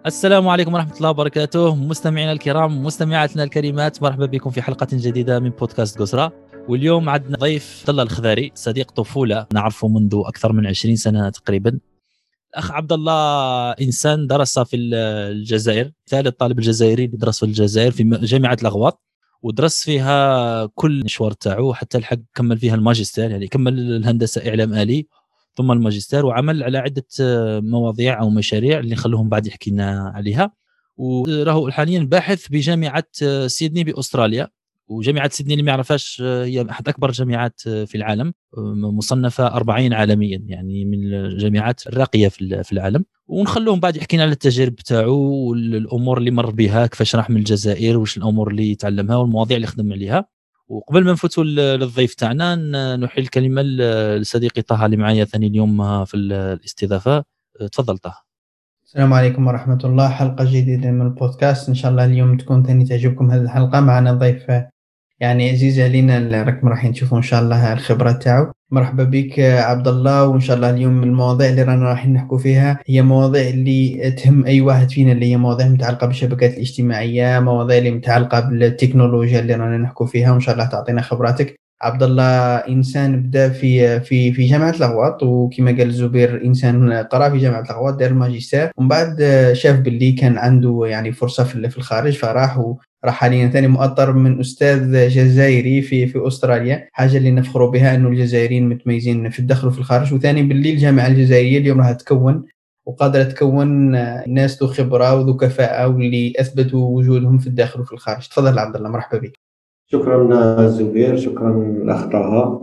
السلام عليكم ورحمة الله وبركاته، مستمعينا الكرام مستمعاتنا الكريمات، مرحبا بكم في حلقة جديدة من بودكاست قسرة. واليوم عندنا ضيف عبد الله الخضاري، صديق طفولة نعرفه منذ أكثر من 20 سنة تقريبا. الأخ عبد الله إنسان درس في الجزائر، ثالث طالب الجزائري اللي درس في الجزائر في جامعة الأغواط، ودرس فيها كل المشوار تاعو حتى الحق كمل فيها الماجستير، يعني كمل الهندسة إعلام آلي ثم الماجستير، وعمل على عدة مواضيع أو مشاريع اللي نخلوهم بعد يحكي لنا عليها. وراهو حاليا باحث بجامعة سيدني بأستراليا. وجامعة سيدني اللي ما يعرفهاش هي أحد أكبر الجامعات في العالم، مصنفة 40 عالميا، يعني من الجامعات الراقية في العالم. ونخلوهم بعد يحكينا على التجارب تاعو والأمور اللي مر بها، كيفاش راح من الجزائر وش الأمور اللي تعلمها والمواضيع اللي خدم عليها. وقبل ما نفوتوا للضيف تاعنا نحيل الكلمة لصديقي طه اللي معايا ثاني اليوم في الاستضافة. تفضل طه. السلام عليكم ورحمة الله. حلقة جديدة من البودكاست، إن شاء الله اليوم تكون ثاني تعجبكم هذه الحلقة. معنا ضيف يعني عزيز علينا اللي راح نشوفوا إن شاء الله الخبرة تاعو. مرحبا بك عبد الله، وإن شاء الله اليوم المواضيع اللي رانا راح نحكوا فيها هي مواضيع اللي تهم أي واحد فينا، اللي هي مواضيع متعلقة بالشبكات الاجتماعية، مواضيع اللي متعلقة بالتكنولوجيا اللي رانا نحكوا فيها، وإن شاء الله تعطينا خبراتك. عبد الله إنسان بدأ في جامعة الأغواط، وكما قال الزبير إنسان قرأ في جامعة الأغواط، دار الماجستير، ومن بعد شاف باللي كان عنده يعني فرصة في الخارج، فراح حاليا ثاني مؤطر من أستاذ جزائري في أستراليا. حاجة اللي نفخروا بها أنه الجزائريين متميزين في الداخل وفي الخارج. وثاني باللي الجامعة الجزائرية اليوم راح تكون وقادرة تكون ناس ذو خبرة وذو كفاءة، واللي أثبتوا وجودهم في الداخل وفي الخارج. تفضل عبد الله، مرحبا بك. شكرا زبير، شكرا الأخ طه.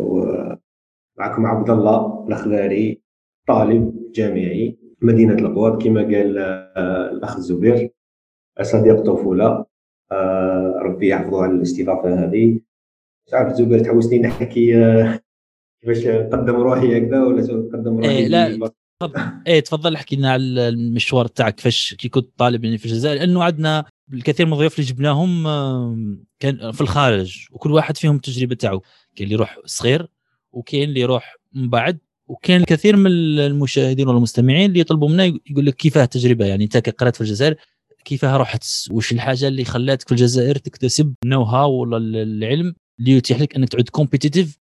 معكم عبد الله الخضاري، طالب جامعي مدينة الأغواط كما قال الأخ زبير، صديق طفولة. ربي يحفظه على الاستضافة هذه. مش عارف زبير تحوسني نحكي كيفاش نقدم روحي هكذا ولا نقدم روحي لا تفضل احكي لنا على المشوار تاعك، كيفاش كي كنت طالب يعني في الجزائر، لانه عندنا الكثير من الضيوف اللي جبناهم كان في الخارج، وكل واحد فيهم التجربه تاعو. كاين اللي يروح صغير، وكاين اللي يروح من بعد، وكاين الكثير من المشاهدين والمستمعين اللي يطلبوا منا يقول لك كيفاه التجربه، يعني انت قرأت في الجزائر كيفاه رحت، وش الحاجه اللي خلاتك في الجزائر تكتسب نو هاو ولا العلم اللي يتيح لك انك تعود كومبيتيتيف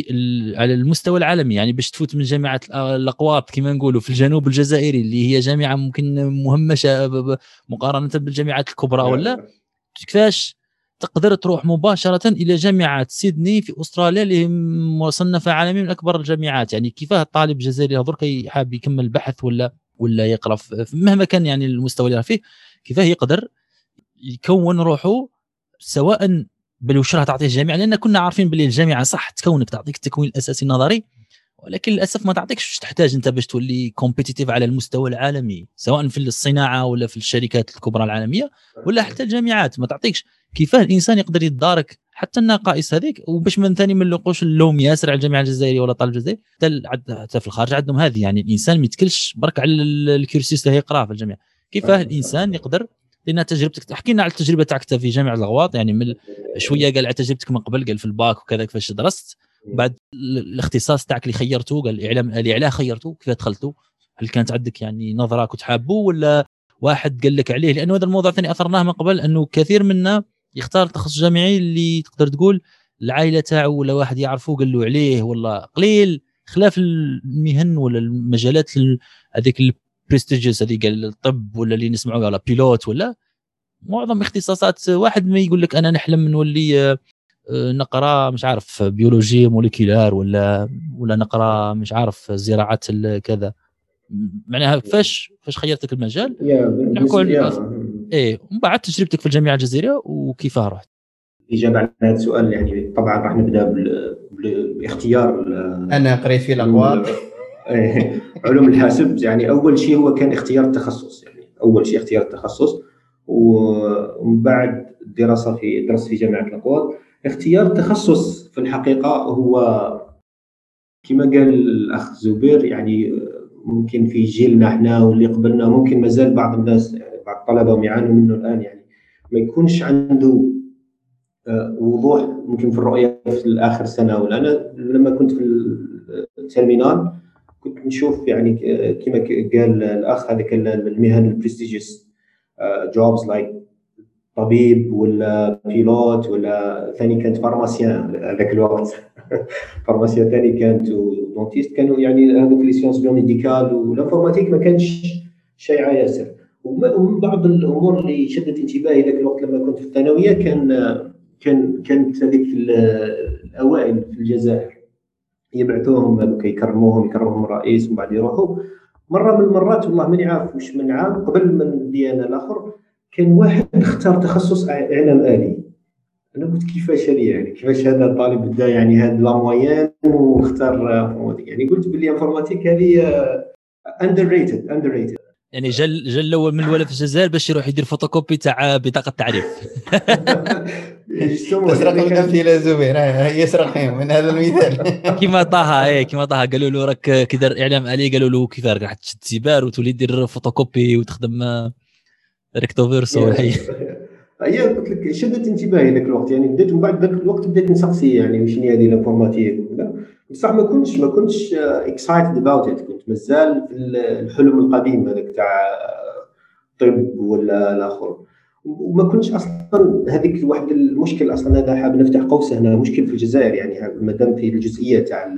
على المستوى العالمي، يعني باش تفوت من جامعه الاقواط كما نقولوا في الجنوب الجزائري، اللي هي جامعه ممكن مهمشه مقارنه بالجامعات الكبرى، ولا كيفاش تقدر تروح مباشره الى جامعه سيدني في استراليا اللي هي مصنفه عالميا من اكبر الجامعات. يعني كيفاه الطالب الجزائري هذور كي حاب يكمل البحث ولا يقرا مهما كان يعني المستوى اللي فيه، كيفاه يقدر يكون روحه، سواء بل وش راح تعطيه الجامعه، لان كنا عارفين باللي الجامعه صح تكونك تعطيك التكوين الاساسي النظري، ولكن للاسف ما تعطيكش واش تحتاج انت باش تولي كومبيتيتيف على المستوى العالمي، سواء في الصناعه ولا في الشركات الكبرى العالميه، ولا حتى الجامعات ما تعطيكش كيفاه الانسان يقدر يتدارك حتى النقائص هذيك. وباش من ثاني من نقولش اللوم ياسر على الجامعه الجزائريه ولا طالب الجزائري، حتى في الخارج عندهم هذه، يعني الانسان ما يتكلش برك على الكورسيس اللي يقراه في الجامعه. كيفاه الانسان يقدر، لان تجربتك تحكي لنا على التجربه تاعك في جامعه الغواط، يعني من شويه قال على تجربتك من قبل، قال في الباك وكذا كيفاش درست، بعد الاختصاص تاعك اللي خيرته، قال الاعلام الالي، علاه خيرته، كيف دخلته، هل كانت عندك يعني نظره كنت حابه ولا واحد قال لك عليه؟ لانه هذا الموضوع ثاني اثرناه من قبل، انه كثير منا يختار تخصص جامعي اللي تقدر تقول العائله تاعو ولا واحد يعرفه قال له عليه، ولا قليل خلاف المهن ولا المجالات هذيك البريستيجيوس هذيك، قال الطب ولا اللي نسمعوا على بيلوت، ولا معظم اختصاصات واحد ما يقول لك انا نحلم نولي نقرا مش عارف بيولوجي موليكولار ولا نقرا مش عارف زراعه كذا. معناها فاش خيرتك المجال نحكوا ايه، ومن بعد تجربتك في الجامعه الجزائريه وكيفاه رحت. الإجابة على هذا السؤال يعني طبعا راح نبدأ بالاختيار. أنا قريت في الأغواط. علوم الحاسب. يعني أول شيء هو كان اختيار التخصص، يعني أول شيء اختيار التخصص، ومن بعد دراسة في جامعة الأغواط. اختيار تخصص في الحقيقة هو كما قال الأخ زبير، يعني ممكن في جيلنا احنا واللي قبلنا ممكن مازال بعض الناس، يعني بعض الطلبة يعانوا منه الآن، يعني ما يكونش عنده وضوح ممكن في الرؤية في آخر سنة. ولا أنا لما كنت في الترمينال كنت نشوف يعني كما قال الاخ هذاك المهن البرستيجيوس جوبز لايك طبيب ولا بيلوت، ولا ثاني كانت فارماسيان هذاك الوقت فارماسيان ثاني كانت دونتيست، كانوا يعني هذوك لي سيونس بيوميديكال والانفورماتيك ما كانش شيعة ياسر. ومن بعض الامور اللي شدت انتباهي ذاك الوقت لما كنت في الثانويه كانت هذيك الاوائل في الجزائر يبعثوهم هذوك يكرموهم الرئيس ومن بعد يروحوا. مره من المرات والله ماني عارف واش من عام قبل ما ندي انا الاخر كان واحد اختار تخصص اعلام آلي. انا قلت كيفاش هذه يعني كيفاش هذا الطالب بدا يعني هذا لا موين واختار انفورماتيك، يعني قلت باللي انفورماتيك هذه underrated يعني جا الاول من الولد في الجزائر باش يروح يدير فوتوكوبي تاع بطاقه تعريف. تسرق الامثله زبير يسرق فيهم من هذا المثال. كيما طه قالوا له راك كدير اعلام آلي، قالوا له كيف راح تشد سيبار وتولي دير فوتوكوبي وتخدم ريكتو فيرسو والحي. هي قلت لك شدت انتباهي ذاك الوقت، يعني بديت من بعد ذاك الوقت بديت نسقسي يعني واش هي هذه الانفورماتيك ولا بصح ما كنتش اكسايتد اباوت ات، كنت مازال في الحلم القديم هذاك تاع طب ولا الاخر. وما كنتش اصلا هذيك واحد المشكل اصلا هذا حاب نفتح قوسه هنا مشكل في الجزائر، يعني مادام في الجزئيه تاع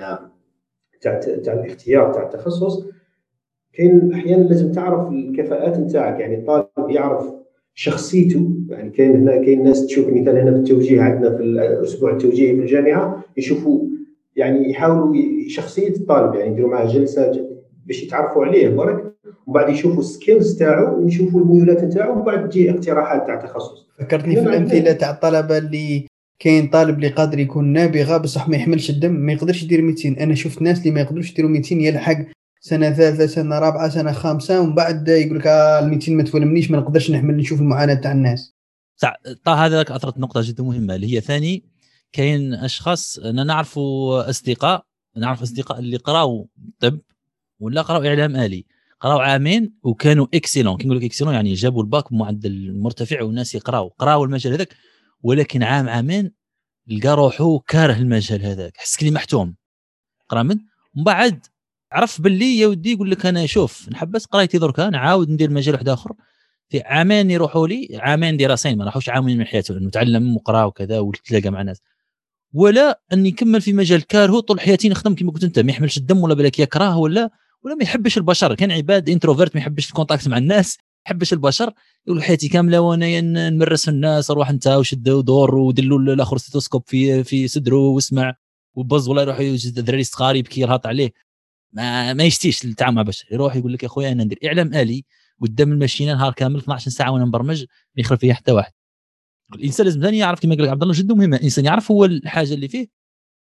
الاختيار تاع التخصص كاين احيانا لازم تعرف الكفاءات نتاعك، يعني الطالب يعرف شخصيته. يعني كاين ناس تشوف مثال هنا في التوجيه عندنا في الاسبوع التوجيهي في الجامعه يشوفوا يعني يحاولوا شخصيه الطالب، يعني يديروا معه جلسه باش يتعرفوا عليه برك، وبعد يشوفوا السكيلز تاعو ويشوفوا الميولات نتاعو، وبعد تجي اقتراحات تاع تخصص. فكرتني في الامثله تاع الطلبه اللي كاين طالب اللي قادر يكون نابغه بصح ما يحملش الدم ما يقدرش يدير ميديسين. انا شفت ناس اللي ما يقدروش يديروا ميديسين يلحق سنه ثالثه سنه رابعه سنه خامسه ومن بعد يقول لك الميديسين ما تولمنيش ما نقدرش نحمل نشوف المعاناه تاع الناس. طه هذا اثرت نقطه جدا مهمه اللي هي ثاني كاين اشخاص انا نعرف اصدقاء اللي قراوا طب ولا قراوا اعلام آلي، قراوا عامين وكانوا اكسيلون. كي نقول لك اكسيلون يعني جابوا الباك بمعدل مرتفع والناس قراوا المجال هذاك، ولكن عامين لقى روحه كاره المجال هذاك، حس لي محتوم قرا من بعد عرف باللي يا ودي يقول لك انا شوف نحبس قرايتي دركا نعاود ندير مجال واحد اخر. في عامين يروحوا لي عامين دراسين ما راحوش عامين من حياته لانه تعلم وقرا وكذا وتلاقى مع ناس، ولا اني نكمل في مجال كارهه طول حياتي نخدم كما قلت انت ما يحملش الدم ولا بالك يكره ولا ما يحبش البشر. كان عباد انتروفيرت ما يحبش الكونتاكت مع الناس، يحبش البشر، يقول حياتي كامله وانا نمرس الناس اروح انت وشد ودور ودلوا الاخر ستوسكوب في صدره واسمع وبز ولا يروح يوجد الدراري الصغار يبكي يرهط عليه، ما يشتيش التعامل مع بشر. يروح يقول لك يا خويا انا ندير اعلام آلي قدام الماشينه نهار كامل 12 ساعه وانا مبرمج ما يخرب فيها حتى واحد. الانسان لازم ثاني يعرف كما قال لك عبد الله جد مهمه، الانسان يعرف هو الحاجه اللي فيه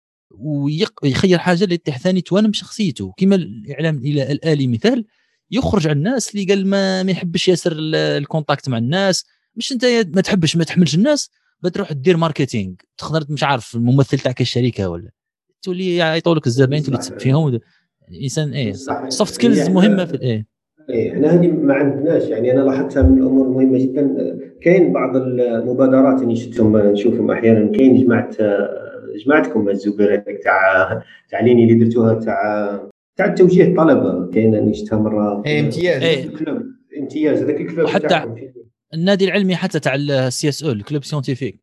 ويخير حاجه اللي ثاني توانم شخصيته. كما الاعلام الآلي مثال يخرج على الناس اللي قال ما يحبش ياسر الكونتاكت مع الناس، مش انت ما تحبش ما تحملش الناس بتروح تدير ماركتينغ تقدر مش عارف الممثل تاعك الشركه ولا تولي يعيطوا لك الزبائن تولي تسب فيهم. الانسان سوفت سكيلز مهمه في احنا هذه ما عندناش، يعني انا لاحظتها من الامور المهمه جدا. كاين بعض المبادرات اللي شفتهم نشوفهم احيانا، كاين جماعتكم الزبير تاع ليني اللي درتوها تاع التوجيه الطلبه، كاين اللي شفتها مره امتياز هذاك الكلوب وحتى النادي العلمي حتى تاع السي اس او الكلوب سيونتيفيك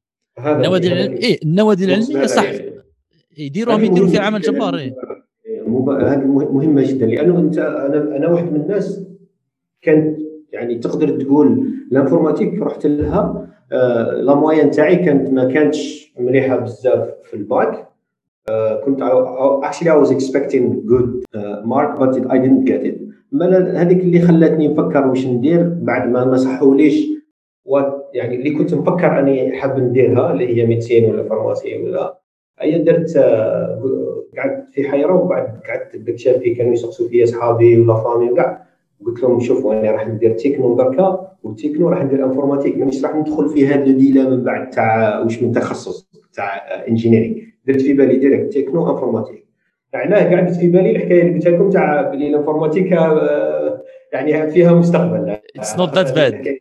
النوادي العلميه صح يديروا في عمل جبار. هذه مهمه جدا، لانه انا واحد من الناس كانت يعني تقدر تقول الانفورماتيك رحت لها لا موين تاعي ما كانتش مليحه بزاف في الباك. كنت actually I was expecting good mark but I didn't get it. هذيك اللي خلاتني نفكر واش ندير بعد ما صحوليش يعني اللي كنت مفكر اني حاب نديرها اللي هي ميديسين ولا فارماسي ولا اي درت. قعدت في حيره وبعد قعدت بكتشاف فيه كانوا يسقسوا فيا اصحابي ولا فامي وكاع، قلت لهم شوفوا انا راح ندير تكنو دركا والتكنو راح ندير انفورماتيك، مانيش راح ندخل في هذا الديلا من بعد تاع واش من تخصص تاع انجينيرينغ. درت في بالي ديريكت تكنو انفورماتيك. علاه قعدت في بالي الحكايه اللي قلت لكم تاع بلي الانفورماتيك يعني فيها مستقبل. اتس نوت ذات باد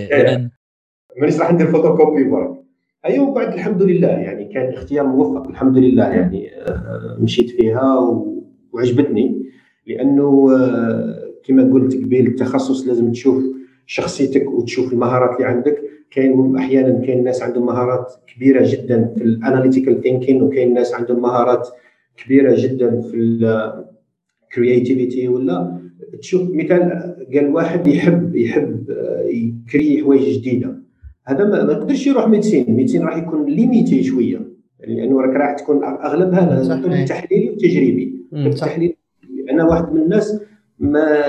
مانيش راح ندير فوتوكوبي برك. ايوه بعد الحمد لله يعني كان اختيار موفق الحمد لله، يعني مشيت فيها وعجبتني. لانه كما قلت قبيل التخصص لازم تشوف شخصيتك وتشوف المهارات اللي عندك. احيانا كاين ناس عندهم مهارات كبيره جدا في الاناليتيكال ثينكينج، وكاين ناس عندهم مهارات كبيره جدا في الكرياتيفيتي. ولا تشوف مثال قال واحد يحب يكري حوايج جديده، هذا ما يقدرش يروح ميديسين راح يكون ليميتي شويه، لانه راك راح تكون اغلبها تحليلي وتجريبي. التحليل انا واحد من الناس ما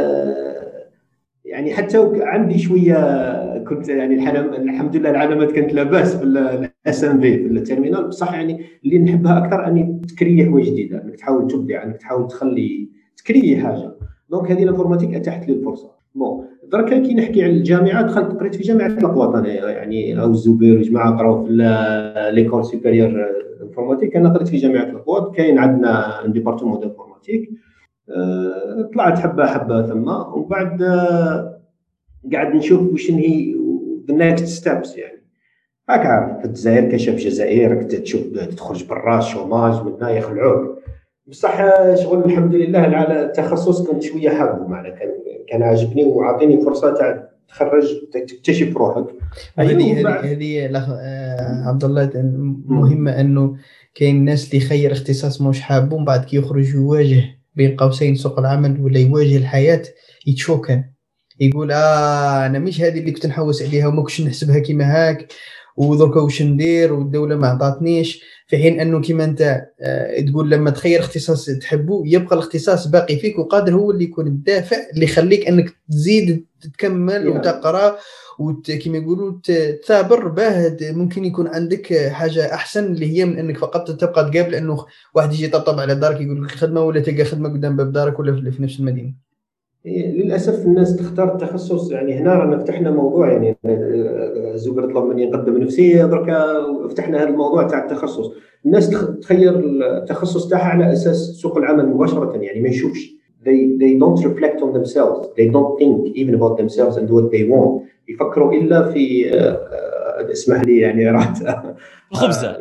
يعني حتى عندي شويه كنت يعني الحمد لله العلامات كانت لاباس في الاس ام في التيرمينال، بصح يعني اللي نحبها اكثر اني تكري حوايج جديده، انك تحاول تبدع، انك تحاول تكري حاجه. دونك هذه الانفورماتيك اتاحت لي الفرصه. دركا كي نحكي على الجامعه، دخلت قريت في جامعه القواط انا، يعني او الزبير وجماعه قراو في ليكول سوبيريور انفورماتيك، انا قريت في جامعه القواط. كاين عندنا ديبارتمون دو انفورماتيك، طلعت حبه ثم، ومن بعد قاعد نشوف واش هي the next steps. يعني راك عارف في الجزائر كشاف الجزائر تشوف تخرج برا الشوماج من هنا يخلعوك، بصح شغل الحمد لله على التخصص كنت شويه حابه، معنا كان عاجبني وعطيني فرصه تاع تخرج تكتشف روحك. هذه عبد الله مهمه، انه كاين الناس اللي يخير اختصاص مش حابه، ومن بعد كي يخرج يواجه بين قوسين سوق العمل ولا يواجه الحياه يتشوكن، يقول انا مش هذه اللي كنت نحوس عليها وما كنتش نحسبها كيما هاك، ودركا واش ندير والدوله ما عطاتنيش. في حين انه كيما انت تقول لما تخير اختصاص تحبه يبقى الاختصاص باقي فيك، وقادر هو اللي يكون الدافع اللي يخليك انك تزيد تكمل وتقرا وكما يقولوا تثابر باه ممكن يكون عندك حاجه احسن، اللي هي من انك فقط تبقى تقابل انه واحد يجي يطبطب على دارك يقول لك خدمه، ولا تلقى خدمه قدام باب دارك ولا في نفس المدينه. للاسف الناس تختار التخصص. يعني هنا رانا فتحنا موضوع، يعني الزبير طلب مني نقدم نفسي، دركا فتحنا هذا الموضوع تاع التخصص. الناس تخير التخصص تاعها على اساس سوق العمل مباشره، يعني ما يشوفش they don't reflect on themselves, they don't think even about themselves and what they want. يفكروا الا في اسمح لي يعني رحت الخبزه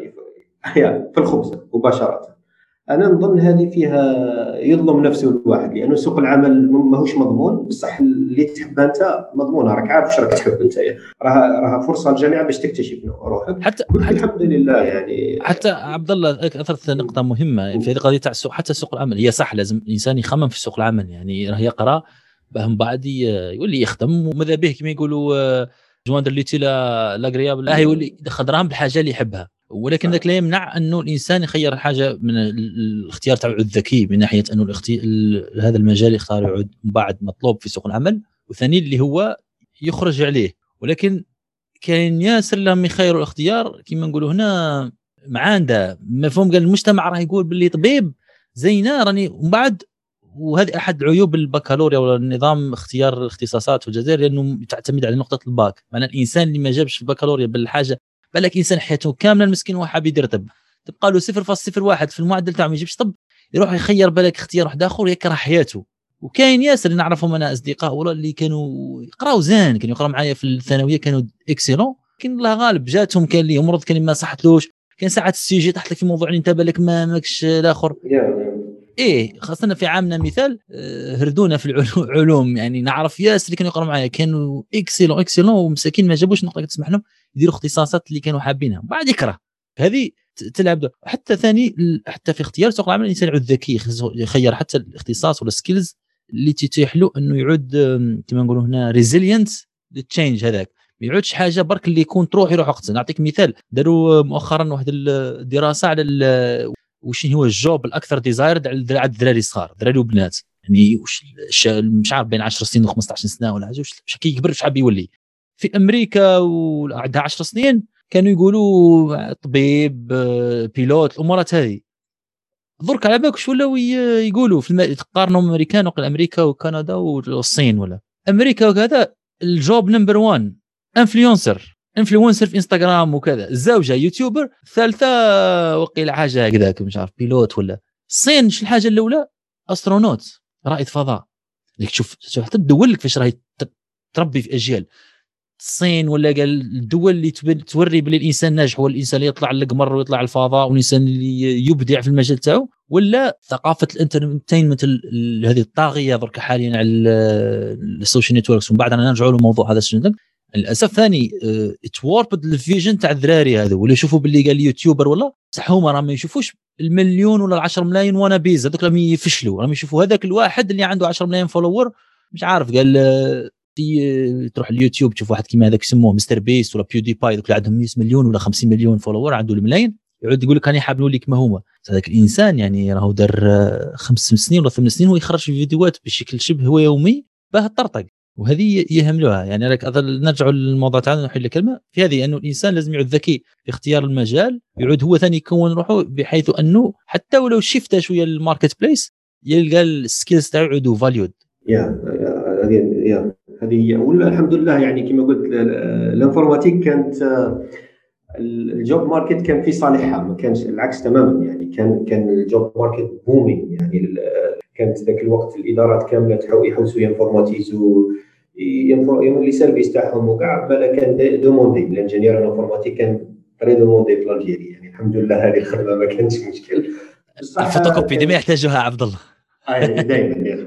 في الخبزه مباشره. انا نظن هذه فيها يظلم نفسه الواحد، لانه سوق العمل ماهوش مضمون، بصح اللي تحبها انت مضمونه، راك عارف واش راك تحب انت، راها فرصه للجميع باش تكتشف روحك. حتى الحمد لله. يعني حتى عبد الله اثرت نقطه مهمه في هذه القضيه تاع السوق، حتى سوق العمل هي صح لازم الانسان يخمم في سوق العمل، يعني راه يقرا باه بعد يولي يخدم، وماذا به كما يقولوا جواندر ليتي لا غريابل، يولي يدخل دراهم بالحاجه اللي يحبها. ولكن ذاك لا يمنع انه الانسان يخير الحاجه من الاختيار تاعو الذكي، من ناحيه انه هذا المجال يختار يعود بعد مطلوب في سوق العمل، وثاني اللي هو يخرج عليه. ولكن كاين ياسر لهم يخيروا الاختيار كما نقولوا هنا معانده مفهوم، قال المجتمع راه يقول باللي طبيب زينه راني، ومن بعد وهذه احد عيوب البكالوريا ولا النظام اختيار الاختصاصات في الجزائر، لانه تعتمد على نقطه الباك. معنى الانسان اللي ما جابش في البكالوريا بالحاجه، بالك انسان حياته كامله المسكين هو حاب يدير طب، تبقى له 0.01 في المعدل تاعه ما يجيبش طب، يروح يخير بالك اختيار واحد اخر يكره حياته. وكاين ياسر اللي نعرفهم انا اصدقاء ولا اللي كانوا يقراو زين، كانوا يقراو معايا في الثانويه كانوا اكسيلون، لكن الله غالب جاتهم كان اللي مرض، كان ما صحتلوش، كان ساعات السيجي طاحت لك في موضوع اللي انت بالك ما ماكش الاخر. خاصه في عامنا مثال هردونا في العلوم، يعني نعرف ياسر اللي كانوا يقراو معايا كانوا اكسيلون ومساكين ما جابوش نقطه تسمح لهم يديروا اختصاصات اللي كانوا حابينها، بعد يكره. هذه تلعب دور. حتى ثاني حتى في اختيار سوق العمل الانسان يعود ذكي، يخير حتى الاختصاص ولا سكيلز اللي تتيح له انه يعود كما نقولوا هنا ريزيلينت للتشينج. هذاك ما يعودش حاجه برك اللي يكون تروح وقت. نعطيك مثال، داروا مؤخرا واحد الدراسه على وش هو الجوب الاكثر ديزايرد على الدراري الصغار، دراري وبنات، يعني واش مش عارف بين 10 سنين و15 سنه ولا حاجه، واش كي يكبر واش حاب يولي. في امريكا وعندها 10 سنين كانوا يقولوا طبيب بيلوت الامورات هذه. درك على بالك شو ولاو يقولوا في تقارنوا امريكان وقال امريكا وكندا والصين ولا امريكا وكذا، الجوب نمبر 1 انفلونسر في انستغرام وكذا، الزوجه يوتيوبر، الثالثه وقيل حاجه هكذاك مش عارف بيلوت ولا. الصين شو الحاجه الاولى؟ استرونوت رائد فضاء. لك شوف حتى تدول لك فاش راهي تربي في اجيال. الصين ولا قال الدول اللي توري بلي الانسان ناجح هو الانسان اللي يطلع للقمر ويطلع الفضاء والانسان اللي يبدع في المجال تاعو، ولا ثقافه الانترتينمنت هذه الطاغيه درك حاليا على السوشيال نتوركس. ومن بعد انا نرجعوا للموضوع هذا شنو للاسف ثاني اتوربد الفيجن تاع الذراري هذا، ولا يشوفوا باللي قال يوتيوبر ولا صح هما راهم ما يشوفوش المليون ولا 10 ملايين وانا بيز هذوك راهم يفشلوا، راهم يشوفوا هذاك الواحد اللي عنده 10 ملايين فولور مش عارف قال تروح اليوتيوب تشوف واحد كيما هذاك يسموه مستر بيست ولا بيودي باي دوك اللي عندهم 100 مليون ولا 50 مليون فولور عنده الملايين، يعود يقول لك انا حابنوا لك ما هما هذاك الانسان يعني راهو دار 5 سنين ولا 8 سنين ويخرج في فيديوهات بشكل شبه هو يومي باه طرطق، وهذه يهملوها. يعني لك نرجع للموضوع تاعنا نحل الكلمه في هذه انه الانسان لازم يعود ذكي في اختيار المجال، يعود هو ثاني يكون روحه بحيث انه حتى ولو شفت شويه الماركت بليس يلقى السكيلز تاعو يعودوا فاليود. هذه ولا الحمد لله يعني كما قلت الانفورماتيك كانت الجوب ماركت كان في صالحها، ما كانش العكس تماما يعني كان الجوب ماركت بومينج يعني كانت ذاك الوقت الادارات كامله يحوسوا ينفورماتيزو لي سيرفيس تاعهم وكاع بلا كان دوموندي الانجينير الانفورماتيك كان تري دوموندي في الجيري يعني الحمد لله هذه الخدمه ما كانش مشكل. الفوتوكوبي ديما يحتاجوها عبد الله دائما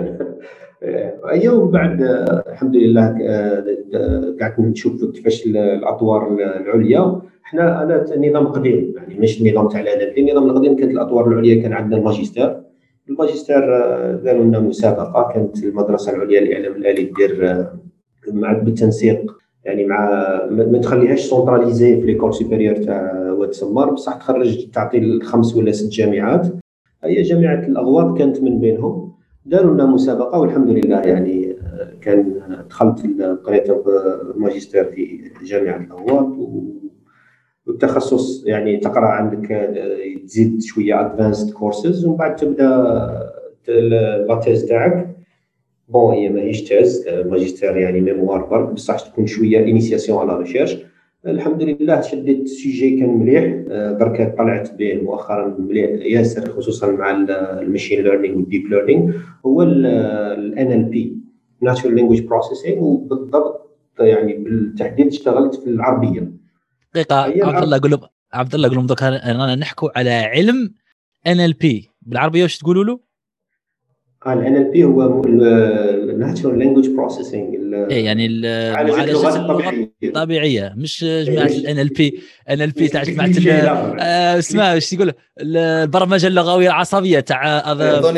يوم بعد الحمد لله قاعد نشوف كيفاش الاطوار العليا. انا نظام قديم يعني مش النظام تاع الادب، النظام القديم كانت الاطوار العليا كان عندنا الماجستير داروا لنا مسابقه، كانت المدرسه العليا للاعلام الالي دير مع بالتنسيق يعني مع ما تخليهاش سونتراليزي في ليكول سوبيريور تاع واد سمار، بصح تخرج تعطي 5 ولا 6 جامعات، هي جامعه الاغواط كانت من بينهم. داروا لنا مسابقه والحمد لله يعني كان دخلت قريت الماجستير في جامعه الاغواط والتخصص يعني تقرا عندك تزيد شويه ادفانسد كورسز ومن بعد تبدا لا تيز تاعك. بون هي ماهيش تيز ماجستير يعني ميموار برك بصح تكون شويه انيسياسيون على ريشيرش. الحمد لله شديت سوجي كان مليح بركه طلعت به مؤخرا مليح ياسر خصوصا مع الماشين ليرنينغ والديب ليرنينغ هو الان ال بي ناتشورال لانجويج بروسيسنج، وبالضبط يعني بالتحديد اشتغلت في العربيه. دقيقه عبد الله قول لهم دوك انا نحكوا على علم ان ال بي بالعربيه واش تقولوا له؟ ال NLP هو Natural Language Processing يعني معالجة اللغة الطبيعية، مش جماعة ال NLP تاع جماعة اسمها ايش يقول البرمجة اللغوية العصبية تاع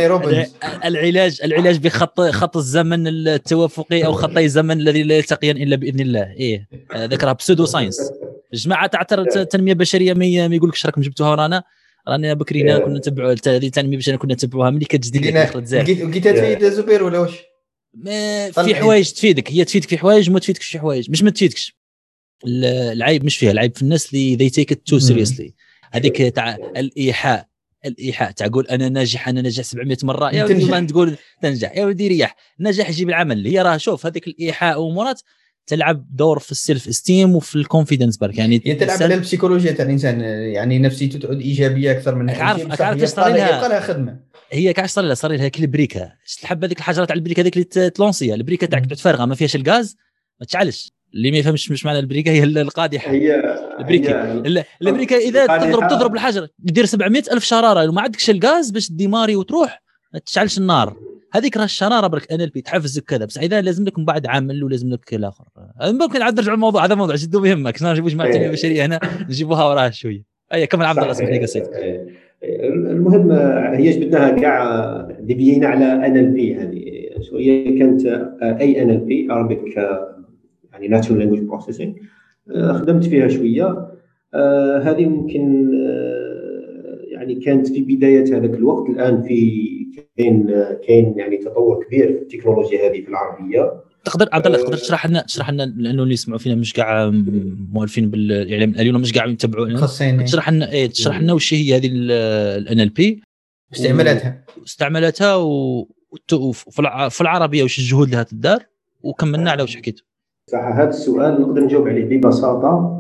العلاج بخط الزمن التوافقي او خطي الزمن الذي لا يلتقيان الا باذن الله. ذكرها بسودو ساينس جماعة تاع التنمية البشرية ما يقولكش راكم جبتوها رانا بكرينا كنا نتبعوا هذه التنميه باش كنا نتبعوها ملي كتجديد لك دخلت زاد لقيت تفيد زبير ولا واش في حوايج تفيدك، هي تفيدك في حوايج وما تفيدكش في حوايج مش ما تفيدكش. العيب مش فيها، العيب في الناس اللي they take it too seriously. هذيك تاع الايحاء تقول انا ناجح 700 مره يا ودي والله تقول تنجح يا ودي ريح نجاح يجيب العمل. هي راه شوف هذيك الايحاء ومرات تلعب دور في السيلف استيم وفي الكونفيدنس برك يعني تلعب على البسيكولوجيا تاع الانسان يعني نفسيته تعود ايجابيه اكثر من عارف يبقى لها خدمه. هي كاع صار لها كالبريكه تحب هذيك الحجره تاع البريكه هذيك اللي تلونسيها البريكه تاعك تعود فارغه ما فيهاش الغاز ما تشعلش. اللي ما يفهمش مش معنى البريكه هي القادحه البريكه اذا تضرب الحجر يدير 700,000 شراره لو ما عندكش الغاز باش ديماري وتروح ما تشعلش النار. هذيك راه الشراره برك ان ال بي تحفزك كذا بس اذا لازم لك من بعد عامل ولازم لك الاخر. ممكن عاد نرجع الموضوع هذا موضوع جدا مهم كنا نجيبوا جماعه التنميه البشريه هنا نجيبوها وراها شويه. كمل عبد الله اسمح لي قصيت. المهم هي جبدناها كاع دبينا على ان ال بي هذه شويه كانت اي ان ال بي Arabic يعني ناتشورال لانجويج بروسيسنج خدمت فيها شويه. هذه ممكن يعني كانت في بدايه هذاك الوقت. الان في كاين يعني تطور كبير في التكنولوجيا هذه في العربيه. تقدر عبد الله تقدر تشرح لنا لانه اللي يسمعوا فينا مش كاع مؤلفين بالاعلام الالي ولا مش كاع يتبعوا تشرح لنا وش هي هذه الان ال بي استعملتها وفي العربيه وش الجهود اللي تدار وكملنا على وش حكيت. صح هذا السؤال نقدر نجاوب عليه ببساطه.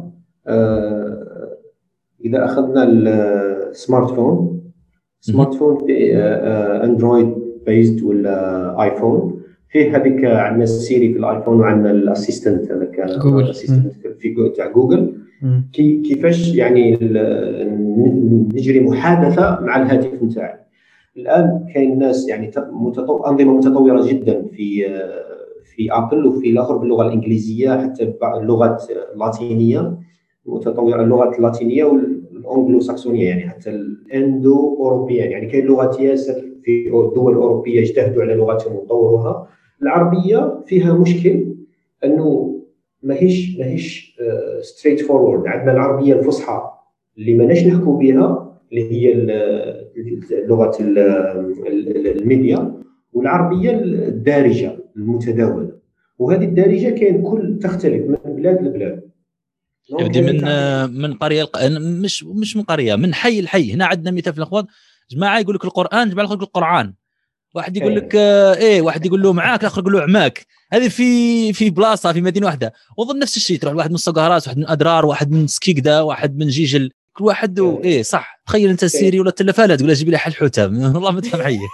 اذا اخذنا السمارت فون في اندرويد بيزد ولا ايفون فيه هذيك عندنا السيري في الايفون وعندنا الاسيستنت هذاك جوجل. الاسيستنت في تاع جوجل. كيفاش يعني نجري محادثه مع الهاتف نتاعي. الان كاين ناس يعني انظمه متطوره جدا في ابل وفي الاخر باللغه الانجليزيه، حتى اللغات اللاتينيه متطوره، اللغات اللاتينيه والانجلو ساكسونيه، يعني حتى الاندو اوروبيان، يعني كاين لغات ياسر في الدول الاوروبيه اجتهدوا على لغتهم وطوروها. العربيه فيها مشكل انه ماهيش ستريت فورورد. عندنا العربيه الفصحى اللي ماناش نحكوا بها اللي هي لغه الميديا، والعربيه الدارجه المتداوله، وهذه الدارجه كاين كل تختلف من بلاد لبلاد. يبدي من قريه مش من قريه، من حي لحي. هنا عندنا مثال في الاخوان، جماعه يقول لك القران، جماعه يقول لك القرعان، واحد يقول لك ايه، واحد يقول له معاك، الاخر يقول له عماك. هذه في بلاصه في مدينه واحده. وظن نفس الشيء، تروح واحد من الصقهراس، واحد من ادرار، واحد من سكيكدا، واحد من جيجل، كل واحد ايه صح. تخيل انت السيري ولا التلفاله تقول له جيب لي حل حوته، والله ما تفهم حيه.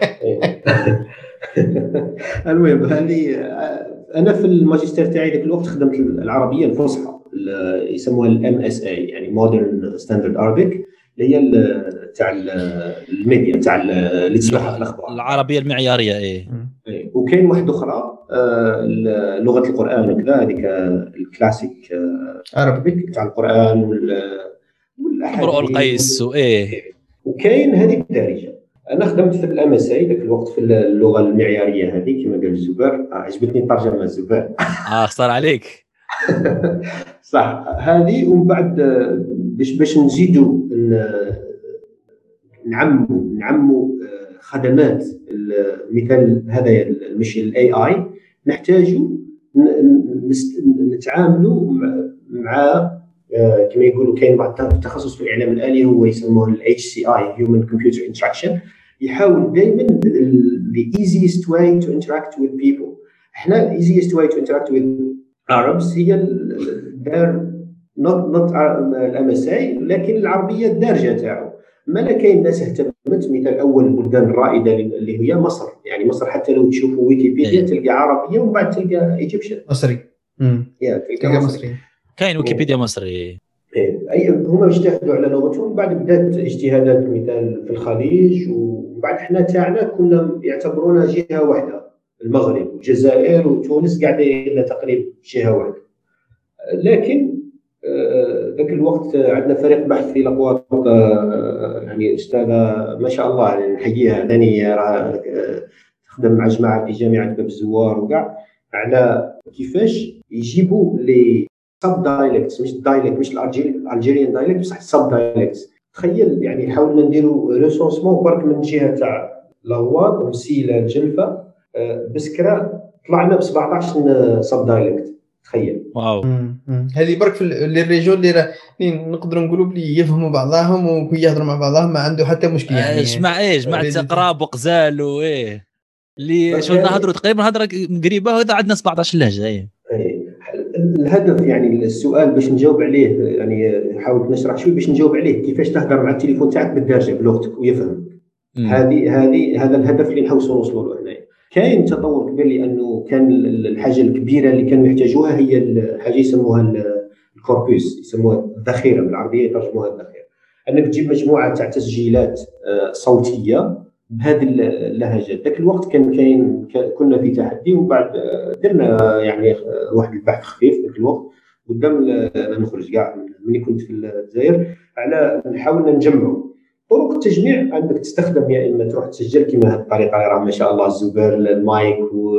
المهم هذه انا في الماجستير تاعي ذاك الوقت خدمت العربيه الفصحى يسموها الMSA، يعني مودرن ستاندرد عربيك، اللي هي تاع الميديا، تاع اللي تصلح الاخبار، العربيه المعياريه. ايه وكاين واحده اخرى لغه القران وكذا، هذيك الكلاسيك عربيك تاع القران والاحاديث امرؤ القيس وايه. وكاين هذه الدارجه. انا خدمت في الMSA ذاك الوقت في اللغه المعياريه هذه كما قال الزبير. عجبتني الترجمه الزبير. خسر عليك. صح هذه. ومن بعد باش نزيدوا نعموا خدمات مثال هذا مش AI، نحتاجوا نتعاملوا مع كما يقولوا كاين بعض التخصص في الاعلام الالي هو يسموه HCI Human Computer Interaction، يحاول دائما the easiest way to interact with people. احنا easiest way to interact with Arabs هي not الMSA، لكن العربيه الدارجه تاعو. ما لا كاين ناس اهتمت، مثال اول البلدان الرائده اللي هي مصر، يعني مصر حتى لو تشوفوا ويكيبيديا تلقى عربيه ومن بعد تلقى ايجيبشن مصري. تلقى مصري. كاين ويكيبيديا مصري. اي هما اجتهدوا على لغتهم، بعد بدات اجتهادات مثال في الخليج، وبعد احنا تاعنا كنا يعتبرونا جهه واحده، المغرب والجزائر وتونس قاعدين تقريبا جهه واحده. لكن ذاك الوقت عندنا فريق بحث في الاقواط، يعني استاذه ما شاء الله يعني نحييها، ثاني تخدم مع جماعه في جامعه باب الزوار وكاع، على كيفاش يجيبوا لي سب دايلكتس، مش دايلكت، مش الالجيريان دايلكت بصح سب دايلكتس. تخيل يعني حاولنا نديروا ريسونسمون برك من جهه تاع لاغواط ومسيله الجلفه بسكره، طلعنا ب 17 سب دايلكت. تخيل. واو. هذه برك في الريجون اللي نقدروا نقولوا بلي يفهموا بعضهم ويهضروا مع بعضهم، ما عنده حتى مشكل يعني. جماعه تقراب وقزال وايه اللي شو نهضروا تقريبا هضره قريبه، وهذا عندنا 17 لهجه. الهدف يعني السؤال باش نجاوب عليه، يعني حاولت نشرح شوي باش نجاوب عليه، كيفاش تهضر مع التليفون تاعك بالدارجه بلغتك ويفهم. هذا الهدف اللي نحاولوا نوصلوا له هنا. كاين تطور كبير، لانه كان الحاجه الكبيره اللي كانوا يحتاجوها هي الحاجه يسموها الكوربوس، يسموها الذخيره بالعربيه، يترجموها الذخيره، انك تجيب مجموعه تاع تسجيلات صوتيه بهذه اللهجات. ذاك الوقت كنا في تحدي، ومن بعد درنا يعني واحد البحث خفيف ذاك الوقت قدام نخرج كاع ملي كنت في الجزائر، على نحاولنا نجمعوا طرق التجميع. عندك تستخدم يا اما تروح تسجل كما هذه الطريقه راه ما شاء الله الزبير، المايك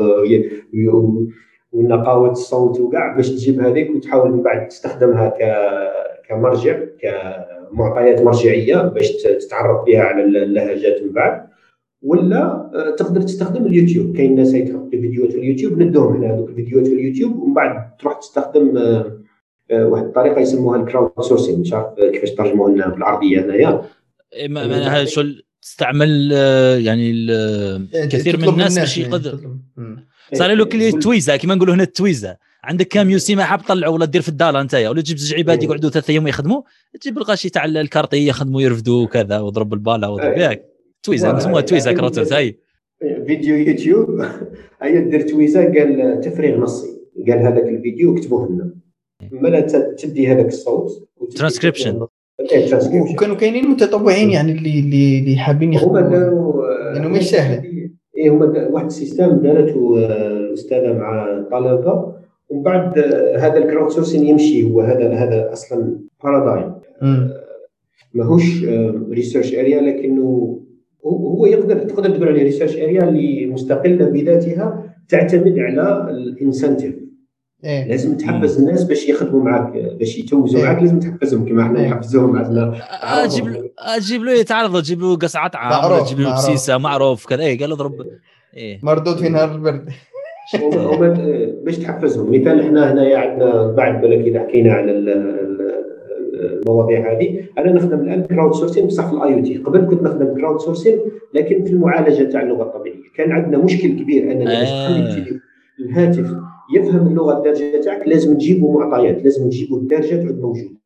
ونقاوه الصوت وكاع، باش تجيب هذيك وتحاول من بعد تستخدمها كمرجع، كمعطيات مرجعيه باش تتعرف بها على اللهجات من بعد. ولا تقدر تستخدم اليوتيوب، كاين ناس يحطوا فيديوهات في اليوتيوب، ندوهم هنا هذوك الفيديوهات في اليوتيوب، ومن بعد تروح تستخدم واحد الطريقه يسموها الكراود سورسينغ، مش عارف كيفاش ترجموها لنا بالعربيه هنايا. معناها شو تستعمل يعني كثير من الناس باش يقدر صار له كلي تويزه كما نقولوا هنا التويزه. عندك كام يوسي ما حاب تطلعوا ولا دير في الدار نتايا، ولا تجيب زوج عباد يقعدوا 3 ايام يخدموا، تجيب الغاشي تاع الكارطيه يخدموا يرفدوا وكذا، وضرب الباله وضرب ياك تويزه، نسموها تويزه كروتر هاي. فيديو يوتيوب هي دير تويزه قال تفريغ نصي، قال هذاك الفيديو كتبوه لنا ملا تدي هذاك الصوت ترانسكريبشن. وكانوا كاينين متطوعين يعني اللي حابين هما داروا لانه مش سهل. هما واحد السيستم دارته الاستاذه مع الطلبه، ومن بعد هذا الكراود سورسين يمشي. هو هذا اصلا بارادايم ماهوش ريسيرش اريا، لكنه هو تقدر تقول عليه ريسيرش اريا اللي مستقله بذاتها تعتمد على الانسنتيف. لازم تحفز الناس باش يخدموا معك، باش يتوزوا معك لازم تحفزهم كما احنا نحفزوهم عندنا. اجيب له يتعرض، تجيب له قصعه طعام، تجيب له بسيسه معروف كذا، قال ضرب مردود في نهار البرد. باش تحفزهم. مثال احنا هنايا عندنا بعد بالك اذا حكينا على المواضيع هذه، انا نخدم الان كراود سورسين بصح في الاي او تي. قبل كنت نخدم كراود سورسين لكن في المعالجه تاع اللغه الطبيعيه. كان عندنا مشكل كبير اننا باش نخلي الهاتف يفهم اللغه الدارجه تاعك لازم نجيبوا معطيات، لازم نجيبوا الدارجه تعود موجوده.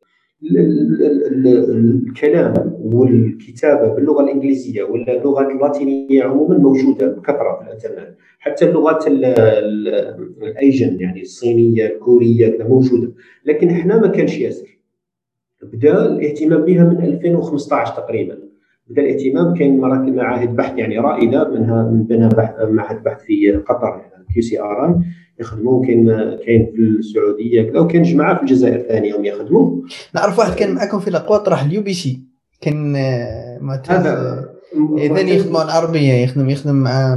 الكلام والكتابه باللغه الانجليزيه ولا اللغات اللاتينيه عموما موجوده بكثره في الانترنت، حتى اللغات الايجن يعني الصينيه الكوريه موجوده، لكن احنا ما كانش ياسر. بدا الاهتمام بها من 2015 تقريبا. بدا الاهتمام، كاين معاهد بحث يعني رائده، من بينها معهد بحث في قطر QCRI يخدموا، كاين في السعوديه كذا، وكاين جماعه في الجزائر ثانيهم يخدموا. نعرف واحد كان معكم في الاقوى طرح الUBC، كان معتز اذا يخدموا العربيه، يخدم مع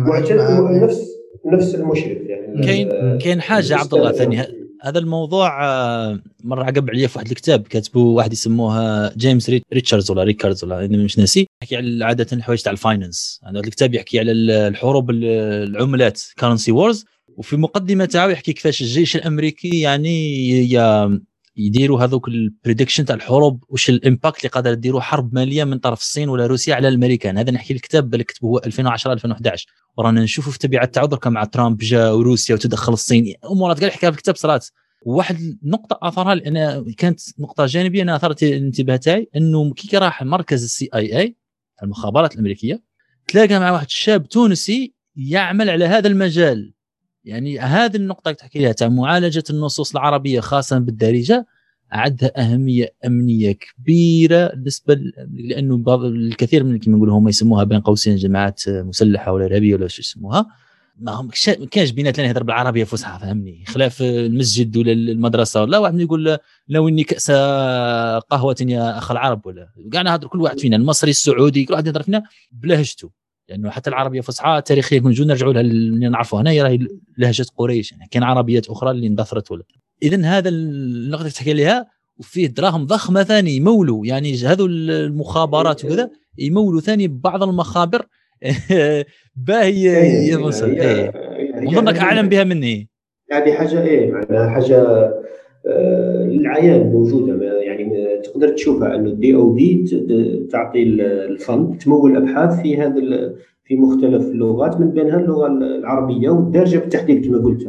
نفس المشرف يعني. كاين حاجه عبد الله ثاني، هذا الموضوع مره عقب عليا في واحد الكتاب كاتبه واحد يسموه جيمس ريتشاردز ولا ريكاردز ولا انا مش ناسي، يحكي على عاده الحوايج تاع الفاينانس. هذا الكتاب يحكي على الحروب العملات كارنسي وورز، وفي مقدمه تاعو يحكي كيفاش الجيش الامريكي يعني يديروا هذوك البريدكشن تاع الحروب، واش الامباكت اللي قادر يديروا حرب ماليه من طرف الصين ولا روسيا على الامريكان. هذا نحكي الكتاب بالك كتبه هو 2010 2011، ورانا نشوفوا في تبعات تاعو درك مع ترامب جا وروسيا وتدخل الصين، امورات قال يحكيها في الكتاب صرات. واحد نقطه اثرها لان كانت نقطه جانبيه انا اثرت الانتباه تاعي، انه كي راح مركز CIA المخابرات الامريكيه تلاقى مع واحد شاب تونسي يعمل على هذا المجال. يعني هذه النقطه اللي تحكي لها تاع معالجه النصوص العربيه خاصه بالدارجه عندها اهميه امنيه كبيره بالنسبه، لانه بعض الكثير من كما نقولوا هم يسموها بين قوسين جماعات مسلحه ولا ارهابيه ولا شو يسموها، ما هم كاش بيناتنا يهضر بالعربيه فصحى فهمني، خلاف المسجد ولا المدرسه ولا واحد يقول لو اني كاس قهوه يا اخ العرب، ولا كاع نهضر كل واحد فينا المصري السعودي كل واحد يهضر فينا بلهجته، لانه حتى العربيه فصحى تاريخيا نجو نرجعوا لها اللي نعرفوا هنا راهي لهجه قريش، يعني كاين عربيات اخرى اللي اندثرت ولا. اذا هذا النقطه اللي تحكي لها، وفيه دراهم ضخمه ثاني يمولوا، يعني هذو المخابرات وكذا يمولوا ثاني ببعض المخابر باهي ونظنك اعلم بها مني. هذه حاجه معناها حاجه للعيان موجوده، يعني تقدر تشوفها انه DOD تعطي الفند تمول ابحاث في هذا في مختلف اللغات، من بينها اللغه العربيه والدارجه بالتحديد كما قلت.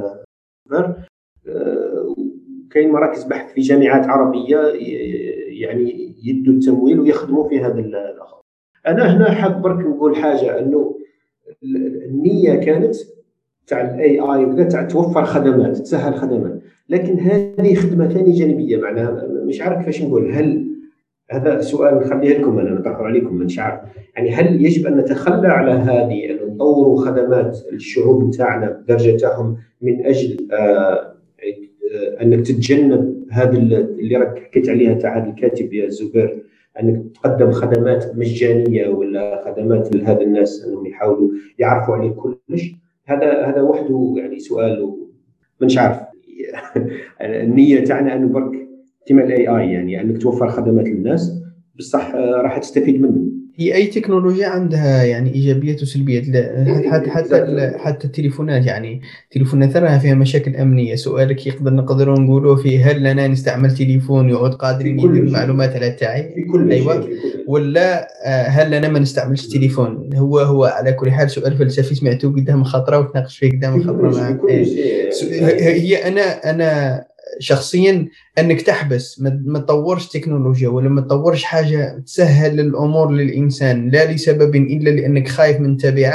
كاين مراكز بحث في جامعات عربيه يعني يدوا التمويل ويخدموا في هذا الاخر. انا هنا حاب برك نقول حاجه، انه النيه كانت تاع الAI وكذا تاع توفر خدمات تسهل خدمات، لكن هذه خدمه ثانيه جانبيه. معناها مش عارف كيفاش نقول، هل هذا سؤال نخليه لكم انا نطرحه عليكم مش عارف، يعني هل يجب ان نتخلى على هذه، ان نطوروا خدمات الشعوب نتاعنا بالدرجه تاعهم من اجل انك تتجنب هذا اللي راك حكيت عليها تاع هذا الكاتب يا زبير، انك تقدم خدمات مجانيه ولا خدمات لهذا الناس انهم يحاولوا يعرفوا عليه كلش. هذا وحده يعني سؤال مش عارف. النيه تاعنا انه برك كما الAI يعني انك توفر خدمات للناس بصح راح تستفيد منه. هي اي تكنولوجيا عندها يعني ايجابيات وسلبيات، حتى التليفونات، يعني تليفونات لها فيها مشاكل امنيه. سؤالك نقدروا نقولوا فيه هل لنا نستعمل تليفون يعود قادرين يدير المعلومات على تاعي، ايوه، ولا هل لنا ما نستعملش تليفون؟ هو على كل حال سؤال فلسفي سمعته قدام خطره وتناقش فيه قدام خطره معك. هي انا شخصيا انك تحبس ما تطورش تكنولوجيا ولا ما تطورش حاجه تسهل الامور للانسان، لا لسبب الا لانك خايف من تبعات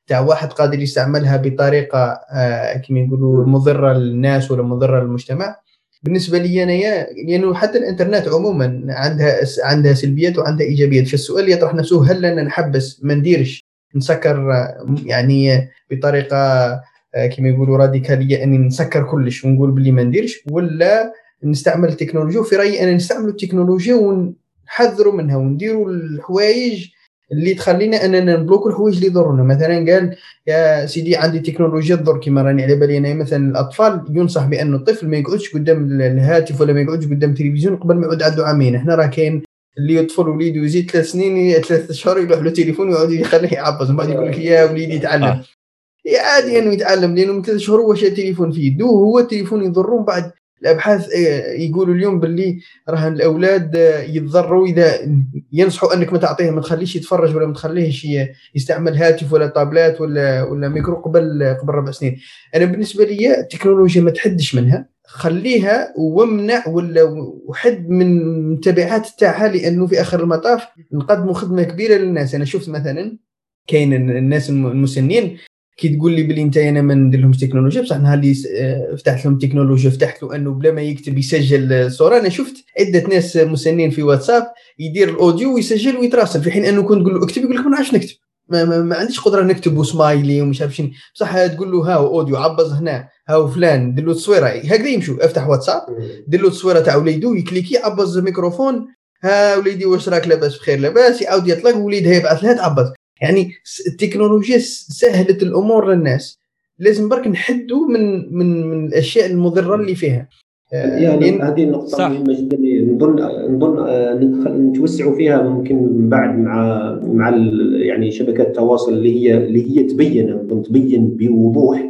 تاع واحد قادر يستعملها بطريقه كما يقولوا مضره للناس ولا مضره للمجتمع. بالنسبه لي انايا لانه حتى الانترنت عموما عندها سلبيات وعندها ايجابيات. فالسؤال يطرح نفسه، هل لنا نحبس ما نديرش نسكر يعني بطريقه كما يقولوا راديكاليه اني نسكر كلش ونقول بلي ما نديرش، ولا نستعمل التكنولوجيا؟ وفي رايي انا نستعمل التكنولوجيا ونحذروا منها ونديروا الحوايج اللي تخلينا اننا نبلوكو الحوايج اللي يضرونا. مثلا قال يا سيدي عندي تكنولوجيا تضر، كما راني على بالي انا مثلا الاطفال ينصح بان الطفل ما يقعدش قدام الهاتف ولا ما يقعدش قدام التلفزيون قبل ما يقعد عنده عامين. هنا راه كاين اللي يطفل وليده يزيد 3 سنين 3 اشهر يروح له تليفون ويقعد يخليه يعبز، بعد يقول لك يا وليدي يتعلم. عادي انه يتعلم لانه من 3 شهور هو شاد تليفون في يده، هو التليفون يضرهم. بعد الابحاث يقولوا اليوم باللي راه الاولاد يتضروا اذا ينصحوا انك ما تعطيه، ما تخليش يتفرج ولا ما تخليهش يستعمل هاتف ولا تابلت ولا ميكرو قبل 4 سنين. انا بالنسبه لي التكنولوجيا ما تحدش منها، خليها وامنع ولا وحد من التبعات تاعها، لانه في اخر المطاف نقدموا خدمه كبيره للناس. انا شفت مثلا كاين الناس المسنين كي تقول لي بلي انت انا ما ندير لهمش تكنولوجيا، بصح نهار اللي فتحت لهم تكنولوجيا فتحت له انه بلا ما يكتب يسجل الصوره. انا شفت عده ناس مسنين في واتساب يدير الاوديو ويسجل ويتراسل، في حين انه كنت تقول له اكتب يقول لك ما نعرفش نكتب، ما عنديش قدره نكتب وسمايلي ومش عارف شنو. بصح تقول له هاو اوديو عبز هنا، هاو فلان دير له تصويره هكذا يمشوا. افتح واتساب دير له التصويره تاع وليدو يكليكي عبز الميكروفون، ها وليدي واش راك لاباس بخير لاباس، يعاود يطلق وليدها يبعث لها تعبز. يعني التكنولوجيا سهلت الامور للناس، لازم برك نحدوا من الاشياء المضره اللي فيها. يعني هذه النقطه مهمه جدا، نظن نتوسعوا فيها ممكن بعد مع يعني شبكات التواصل اللي هي تبين بوضوح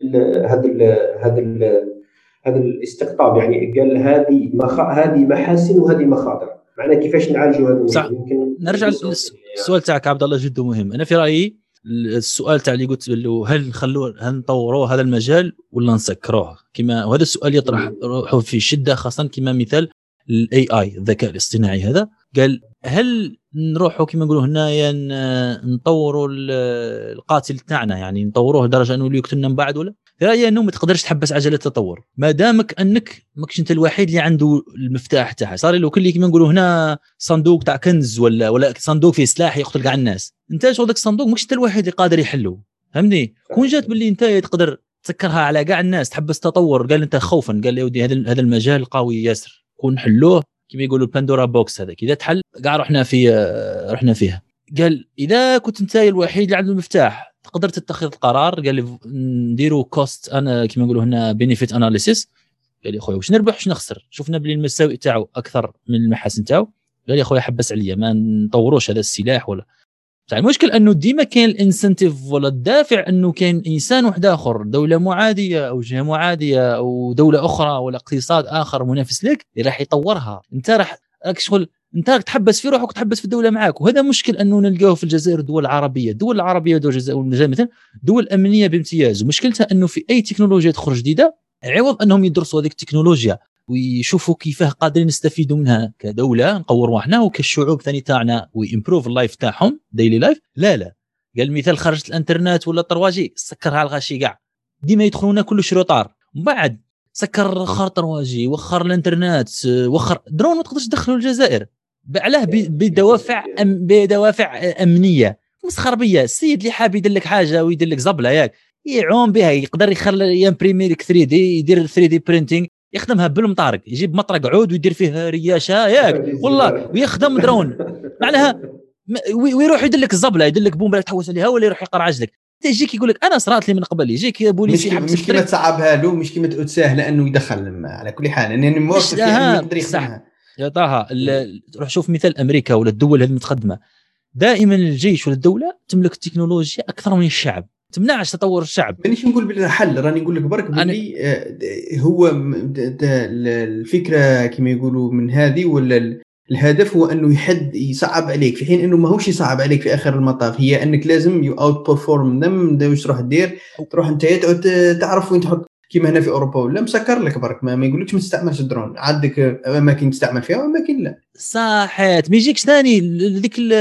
هذا الاستقطاب. يعني قال هذه محاسن وهذه مخاطر، معناه كيفاش نعالجوا هذا. ممكن نرجع للسؤال تاعك عبد الله، جدا مهم. انا في رايي السؤال تاع اللي قلت له هل نطوروه هذا المجال ولا نسكروه، كما وهذا السؤال يطرح روحه في شده، خاصه كما مثال الاي اي الذكاء الاصطناعي هذا. قال هل نروحوا كما نقولوا هنايا نطوروا القاتل تاعنا، يعني نطوروه لدرجه انه يقتلنا من بعد، ولا في رايي انه ما تقدرش تحبس عجله التطور ما دامك انك ماكش انت الوحيد اللي عنده المفتاح تاعها. صار لو كل كما نقولوا هنا صندوق تاع كنز ولا صندوق فيه سلاح يقتل كاع الناس، انت شو هذاك الصندوق ماكش انت الوحيد اللي قادر يحله، فهمني؟ كون جات باللي انت تقدر تسكرها على كاع الناس تحبس تطور، قال انت خوفا، قال لي ودي هذا المجال قوي ياسر، كون حلوه كما يقولوا الباندورا بوكس هذاك، اذا تحل كاع رحنا فيها. قال اذا كنت انت الوحيد اللي عنده المفتاح تقدر تتخذ القرار. قال لي نديروا كوست، انا كما نقولوا هنا بينيفيت اناليسيس. قال لي اخويا واش نربح واش نخسر، شفنا بلي المساوئ تاعو اكثر من المحاسن تاعو. قال لي اخويا حبس عليا ما نطوروش هذا السلاح ولا بتاع. المشكل انه ديما كاين الانسنتيف ولا الدافع انه كاين انسان واحد اخر، دوله معاديه او جهه معاديه او دوله اخرى ولا اقتصاد اخر منافس لك اللي راح يطورها. انت راح شغل انت تحبس في روحك وتحبس في الدوله معك. وهذا مشكل انه نلقاه في الجزائر، الدول العربيه ودول الجزائر والجزائر مثلا دول امنيه بامتياز، ومشكلتها انه في اي تكنولوجيا تخرج جديده عوض انهم يدرسوا هذيك التكنولوجيا ويشوفوا كيفاه قادرين نستفيدوا منها كدوله نقوروا احنا وكالشعوب ثاني تاعنا ويمبروف اللايف تاعهم ديلي لايف. لا قال مثال خرجت الانترنت ولا الطرواجي سكرها الغاشي كاع، ديما يدخلونا كل شروطار من بعد سكر خر طرواجي وخر الانترنت وخر درون ما تقدرش تدخلوا الجزائر علاه بدوافع امنيه مسخربيه. السيد اللي حاب يدير لك حاجه ويدير لك زبله ياك يعوم بها، يقدر يخلي يمبريمي لك 3 دي، يدير 3 دي برينتينغ، يخدمها بالمطارق، يجيب مطرق عود ويدير فيه رياشه ياك والله، ويخدم درون معناها ويروح يدير لك الزبله، يدير لك بومبه تحوس عليها ولا يروح يقرا عجلك. يجيك يقول لك انا صرات لي من قبل، يجيك بوليسي يحبس مش كيما تصعبها له، مش كيما تقول سهله انه يدخل. على كل حال انني موافق انه يقدر يخدمها يا طه. روح شوف مثال امريكا ولا الدول المتقدمه، دائما الجيش ولا الدوله تملك التكنولوجيا اكثر من الشعب، تمنعش تطور الشعب. مانيش نقول بالحل، راني نقول لك برك باللي هو الفكره كما يقولوا من هذه، ولا الهدف هو انه يصعب عليك، في حين انه ماهوش يصعب عليك في اخر المطاف، هي انك لازم يو اوت بيرفورم them. واش تروح دير؟ تروح انت تعرف وين تحط، كيما هنا في اوروبا ولا مسكر لك برك، ما يقولكش ما تستعملش الدرون، عندك اماكن تستعمل فيها واماكن لا. صحيت ما يجيكش ثاني ذيك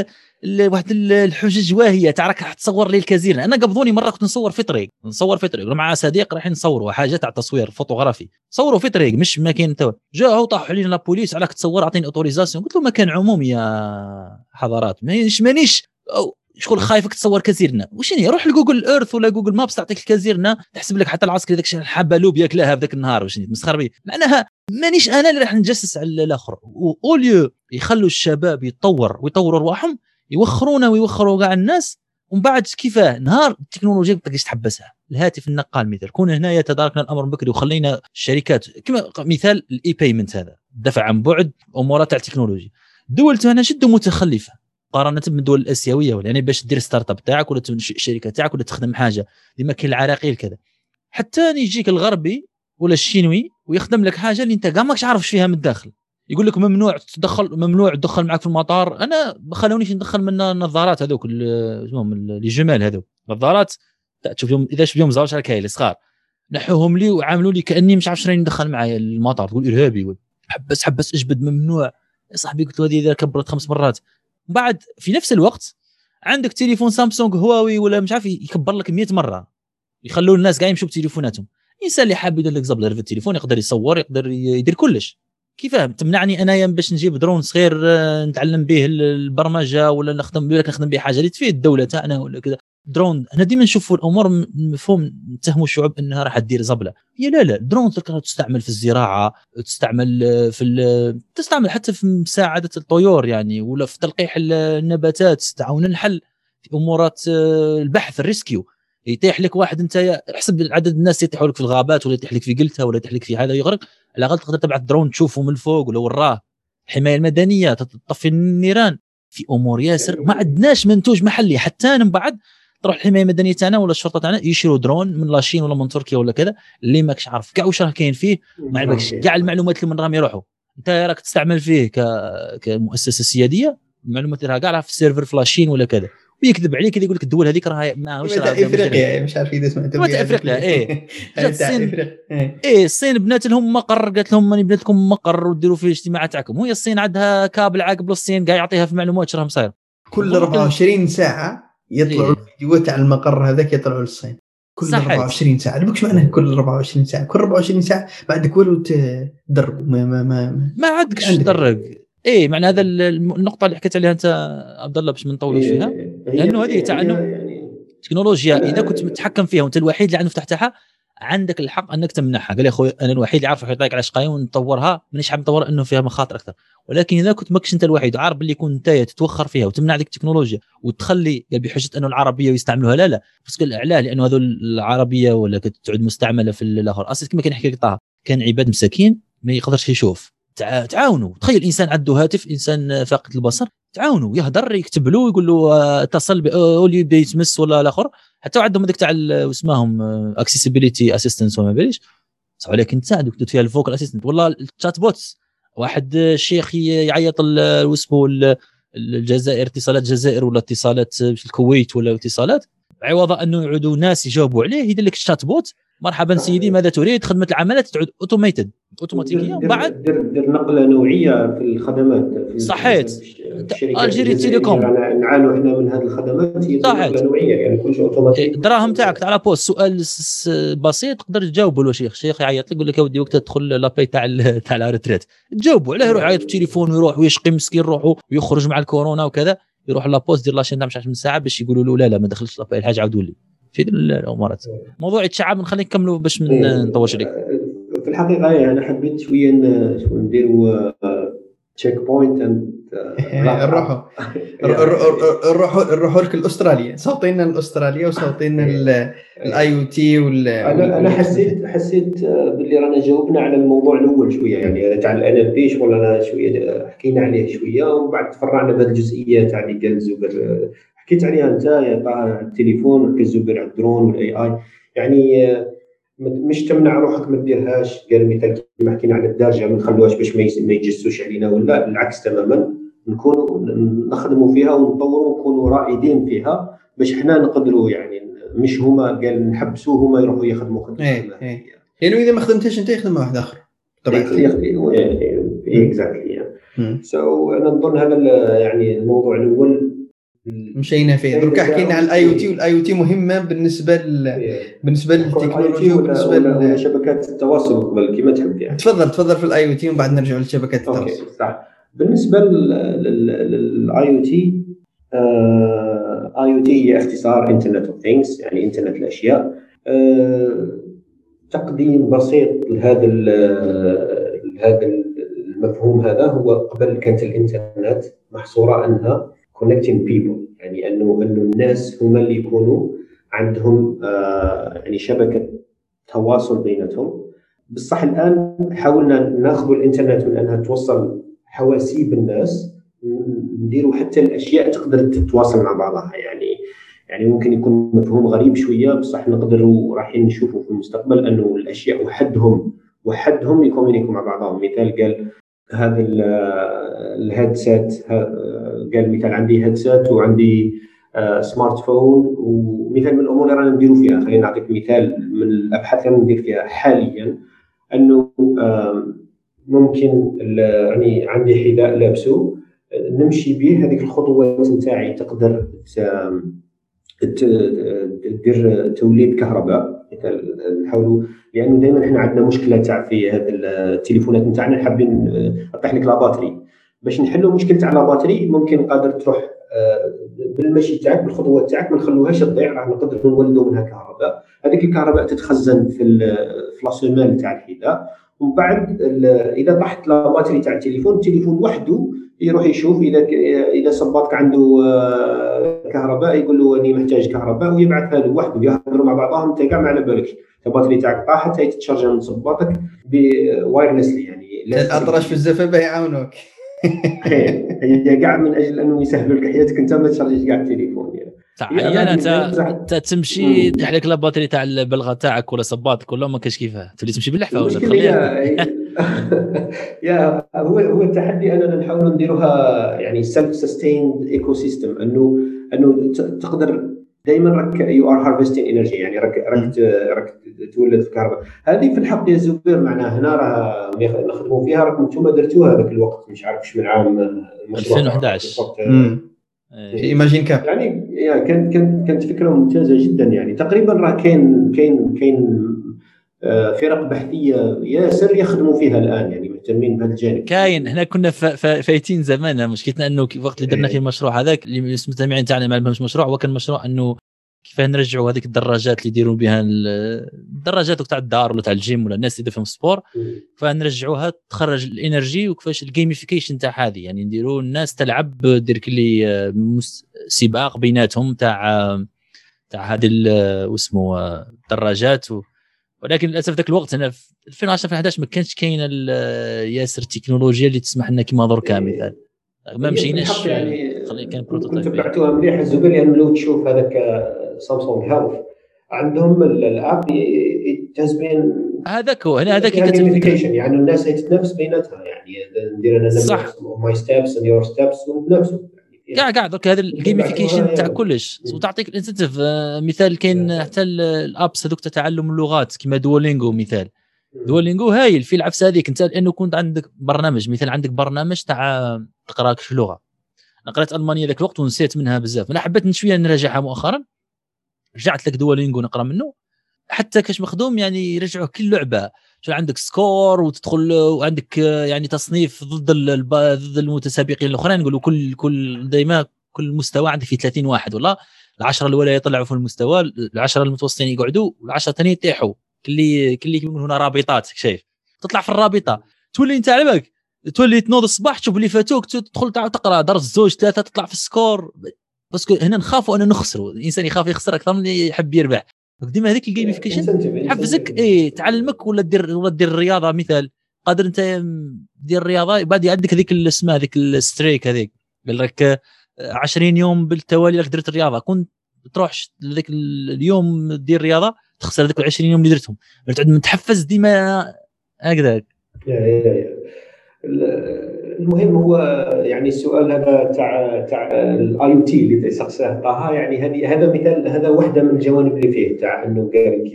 واحد الحجج واهيه تاع راك راح تصور لي الكازيرنا. انا قبضوني مره كنت نصور في طريق مع صديق رايحين نصوروا حاجه تاع تصوير فوتوغرافي، صوروا في طريق مش مكان تو، جاءوا طاحوا علينا لا بوليس علىك تصور اعطيني اوتوريزاسيون. قلت له مكان عمومي يا حضرات مانيش شغل خايفك تصور كازيرنا. وشني روح لجوجل ايرث ولا جوجل مابس تعطيك الكازيرنا تحسب لك حتى العسكري داك الشيء الحبه لوب ياكلها في ذاك النهار. وشني مسخر بي معناها مانيش انا اللي راح نجسس على الاخر. واوليو يخلوا الشباب ويطوروا ارواحهم يوخرونا ويوخروا كاع الناس. ومن بعد كيفاه نهار التكنولوجيا ما تقدرش تحبسها. الهاتف النقال مثال كون هنايا تداركنا الامر بكري وخلينا الشركات كما مثال الاي بايمنت هذا دفع عن بعد امورات تاع التكنولوجيا. دول تاعنا جد متخلفه مقارنه بالدول الاسيويه، يعني باش دير ستارت اب تاعك ولا تنشئ شركه تاعك ولا تخدم حاجه ديما كاين العراقيل كذا، حتى يجيك الغربي ولا الشينوي ويخدم لك حاجه اللي انت كاع ماكش عارفش فيها من الداخل. يقول لك ممنوع تدخل معك في المطار. انا خلونيش ندخل من النظارات هذوك اسمهم لي جمال هذوك نظارات تشوف يوم اذا شوف يوم زاوش راكاي صغار نحوهم لي وعاملوا لي كاني مش عارف شنو ندخل معايا المطار. تقول ارهابي حبس اجبد ممنوع يا صاحبي. قلت له هذه اذا كبرت 5 مرات. بعد في نفس الوقت عندك تليفون سامسونج هواوي ولا مش عارف يكبر لك 100 مره يخلوا الناس قاعدين يمشوا بتليفوناتهم. الانسان اللي حاب يدير لك زبله في التليفون يقدر يصور يقدر يدير كلش. كيفاه تمنعني انايا باش نجيب درون صغير نتعلم به البرمجه ولا نخدم به حاجه اللي تفيد الدوله تاعنا ولا كذا درون. انا ديما نشوفوا الامور مفهوم نتهموا الشعوب انها راح تدير زبله. هي لا درون تستعمل في الزراعه تستعمل حتى في مساعده الطيور يعني ولا في تلقيح النباتات تعاون الحل في امورات البحث الريسكيو. يتيح لك واحد انت حسب عدد الناس يتيحوا لك في الغابات ولا يتيح لك في قلتها ولا يتيح لك في هذا يغرق على الاقل تقدر تبعث درون تشوفه من الفوق ولا وراه. الحمايه المدنيه تطفي النيران في امور ياسر ما عندناش منتوج محلي. حتى من بعد تروح الحمايه المدنيه تاعنا ولا الشرطه تاعنا يشيروا درون من لاشين ولا من تركيا ولا كذا اللي ماكش عارف كاع واش راه كاين فيه ما عندكش كاع المعلومات اللي من راهم يروحوا انت راك تستعمل فيه كمؤسسه سياديه المعلومات اللي راه في السيرفر فلاشين ولا كذا ويكذب عليك يقول لك الدول هذيك راه ما واش راه افريقيا مش عارف اذا سمعت بها افريقيا الصين بنات لهم مقر قالت لهم ماني بنات لكم مقر وديروا فيه الاجتماعات تاعكم. وهي الصين عندها كابل عاقب الصين قاعد يعطيها في معلومات شراهم صاير كل 24 ساعه يطلعوا الفيديوهات على المقر هذاك يطلعوا للصين كل صحيح. 24 ساعه ماكش معناه كل 24 ساعه كل 24 ساعه ما عندك والو تدرب ما عندكش تدرب. ايه معنى هذا النقطه اللي حكيت عليها انت عبد الله باش ما نطولوش فيها لانه هذه تاع انه التكنولوجيا اذا كنت متحكم فيها وانت الوحيد اللي عنده مفتاح تاعها عندك الحق انك تمنحها. قال يا اخوي انا الوحيد اللي عارف يحيطك على شقايه ونطورها مانيش حاب نطور انه فيها مخاطر اكثر. ولكن اذا كنت ماكش انت الوحيد وعارف اللي يكون انت تتوخر فيها وتمنع ديك التكنولوجيا وتخلي بحجه انه العربيه ويستعملوها لا بس علاه لانه هذول العربيه ولا تعود مستعمله في الاخر اصلا كما كان يحكي لك طه كان عباد مساكين ما يقدرش يشوف تعاونوا. تخيل انسان عنده هاتف انسان فاقد البصر تعاونوا يهدر يكتب له يقول له اتصل باولي بيتمس ولا الاخر حتى عندهم هذيك تاع اسمهم اكسسبيليتي اسيستنس وما باليش صح. ولكن تساعدك فيها الفوكال اسيستنت والله الشات بوتس. واحد الشيخ يعيط واسمه الجزائر اتصالات الجزائر ولا اتصالات الكويت ولا اتصالات عوض انه يعودوا ناس يجاوبوا عليه يدير لك الشات بوت مرحبا سيدي ماذا تريد خدمه العملات تعود اوتوماتيكيا. بعد دير نقله نوعيه في الخدمات صحيت الجيري تيليكوم نعانوا احنا من هذه الخدمات هي نقله نوعيه يعني كل شيء اوتوماتيك. الدراهم تاعك على بوست سؤال بسيط تقدر تجاوبه له شيخ يعيط لك يقول لك يا ودي وقت تدخل لاباي تاع الريتريت تجاوبه عليه يروح يعيط بالتليفون ويروح ويشقي مسكين روحه ويخرج مع الكورونا وكذا يروح لابوست دير لاشين مش 10 ساعه باش يقولوا له لا ما دخلش لاباي الحاجه عاودوا لي في الامورات. موضوع يتشعب نخليك نكملوا باش ما نطولش عليك. في الحقيقه يعني انا حبيت شويه نديروا تشيك بوينت نروحوا لك الاستراليا صوتينا الاستراليا وصوتينا الاي او تي انا حسيت باللي رانا جاوبنا على الموضوع الاول شويه يعني تاع الان ال بي شغل انا شويه حكينا عليه شويه ومن بعد تفرعنا بهذه الجزئيه تاع اللي قال زبر حكيت عليها انت يا طه التليفون كزبر على الدرون والاي اي يعني مش تمنع روحك ما تديرهاش. قال مثال كما حكينا على الدارجه ما نخلوهاش باش ما يجسوش علينا ولا بالعكس تماما نكونوا نخدموا فيها ونطوروا ونكونوا رائدين فيها باش احنا نقدروا يعني مش هما قال نحبسوه هما يروحوا يخدموا خدمه يعني اذا ما خدمتش انت يخدم واحد اخر طبعا اكزاكتلي سو انا نظن هذا يعني الموضوع الاول مشينا فيه. درك حكينا على الاي او تي، والاي او تي مهمه بالنسبه للتكنولوجيا وبالنسبه لشبكات التواصل قبل كما تحب يعني. تفضل في الاي او تي ومن بعد نرجع لشبكات التواصل. اوكي صح. بالنسبه للاي او تي، اي او تي هي اختصار انترنت اوف ثينجز، يعني انترنت الاشياء. تقديم بسيط لهذا المفهوم هذا، هو قبل كانت الانترنت محصوره انها connecting people، يعني انه الناس هم اللي يكونوا عندهم يعني شبكه تواصل بيناتهم. بالصح الان حاولنا ناخذ الانترنت من انها توصل حواسيب الناس، نديروا حتى الاشياء تقدر تتواصل مع بعضها. يعني ممكن يكون مفهوم غريب شويه، بصح نقدروا رايحين نشوفوا في المستقبل انه الاشياء وحدهم يكومينيكوا مع بعضهم. مثال قال هذا الهيدسيت، قال مثال عندي هيدسيت وعندي سمارت فون، ومثال من الامور اللي رانا نديروا فيها. خلينا نعطيك مثال من الابحاث اللي ندير فيها حاليا، انه ممكن يعني عندي حذاء لابسه نمشي به، هذيك الخطوات نتاعي تقدر تدير توليد كهرباء. مثال نحاولوا، لانه دائما احنا عندنا مشكله تاع في هذه التليفونات نتاعنا، حابين نطيح لك لاباتري. باش نحلوا مشكله تاع لاباتري ممكن قادر تروح بالمشي تاعك بالخطوات تاعك ما نخلوهاش تضيع، راح نقدر نولدوا منها كهرباء. هذيك الكهرباء تتخزن في لاسيمال تاع الحذاء، ومن بعد اذا طاحت لاباتري تاع التليفون وحده يروح يشوف اذا صباطك عنده كهرباء، يقول له اني محتاج كهرباء، ويبعثها له وحده، يهضروا مع بعضهم. انت كاع ما على بالك الباتري تاعك طاحت، هي تتشارج من صباطك بوايرلسلي، يعني الاطراش في الزفافه يعاونوك. هي كاع من اجل انه يسهلوا لك حياتك، انت ما تشارجيش كاع التليفون يعني. احيانا انت تمشي تحلك لاباتري تاع البلغه تاعك ولا صباطك ولا ما كاش كيفاه، تولي تمشي باللحفه ولا تخليها. يا هو التحدي اننا نحاولوا نديروها يعني سيلف سستيند ايكو سيستم، انه تقدر دائما يو ار هارفستين انرجي، يعني راك تولد الكهرباء. هذه في الحق يا زبير معناها هنا راه نخدموا فيها، راكم انتم درتوها هذاك الوقت، مش عارف من عام 2011 في ايماجين كاب. يعني كانت فكره ممتازه جدا. يعني تقريبا راه كاين فرق بحثيه ياسر يخدموا فيها الان، يعني مهتمين بهذا الجانب. كاين هنا كنا فايتين زمان. مشكلتنا انه وقت اللي درنا فيه المشروع هذاك اللي المستمعين تاعنا ما لهمش مشروع، هو كان مشروع انه كيف نرجعوا هذيك الدراجات اللي يديروا بها الدراجات تاع الدار ولا تاع الجيم ولا الناس اللي يديروا سبور، فنرجعوها تخرج الانرجي. وكيفاش الجيميفيكيشن تاع هذه، يعني نديروا الناس تلعب، دير كلي سباق بيناتهم تاع هذه واسمه الدراجات. ولكن للاسف ذاك الوقت هنا في 2010 2011 ما كانش كاينه ياسر التكنولوجيا اللي تسمح لنا كيما دركا مثال. ما مشيناش يعني كان بروتوتايب. كنت بعتوها مليح الزبير، لان يعني لو تشوف هذاك سامسونج هيلث عندهم الاب تزبين هذاك هو هنا، هذاك يعني الناس هي تتنافس بيناتها، يعني ندير انا ماي ستابس اند يور ستابس ونتنافسوا كاع دوك. هذا الجيميفيكيشن تاع كلش، وتعطيك الانسنتيف. مثال كاين حتى الابس هذوك تعلم اللغات كيما دولينغو. مثال دولينغو هايل في العفسه هذيك انت، لانه كنت عندك برنامج، مثال عندك برنامج تاع تقراك في لغه. انا قرات المانيا ذاك الوقت ونسيت منها بزاف، انا حبيت شويه نراجعها مؤخرا، رجعت لك دولينغو نقرا منه. حتى كاش مخدوم يعني يرجعوا كل لعبه، شو عندك سكور وتدخل وعندك يعني تصنيف ضد المتسابقين الاخرين. نقولوا كل دائما كل مستوى عندك فيه 30 واحد، والله ال10 الاولى يطلعوا في المستوى، ال10 المتوسطين يقعدوا، وال10 الثانيين يطيحوا. كل من هنا رابطات، شايف تطلع في الرابطه، تولي انت على بالك تولي تنوض الصباح تشوف اللي فاتوك، تدخل تقرا درس 2 3 تطلع في السكور. بس هنا نخافوا ان نخسروا، الانسان يخاف يخسر اكثر من يحب يربح. ديما هذيك الجيميفيكيشن حفزك تعلمك ولا دير الرياضه. مثال قادر انت دير الرياضه بعد عندك هذيك اسمها هذيك الستريك هذيك، قال لك 20 يوم بالتوالي لك درت الرياضه، كنت تروحش ذاك اليوم دير رياضه تخسر ذاك 20 يوم اللي درتهم، تعود متحفز ديما هكذا. المهم هو يعني السؤال هذا تاع الاي او تي اللي سقساه طه، يعني هذا مثال، هذا واحده من الجوانب اللي فيه تاع انه قال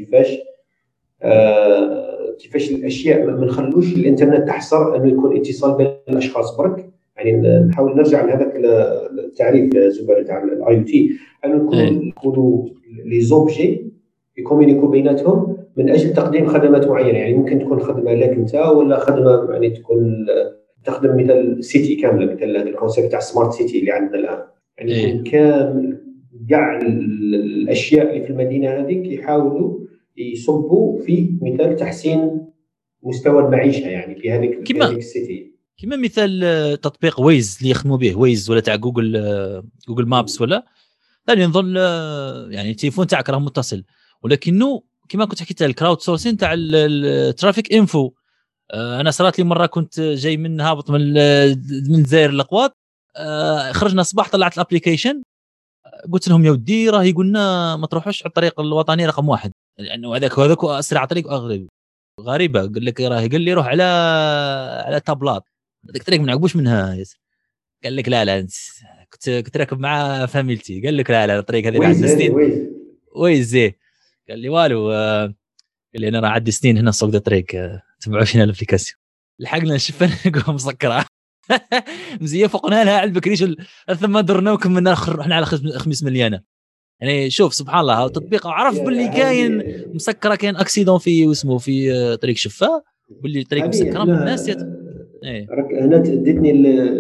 كيفاش الاشياء ما نخلوش الانترنت تحصر انه يكون اتصال بين الاشخاص برك، يعني نحاول نرجع لهذاك التعريف زبر تاع الاي او تي، انه نكونوا لي زوبجي يكومونيكو بيناتهم من اجل تقديم خدمات معينه. يعني ممكن تكون خدمه لك انت، ولا خدمه يعني تكون تخدم مثل سيتي كامله، مثل الكونسيبت تاع سمارت سيتي اللي عندنا الان. يعني يكون كامل كاع الاشياء اللي في المدينه هذيك يحاولوا يصبوا في مثال تحسين مستوى المعيشه يعني في هذيك السيتي. كما مثال تطبيق ويز اللي يخدموا به، ويز ولا تاع جوجل مابس، ولا ثاني نظن يعني التليفون تاعك راه متصل، ولكنه كما كنت حكيت الكراود سورسين تاع الترافيك انفو. انا صارت لي مره كنت جاي من هابط من الجزائر للقواط، خرجنا الصباح طلعت الابليكيشن، قلت لهم يا ودي راه يقولنا ما تروحوش على الطريق الوطني رقم 1 لانه هذاك اسرع طريق واغلب. غريبه قال لك راه قال لي روح على تابلات، هذيك الطريق ما نعقبوش منها ياسر. قال لك لا انت كنت راكب مع فاميلتي، قال لك لا الطريق هذه عندنا سنين ويزي. قال لي والو، قال لي انا راه عندي سنين هنا سوق الطريق، تبعوا فينا الابليكاسيون. لحقنا نشوفها مسكره مزيه فوقنا لها على البكريش ثم درنا وكملنا رحنا على 5 مليانه. يعني شوف سبحان الله التطبيق عرف باللي كاين مسكره، كاين اكسيدون في واسمه في طريق شفاه، باللي الطريق مسكره من الناس راك هنا اديتني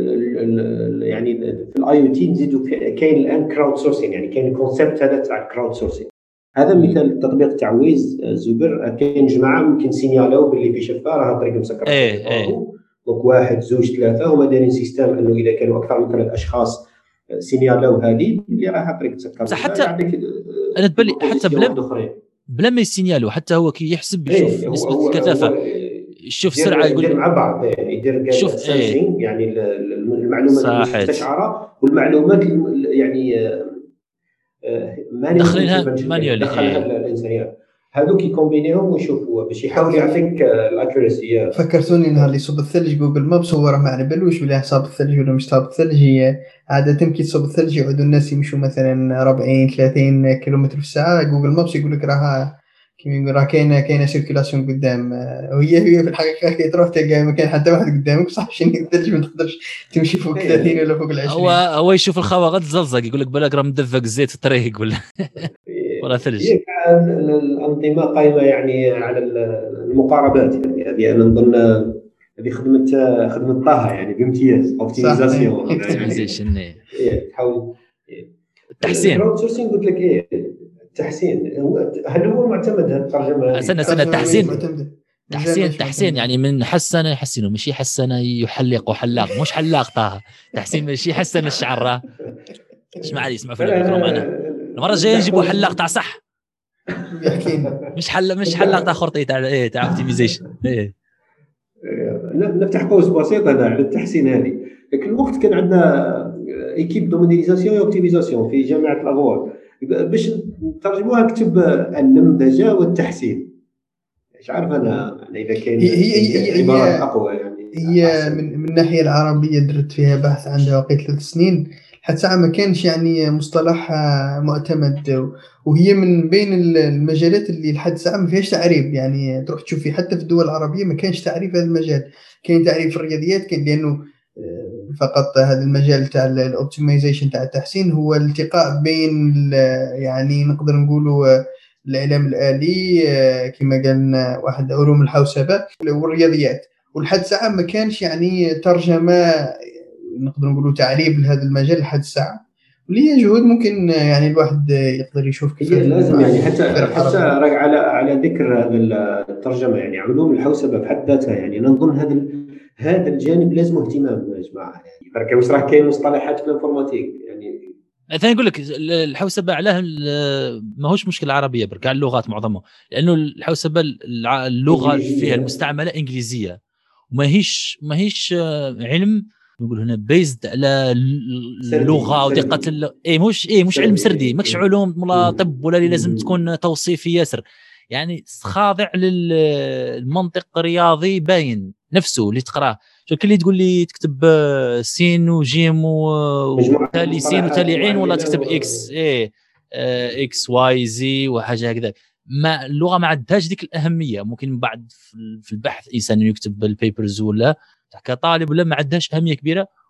يعني في الاي او تي نزيدوا كاين الان كراود سورسين، يعني كاين الكونسيبت هذا تاع الكراود سورسين. هذا مثال التطبيق تاع ويز زبر. كاين جماعه ممكن سينيالو باللي في شفاه راه الطريق مسكره، دونك 1 2 3 هما دايرين سيستم انه اذا كانوا اكثر من 3 اشخاص سينيالو هذه اللي راه الطريق مسكره. حتى انا تبالي حتى بلا ما يسينيالو حتى هو كي يحسب يشوف نسبه الكثافه، يشوف سرعه، يدير مع بعض، يدير سنسينج يعني المعلومات المستشعره والمعلومات يعني دخلها مانيولي دخلها الانسانيه، هذوك يكومبينيهم ويشوفوا باش يحاول يعطيك الاكيورسي. فكرتوني نهار اللي صوب الثلج جوجل مابس هو راه ما على بالوش بلي صاب الثلج ولا مش صاب الثلج. هي عاده كي تصوب الثلج يعودوا الناس يمشوا مثلا 40 30 كيلومتر في الساعه، جوجل مابس يقول لك راه كيما يقول راه كاينه سيركيلاسيون قدام، وهي في الحقيقه كي تروح تلقى ما كاين حتى واحد قدامك صح شنو الثلج ما تقدرش تمشي فوق 30 ولا فوق 20. هو يشوف الخوا غد زلزق يقول لك بالك راه مدفق الزيت في الطريق ولا ثلج. هي الانظمه قائمه يعني على المقاربات، يعني هذه انا نظن هذه خدمه طه يعني بامتياز، اوبتيمايزاسيون يعني تحاول التحسين. الكراود سورسينغ قلت لك التحسين هل هو معتمد الترجمه؟ سنة تحسين يعني من حسن يحسنه، ماشي حسن يحلق وحلاق، مش حلاق طه. تحسين ماشي حسن الشعر. ايش معلي يسمع في الميكرو معنا المره الجايه نجيبوا حلاق تاع صح، مش حلاق تاع خرطي تاع اوبتيمايزيشن. نفتح قوس بسيط انا على التحسين هذه. لكن الوقت كان عندنا ايكيب دو موديليزاسيون و اوبتيمايزاسيون في جامعه الاغوار باش نترجموها نكتب النمذجه والتحسين. مش عارف انا اذا كان هي عبارات اقوى يعني. هي من الناحيه العربيه درت فيها بحث عندها وقت 3 سنين، حتى ساعة ما كانش يعني مصطلح معتمد، وهي من بين المجالات اللي لحد ساعة ما فيهاش تعريف. يعني تروح تشوف في حتى في الدول العربية ما كانش تعريف هذا المجال. كاين تعريف الرياضيات كان لأنه فقط هذا المجال تاع الاوبتمايزيشن تاع التحسين هو الالتقاء بين يعني نقدر نقولوا الإعلام الآلي كما قالنا واحد علوم الحوسبة والرياضيات، ولحد ساعة ما كانش يعني ترجمة نقدر نقولوا تعريب لهذا المجال لحد الساعة، واللي هي جهود ممكن يعني الواحد يقدر يشوف كيف لازم يعني حتى على ذكر هذا الترجمة يعني علوم الحوسبة بحد ذاتها. يعني نظن هذا الجانب لازم اهتمام يا جماعة. يعني بركة واش راه كاين مصطلحات في الانفورماتيك يعني ثاني نقول لك الحوسبة علاه ماهوش مشكلة عربية برك على اللغات معظمها، لأنه الحوسبة اللغة فيها المستعملة إنجليزية، وماهيش علم نقول هنا بيزد على اللغه ودقه مش علم سردي، ماكش علوم ولا طب ولا اللي لازم تكون توصيفي ياسر، يعني خاضع للمنطق الرياضي باين نفسه اللي تقراه. شو اللي تقول لي تكتب سين وجيم وتالي سين وتالي عين، ولا تكتب اكس اكس واي زي وحاجه هكذا. ما اللغه ما عندهاش ديك الاهميه. ممكن بعد في البحث انسان يكتب البيبرز ولا كطالب ولا ما عندهاش اهميه كبيره،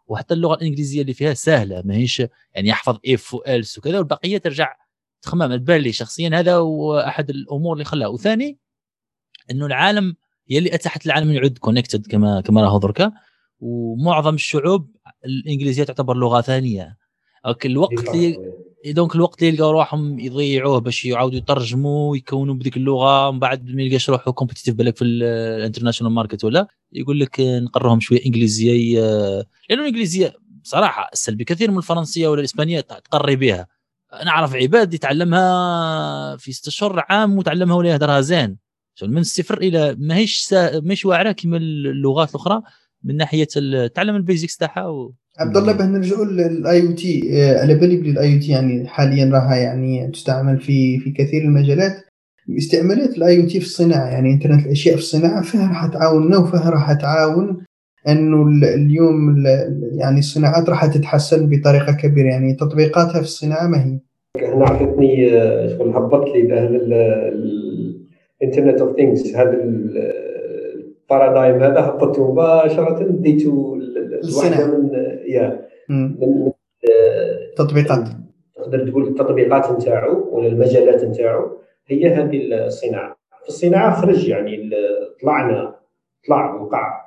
وحتى اللغه الانجليزيه اللي فيها سهله، ماهيش يعني يحفظ اف والس وكذا، والبقيه ترجع تخمم. تبان لي شخصيا هذا هو احد الامور اللي خلاها. وثاني انه العالم هي اللي اتاحت العالم يعد كونكتد كما راهو دركا، ومعظم الشعوب الانجليزيه تعتبر لغه ثانيه. الوقت اللي دونك الوقت اللي يلقاو روحهم يضيعوه باش يعاودوا يترجموا ويكونوا بديك اللغه، من بعد ما يلقاش روحه كومبيتيتيف بالك في الانترناشونال ماركت، ولا يقول لك نقرهم شويه انجليزيه، لانه الانجليزيه بصراحه اسهل بكثير من الفرنسيه ولا الاسبانيه تقري بها. انا اعرف عباد يتعلمها في 6 شهور عام وتعلمها ولا يهدرها زين من الصفر الى ماهيش واعره كما اللغات الاخرى من ناحيه تعلم البيزكس تاعها. عبد الله باه نرجعوا للاي او تي، على بالي بلي الاي او تي يعني حاليا راها يعني تستعمل في كثير المجالات. استعمالات الاي او تي في الصناعه، يعني انترنت الاشياء في الصناعه فيها راح تعاوننا وفيها راح تعاون انه اليوم يعني الصناعات راح تتحسن بطريقه كبيره. يعني تطبيقاتها في الصناعه ما هي هنا عطتني شغل هبط لي الانترنت اوف ثينجز، هذا البارادايم هذا هبطته مباشره ديتو الوحده من تطبيقات، تقدر تقول التطبيقات نتاعو ولا المجالات نتاعو هي هذه الصناعه. في الصناعه خرج يعني طلع وقع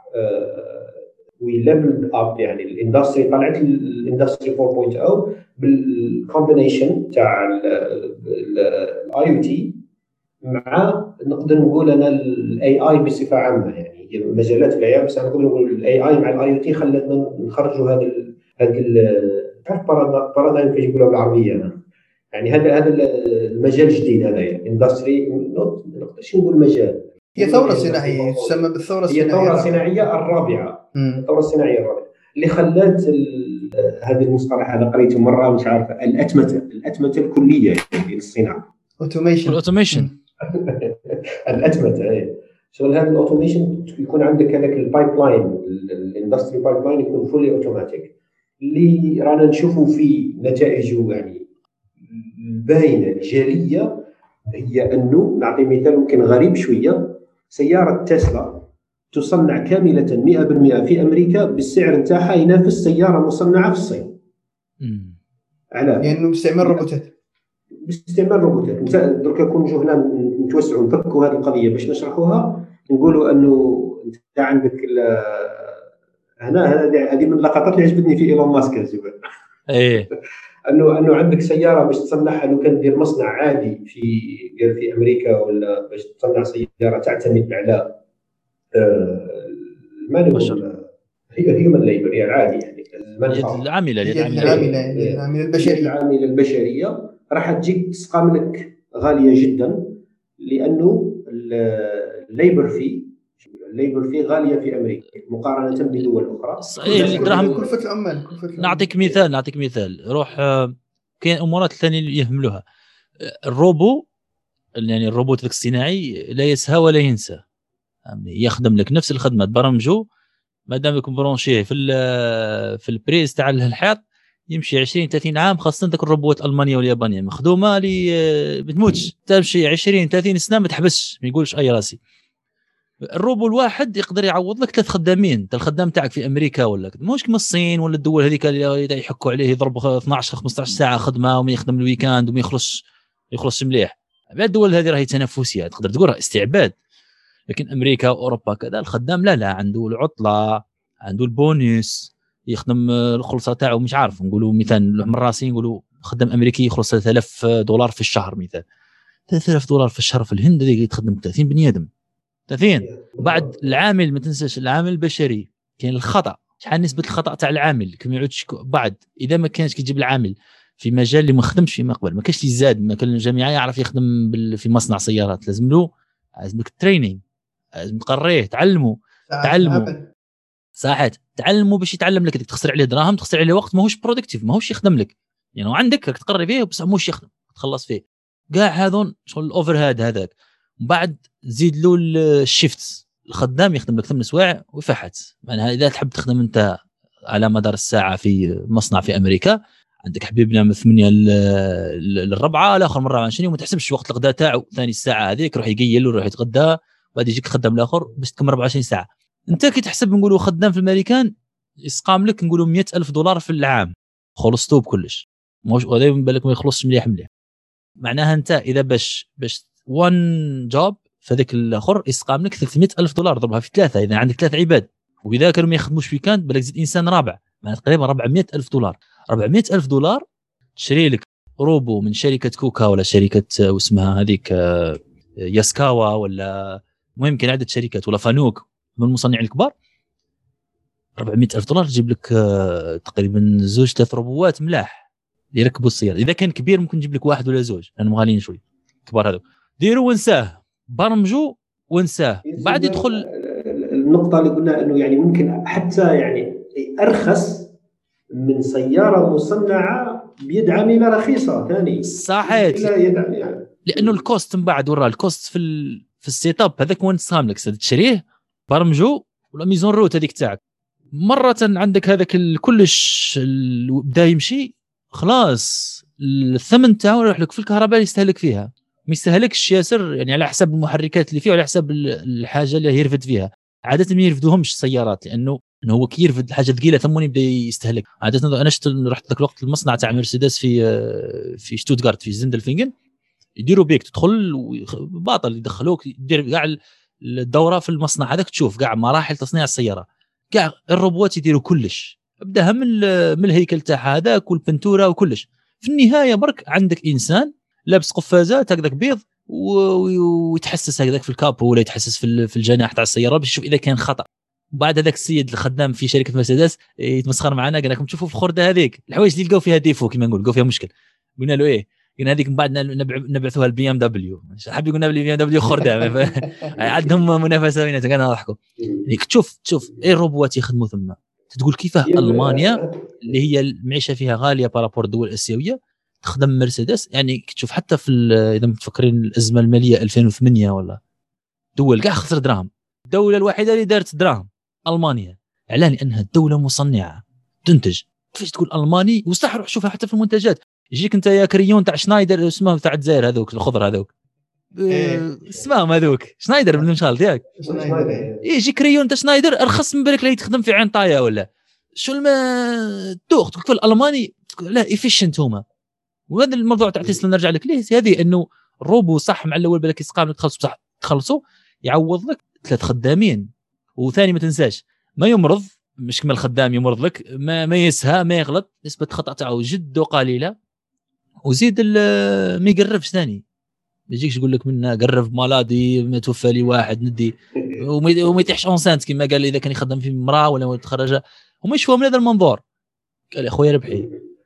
وليفل اب، يعني الاندستري طلعت الاندستري 4.0 بالكومبينيشن تاع الاي او تي مع نقدر نقول انا الاي اي بصفه عامه. يعني مجالات الاي اي، بس نقدر نقول الاي اي مع الاي او تي خلتنا نخرجوا هذا بارادايم كيف يقولوا بالعربيه. يعني هذا المجال الجديد هذا اندستري، نقدرش نقول مجال، هي ثوره صناعيه تسمى بالثوره الصناعيه. هي الثوره الصناعيه الرابعه. الثوره الصناعيه الرابعه اللي خلت هذا المصطلح هذا قريته مره مش عارف، الاتمته الكليه للصناعه، اوتوميشن الاتمته. شغل هذا الاوتوميشن يكون عندك هذاك البايب لاين، الاندستري بايب لاين يكون فولي اوتوماتيك، اللي رانا نشوفوا فيه نتائجه يعني الباينه الجليه. هي انه نعطي مثال ممكن غريب شويه، سياره تسلا تصنع كامله 100% في امريكا بالسعر نتاعها ينافس سياره مصنعه في الصين. علاه؟ لانه باستعمال روبوتات. انت درك كون نجو هنا نتوسعوا نفكوا هذه القضيه باش نشرحوها، نقولوا انه انت عندك هنا هذه من اللقطات اللي عجبتني في ايلون ماسك الزبال. ايه انه عندك سياره باش تصنعها، لو كان دير مصنع عادي في امريكا، ولا باش تصنع سياره تعتمد على المانوال، هي هيومن ليبر، هي العادي، يعني العامله البشريه راح تجيك تسقام لك غاليه جدا، لانه الليبر فيه غاليه في امريكا مقارنه بدول اخرى. كلفه العمال. نعطيك مثال روح كاين امورات ثانيه اللي يهملوها. الروبو، يعني الروبوت الصناعي لا يسهى ولا ينسى، يخدم لك نفس الخدمه تبرمجو مادام يكون برونشيه في البريز تاع الحيط، يمشي 20 30 عام. خاصه ذاك الروبوت الالمانيه واليابانيه مخدومه اللي بتموتش، تمشي 20 30 سنه ما تحبسش، ما يقولش اي راسي. الروبو الواحد يقدر يعوض لك 3 خدامين. الخدام تاعك في امريكا ولا مش كما الصين ولا الدول هذيك اللي يحكوا عليه يضربوا 12 15 ساعه خدمه وما يخدم الويكاند وما يخلص مليح. الدول هذه راهي تنافسيه، تقدر تقول استعباد. لكن امريكا واوروبا كذا الخدام لا عنده العطله، عنده البونus، يخدم الخلصه تاعو. مش عارف نقولوا مثال من راسي، نقولوا خدام امريكي يخلص $3000 في الشهر، مثال $3000 في الشهر. في الهند هذيك تخدم 30 بني ادم 30. بعد العامل ما تنساش العامل البشري، كاين الخطا، شحال نسبه الخطا تاع العامل كما يعودش. بعد اذا ما كانش كيجيب العامل في مجال اللي ما خدمش فيما قبل، ما كانش يزاد، ما كان الجامعه يعرف يخدم في مصنع سيارات، لازم لك تريننج، لازم تقريه، تعلمه صحيح، تعلمه باش يتعلم لك. تخسر عليه دراهم، تخسر عليه وقت، ماهوش برودكتيف، ماهوش يخدم لك. يعني عندك تقري فيه بس ماهوش يخدم، تخلص فيه كاع هذون شغل الاوفر هذاك. وبعد زيد له الشيفتس، الخدام يخدم لك 8 سوايع وفحت. يعني اذا تحب تخدم انت على مدار الساعه في مصنع في امريكا، عندك حبيبنا من 8 للربعة، الاخر مره عشان ما تحسبش وقت الغداء تاعو، ثاني الساعه هذيك يروح يقيل ويروح يتغدى، بعد يجيك خدام الاخر باش تكمل 24 ساعه. انت كي تحسب نقولوا خدام في الامريكان يسقام لك نقولوا $100,000 في العام خلصتو بكلش مش هذا بالك ما يخلصش مليح معناها انت اذا باش وان جوب فذاك الاخر يسقام لك $300,000 ضربها في 3 اذا عندك 3 عباد واذا كانوا ما يخدموش ويكاند بالك زيد انسان رابع معناها تقريبا $400,000 تشري لك روبو من شركه كوكا ولا شركه واسمها هذيك ياسكاوا ولا المهم كان عده شركات ولا فانوك من المصنعين الكبار. $400,000 تجيب لك تقريبا 2-3 روبوات ملاح يركبوا السيارة. إذا كان كبير ممكن نجيب لك 1 ولا 2 لأنهم غاليين شوي كبار هذا ديروا وانساه برمجوا وانساه بعد يدخل النقطة اللي قلنا أنه يعني ممكن حتى يعني أرخص من سيارة مصنعة بيد عاملة رخيصة ثاني صحيح يعني. لأنه الكوست من بعد ورا الكوست في السيت اب هذاك وين تسام لك تشريه برمجوا ولا ميزون روت هذيك تاعك مرة عندك هذاك كلش بدا يمشي خلاص الثمن تاعو يروح لك في الكهرباء يستهلك فيها ما يستهلكش ياسر يعني على حسب المحركات اللي فيه وعلى حسب الحاجة اللي يرفد فيها. عادة ما يرفدوهمش السيارات لأنه هو كي يرفد حاجة ثقيلة ثم يبدا يستهلك. عادة أنا رحت ذاك الوقت المصنع تاع مرسيدس في شتوتغارت في زندلفينغن يديروا بيك تدخل باطل يدخلوك يدير كاع الدورة في المصنع هذاك تشوف كاع مراحل تصنيع السيارة كاع الروبوات يديروا كلش ابداها من الهيكل تاع هذاك والبنتوره وكلش. في النهايه برك عندك انسان لابس قفازات هكذاك بيض ويتحسس هكذاك في الكابو ولا يتحسس في الجناح تاع السياره باش يشوف اذا كان خطا. وبعد هذاك السيد الخدام في شركه مرسيدس يتمسخر معنا قال لكم تشوفوا في الخرده هذيك الحوايج اللي لقاو فيها ديفو كما نقول لقاو فيها مشكل. قلنا له ايه قلنا هذيك من بعد نبعثوها البي ام دبليو حاب يقولنا البي ام دبليو خرده عندهم منافسه بيناتهم كانوا نضحكوا. تشوف ايه الروبوات يخدموا ثم تقول كيفاه المانيا اللي هي المعيشه فيها غاليه بارابور الدول الاسيويه تخدم مرسيدس. يعني تشوف حتى في اذا متفكرين الازمه الماليه 2008 ولا دول كاع خسر دراهم الدوله الوحيده اللي دارت دراهم المانيا على لانها دوله مصنعه تنتج. كيفاش تقول الماني وصح روح شوفها حتى في المنتجات يجيك انت يا كريون تاع شنايدر اسمه تاع الجزائر هذوك الخضر هذوك اسمهم هذوك شنايدر من المشغل ياك يجي كريون تاع شنايدر ارخص من بالك لا يتخدم في عين طايه ولا شو الما دوق تقول الالماني لا افيشنت هما. وهذا الموضوع تاع تسلا نرجع لك ليه هذه انه الروبو صح مع الاول بالك يسقام لك تخلص صح تخلصوا يعوض لك 3 خدامين. وثاني ما تنساش ما يمرض مش كما الخدام يمرض لك ما يسهى ما يغلط نسبه خطا تاعو جد قليله وزيد ما يقربش ثاني يجيكش يقول لك منا قرب مالادي ما توفى لي واحد ندي وما يطيحش اونسانت كما قال اذا كان يخدم في امراه ولا تخرج وما يشوفوا من هذا المنظور. قال يا خويا ربحي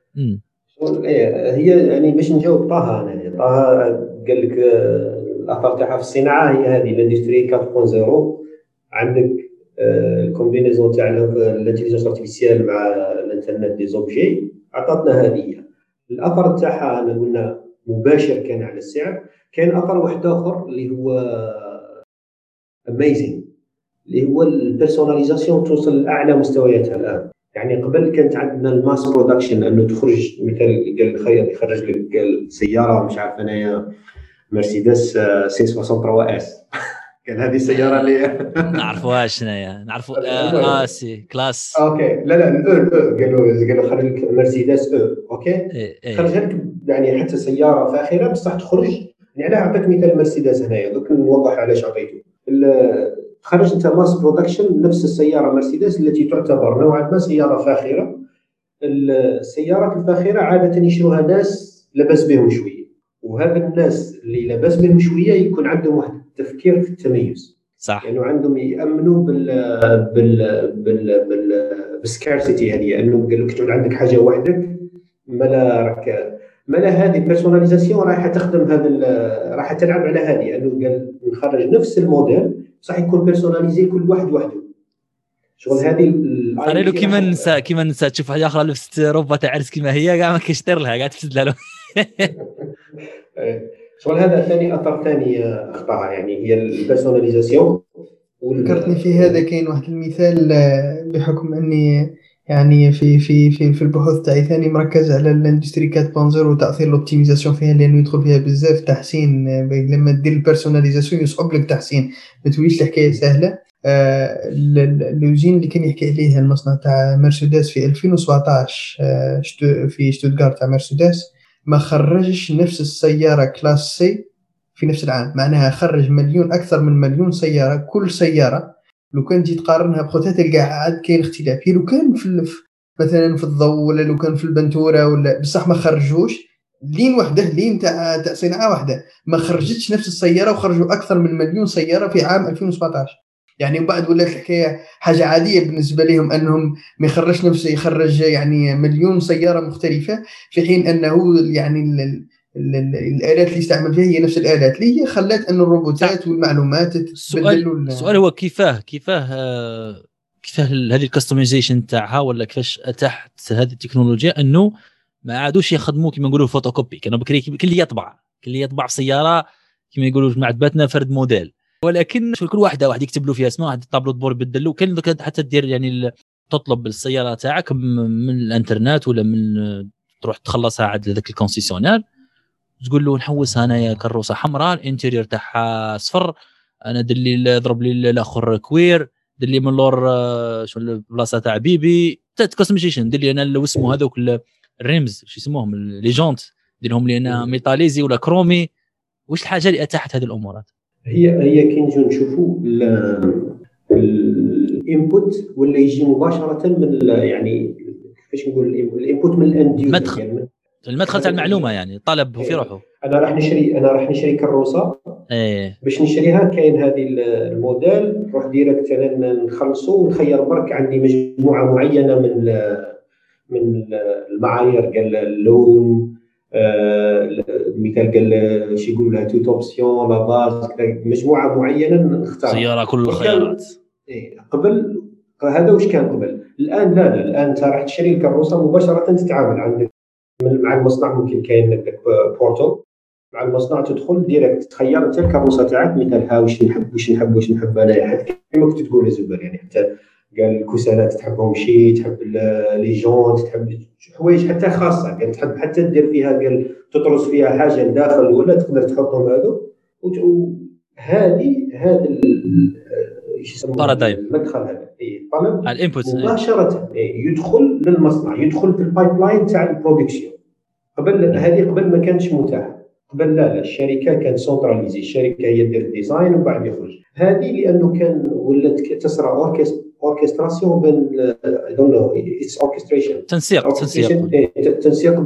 هي يعني باش نجاوب طه انا طه قال لك الاثار تاعها في الصناعه هي هذه الاندستري 4.0 عندك الكومبينيزون تاع الانتيليجنس ارتيفيسيال مع الانترنت دي زوبجي عطاتنا هذه الاثر تاعها. انا قلنا مباشر كان على السعر. كان اثر واحد اخر اللي هو اميزنج اللي هو البيرسوناليزاسيون توصل لاعلى مستوياتها الان. يعني قبل كانت عندنا الماس برودكشن انه تخرج مثال قال خير يخرج لك سياره مش عارف انايا مرسيدس سي 63 اس كان هذه السياره اللي نعرفوهاش هنايا نعرفوا سي كلاس اوكي لا قالوا خرج لك مرسيدس اوكي خرج لك يعني حتى سياره فاخره بصح تخرج يعني على اعطيك مثال مرسيدس هنايا دوك نوضح علاش عطيته خرج انت ماس برودكشن نفس السياره مرسيدس التي تعتبر نوعا ما سياره فاخره. السيارات الفاخره عاده يشروها ناس لبس بهم شويه وهذا الناس اللي لبس بهم شويه يكون عندهم واحد التفكير في التميز صح يعني عندهم يامنوا بالسكارسيتي هذه انه قال لك تعود عندك حاجه وحدك ملا هذه البيرسوناليزاسيون راح تخدم هذا راح تلعب على هذه انه قال نخرج نفس الموديل صح يكون بيرسوناليزي كل واحد وحده شغل هذه قال له كيما نسى تشوف حاجه اخرى لبست روبه تاع عرس كيما هي كاع ما كيشطر لها قاعد تفسد لها شغل هذا ثاني اثر ثاني اخطاها يعني هي البيرسوناليزاسيون. ذكرتني في هذا كاين واحد المثال بحكم اني يعني في البحوث تاعي ثاني مركز على الاندستري 4.0 وتاثير الاوبتيميزاسيون فيها لانه يدخل فيها بزاف تحسين. لما دير البيرسوناليزاسيون يصعب لك تحسين ما توليش الحكايه سهله. اللوزين اللي كان يحكي عليه المصنع تاع مرسيدس في 2017 في شتوتغارت تاع مرسيدس ما خرجش نفس السيارة كلاس سي في نفس العام. معناها خرج مليون أكثر من مليون سيارة. كل سيارة لو كان تجي تقارنها بخوتها تلقى عاد كاين اختلاف. لو كان في مثلا في الضوء ولا لو كان في البنتورة ولا بصح ما خرجوش لين وحده لين تاع صناعة واحدة ما خرجتش نفس السيارة وخرجوا أكثر من مليون سيارة في عام 2017. يعني وبعد ولات الحكاية حاجة عادية بالنسبة لهم أنهم ما يخرج يعني مليون سيارة مختلفة، في حين أنه يعني الآلات اللي يستعمل فيها هي نفس الآلات اللي هي خلت أن الروبوتات والمعلومات تتبدل. السؤال هو كيفاه هذه الكستمايزيشن تاعها ولا كيفاش اتاحت هذه التكنولوجيا انه ما عادوش يخدموا كما نقولوا فوتوكوبي. كانوا بكري كل يطبع سياره كما يقولوا جماعه باتنا فرد موديل، ولكن كل واحد يكتب له فيها اسمه، واحد طابلو بور يبدل له. كان حتى دير يعني تطلب السياره تاعك من الانترنت ولا من تروح تخلصها عند ذاك الكونسيسيونير تقول له نحوسها انايا كروسه حمراء الانتيريور تاعها صفر، انا دلي ضرب لي الاخر كوير، دلي من لور شو البلاصه تاع بيبي كاستمايزيشن، دلي انا لو اسمه هذوك الريمز شو يسموهم لي جونت ديرهم لي انا ميتاليزي ولا كرومي. واش الحاجه اللي اتاحت هذه الامورات؟ هي كي نجيو نشوفوا الانبوت ولا يجي مباشره من يعني كيفاش نقول الانبوت من الاند يوزر، يعني المدخل تاع المعلومه، يعني طلب في روحه. انا راح نشري كروسه باش نشريها، كاين هذه الموديل نروح ديريكت نخلصه ونخير برك عندي مجموعه معينه من المعايير، قال اللون مثال قال شي يقولوا لها توت اوبسيون لا باز، مجموعه معينه نختار سياره كل الخيارات. قبل هذا واش كان قبل. الان لا الان انت راح تشري الكروسه مباشره، تتعامل عندك مع المصنع، ممكن كاين لك بورتال مع المصنع، تدخل ديريكت تخير انت الكروسه تاعك مثال ها واش نحب انا، حتى كما كنت تقول زبر يعني حتى قال الكسالات تحبهم شي، تحب لي جونت، تحب حوايج حتى خاصه، قال تحب حتى دير فيها، قال تطرز فيها حاجه لداخل ولا تقدر تحطهم هذو. هذا ايش يسموه المدخل هذا الطلب الانبوت مباشره يدخل للمصنع، يدخل في البايب لاين تاع البرودكسيون. قبل ما كانش متاح. قبل لا الشركه كانت سنتراليزي، الشركه هي دير الديزاين ومن بعد يخرج. هذه لانه كان ولات تسرع اوركستراسيون بين اتس اوركستريشن تنسيق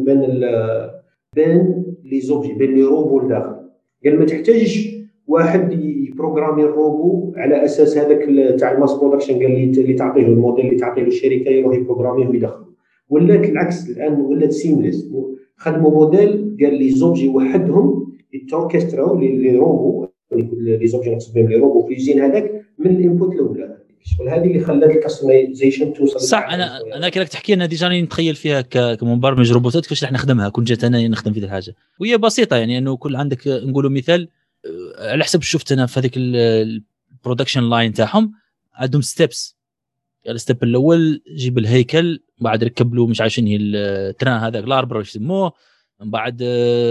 بين لي زوبجي، بين لي روبو لداخل. قال ما تحتاجش واحد يبروغرامي الروبو على اساس هذاك تاع الماس برودكشن، قال لي تعطيه الموديل اللي تعطيه الشركه يروح يبروغراميه ويدخله. ولات العكس الان، ولات سيمليس، خدموا موديل قال لي زوبجي وحدهم يتوركستراو لي روبو، لي زوبجي نقصد بهم لي روبو في الجين هذاك من الانبوت الاولى. وهذه اللي خلات الكاستمايزيشن توصل. صح. انا كي راك تحكي انا ديجا نتخيل فيها كمبرمج روبوتات كيفاش راح نخدمها، كون جات انا نخدم في هذه الحاجه، وهي بسيطه يعني انه كل عندك نقولوا مثال على حسب شفت انا في هذيك البرودكشن لاين تاعهم عندهم ستيبس. الستيب الاول جيب الهيكل، بعد ركب له مش عارفين هي التران هذاك الاربر يسموه، من بعد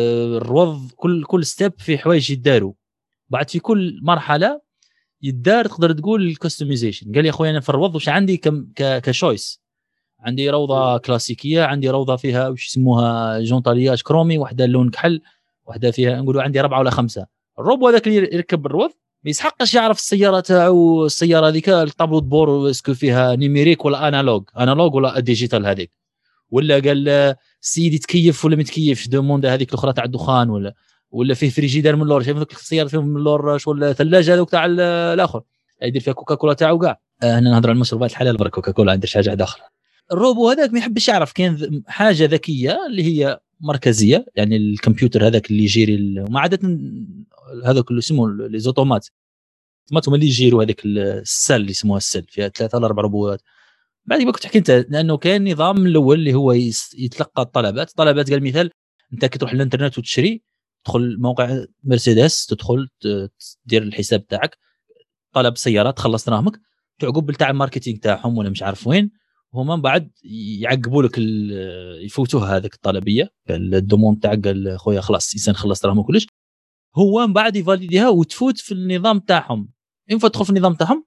الروض، كل ستيب في حوايج يداروا. بعد في كل مرحله يدار تقدر تقول الكستمايزيشن. قال لي اخويا انا في الروض واش عندي كشويس، عندي روضه كلاسيكيه، عندي روضه فيها واش يسموها جونطالياج كرومي، واحده لون كحل، واحده فيها نقولوا عندي 4 ولا 5. الروبو هذاك اللي يركب الروض ما يسحقش يعرف السياره تاعو، السياره هذيك الطابلو بور اسكو فيها نيميريك ولا انالوج ولا ديجيتال هذيك، ولا قال سيدي تكيف ولا ما تكيفش، دوموند هذيك الاخرى تاع الدخان، ولا فيه فريجيدير من اللور، شايف السياره فيهم من اللور ولا ثلاجه هذوك تاع الاخر يدير فيها كوكاكولا تاعو كاع. هنا نهضر على المشروبات الحلال برك، كوكاكولا عندها حاجه اخرى. الروبو هذاك ما يحبش يعرف، كاين حاجه ذكيه اللي هي مركزيه، يعني الكمبيوتر هذاك اللي يجيري، وما عاده هذاك اللي يسموه لي زوتومات هما اللي يجيروا هذيك السل اللي يسموها السل، فيها 3 ولا 4 روبوات. بعد ما كنت تحكي انت، لانه كان النظام الاول اللي هو يتلقى الطلبات. قال مثال انت كي تروح للانترنت وتشري، تدخل موقع مرسيدس، تدخل تدير الحساب تاعك، طلب سياره، تخلص دراهمك، تعقب تاع الماركتينغ تاعهم ولا مش عارف وين، هما بعد يعقبوا لك يفوتوها هذيك الطلبيه، الدومون تاعك، قال خويا خلاص انسان خلص دراهمه كلش، هو من بعد يفاليديها وتفوت في النظام تاعهم. ينفع تدخل في النظام تاعهم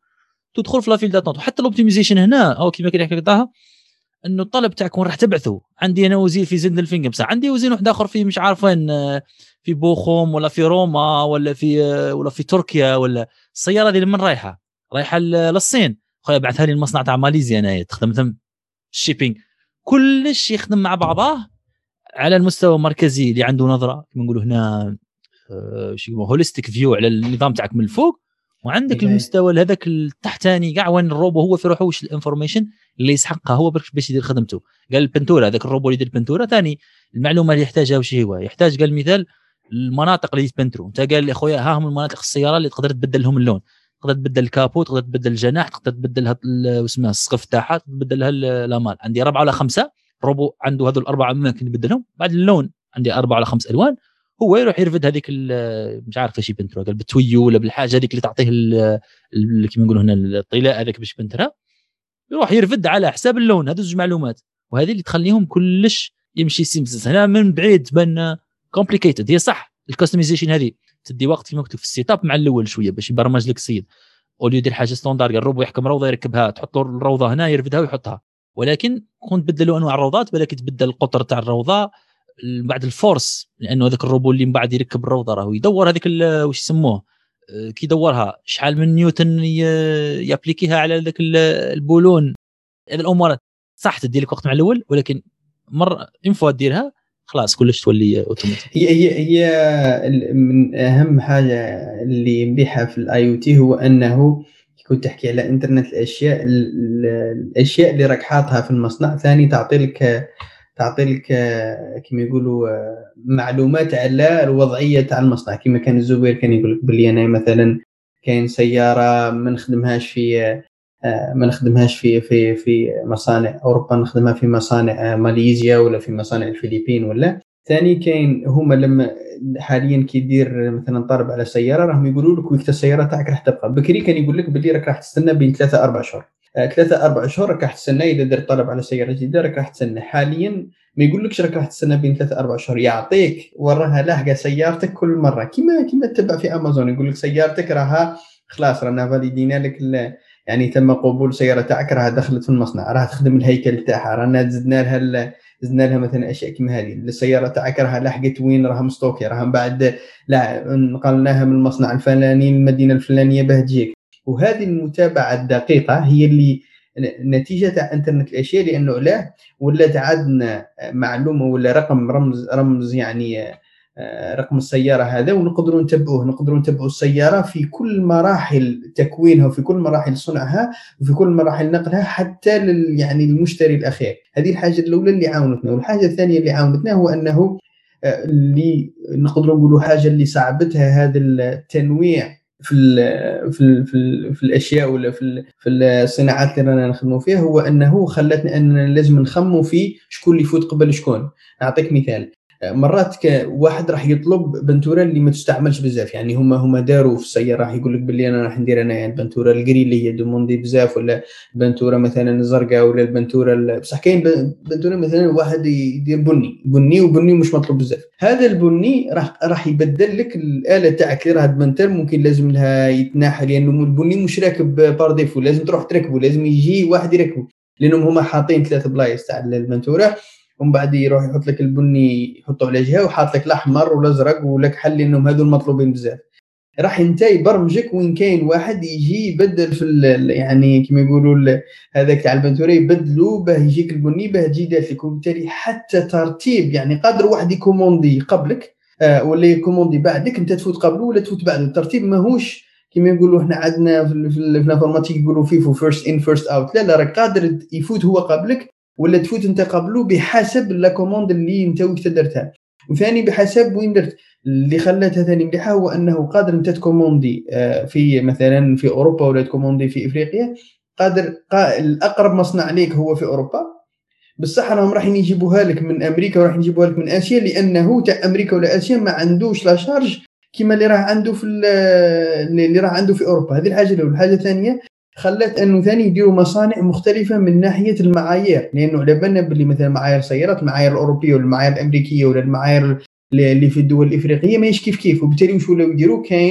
تدخل في لا فيل داتونت. وحتى الاوبتيمايزيشن هنا او كيما كنحكي لك طه انه الطلب تاعكم راح تبعثوا. عندي انا وزير في زندلفينغ، بصح عندي وزير واحد اخر في مش عارف وين، في بوخوم ولا في روما ولا في تركيا، ولا السياره هذه لمن رايحه للصين، خويا بعثها لي المصنع تاع ماليزيا انايا تخدم ثم الشيبينغ. كلش يخدم مع بعضه على المستوى المركزي اللي عنده نظره كما نقولوا هنا شي هوليستيك فيو على النظام تاعك من الفوق. وعندك المستوى هذاك التحتاني كاع وين الروبو هو في روحه وش الانفورميشن اللي يسحقها هو باش يدير خدمته. قال البنتوره هذاك الروبو اللي يدير البنتوره ثاني المعلومه اللي يحتاجها وش هو يحتاج. قال مثال المناطق اللي يتبنتروا انت، قال لي اخويا ها هم المناطق السياره اللي تقدر تبدل لهم اللون، تقدر تبدل الكابوت، تقدر تبدل الجناح، تقدر تبدل اسمها السقف تاعها، تبدل لها الامال. عندي 4 ولا 5 روبو عنده هذول الاربعه ممكن يبدلهم. بعد اللون عندي 4 ولا 5 الوان، هو يروح يرفد هذيك مش عارف ايش يبنترها، قال بالتويو ولا بالحاجه هذيك اللي تعطيه كيما نقولوا هنا الطلاء هذاك باش يبنترها، يروح يرفد على حساب اللون. هذو زوج معلومات وهذه اللي تخليهم كلش يمشي سيمبل. هنا من بعيد تبان كومبليكيتد، هي صح الكاستمايزيشن هذه تدي وقت كما قلت في السيت اب مع الاول شويه باش يبرمج لك السيد، اوليو يدير حاجه ستاندر. قال الروبو يحكم روضه يركبها، تحط له الروضه هنا يرفدها ويحطها. ولكن كنت تبدلوا انواع الروضات، بالك تبدل القطر تاع الروضه بعد الفورس، لانه هذاك الروبو اللي من بعد يركب الروضه راهو يدور هذيك واش يسموه كي يدورها شحال من نيوتن يابليكيها على ذاك البولون. هذه الامور صح تدي لك وقت مع الاول، ولكن مره انفو ديرها خلاص كلش تولي اوتوماتيك. هي من اهم حاجه اللي مبيحه في الاي او تي هو انه كنت تحكي على انترنت الاشياء، الاشياء اللي راك حاطها في المصنع ثاني تعطي لك كما يقولوا معلومات على الوضعيه تاع المصنع. كما كان الزبير كان يقول لك بلي انا مثلا كاين سياره ما نخدمهاش في مصانع اوروبا، نخدمها في مصانع ماليزيا ولا في مصانع الفلبين. ولا ثاني كاين هما لما حاليا كيدير مثلا طالب على سياره راهم يقولوا لك وقت السياره تاعك راح تبقى. بكري كان يقول لك بلي راك راح تستنى بين 3-4 شهور، 3-4 شهور راك راح تستنى. اذا درت طلب على سياره جديده راك راح تستنى. حاليا ما يقولكش راك راح تستنى بين 3-4 شهور، يعطيك وراها لاحقه سيارتك كل مره. كما تتبع في امازون يقول لك سيارتك راها خلاص رانا فاليدينا لك يعني تم قبول سياره تاعك، راها دخلت في المصنع، راها تخدم الهيكل تاعها، رانا زدنا لها مثلا اشياء كما هذه. السياره تاعك راها لحقت وين، راها مستوكيه، راها بعد لا نقلناها من المصنع الفلاني المدينه الفلانيه باه تجيك. وهذه المتابعه الدقيقه هي اللي نتيجه تاع انترنت الاشياء، لانه لا ولات عندنا معلومه ولا رقم رمز يعني رقم السياره هذا، ونقدروا نتبعوا السياره في كل مراحل تكوينها وفي كل مراحل صنعها وفي كل مراحل نقلها حتى يعني المشتري الاخير. هذه الحاجه الاولى اللي عاونتنا. والحاجه الثانيه اللي عاونتنا هو انه اللي نقدروا نقولوا حاجه اللي صعبتها هذا التنويع في الاشياء ولا في الصناعات اللي رانا نخدموا فيها، هو انه خلتنا اننا لازم نخموا في شكون اللي يفوت قبل شكون. نعطيك مثال، مرات واحد راح يطلب بنتوره اللي ما تستعملش بزاف، يعني هما داروا في السياره راح يقول لك باللي انا راح ندير انا يعني البنتوره الجري اللي هي دوموندي بزاف، ولا البنتوره مثلا الزرقاء، ولا البنتوره بصح كاين بنتوره مثلا واحد يدير بني وبني مش مطلوب بزاف. هذا البني راح يبدل لك الاله تاعك اللي راها تبنتر، ممكن لازم لها يتناحى لانه البني مش راكب بار ديفو، لازم تروح تركبه، لازم يجي واحد يركبه، لانهم هما حاطين 3 بلايص تاع البنتوره. ومن بعد يروح يحط لك البني يحطه على جهه وحاط لك الاحمر والازرق ولك حل انهم هذو المطلوبين بزاف. راح انت يبرمجك وين كاين واحد يجي يبدل في يعني كما يقولوا هذاك تاع البنتوري يبدلوا باه يجيك البني باه تجي دات لك. وبالتالي حتى ترتيب يعني قادر واحد يكوموندي قبلك ولا يكوموندي بعدك، انت تفوت قبله ولا تفوت بعده. الترتيب ماهوش كما يقولوا احنا عندنا في الانفورماتيك يقولوا فيفو فيرست ان فيرست اوت، لا راك قادر يفوت هو قبلك ولا تفوت انت قبله بحسب لا كوموند اللي انت وقت درتها. وثاني بحسب وين درت. اللي خلاتها ثاني مليحه هو انه قادر انت تكوموندي في مثلا في اوروبا ولا تكوموندي في افريقيا، قادر الاقرب مصنع ليك هو في اوروبا، بصح راهم راح يجيبوها لك من امريكا وراح يجيبوها لك من اسيا، لانه تاع امريكا ولا اسيا ما عندوش لا شارج كما اللي راه عنده في اللي راه عنده في اوروبا. هذه الحاجه الاولى. الحاجه الثانيه خلت انه ثاني يديروا مصانع مختلفه من ناحيه المعايير، لانه على بالنا باللي مثلا معايير السيارات المعايير الاوروبيه ولا المعايير الامريكيه ولا المعايير اللي في الدول الافريقيه ماهيش كيف. وبالتالي واش ولاو يديروا، كاين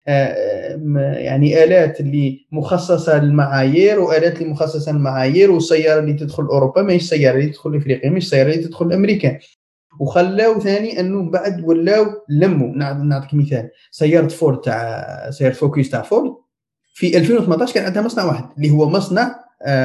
يعني آلات اللي مخصصة للمعايير وآلات اللي مخصصة للمعايير، والسيارة اللي تدخل أوروبا ما هي السيارة اللي تدخل أفريقيا، مش السيارة اللي تدخل أمريكا. وخلاو ثاني أنه بعد ولاو لموا. نعطيك مثال، سيارة فورد تاع سيارة فوكس تاع فورد في 2018 كان عندها مصنع واحد اللي هو مصنع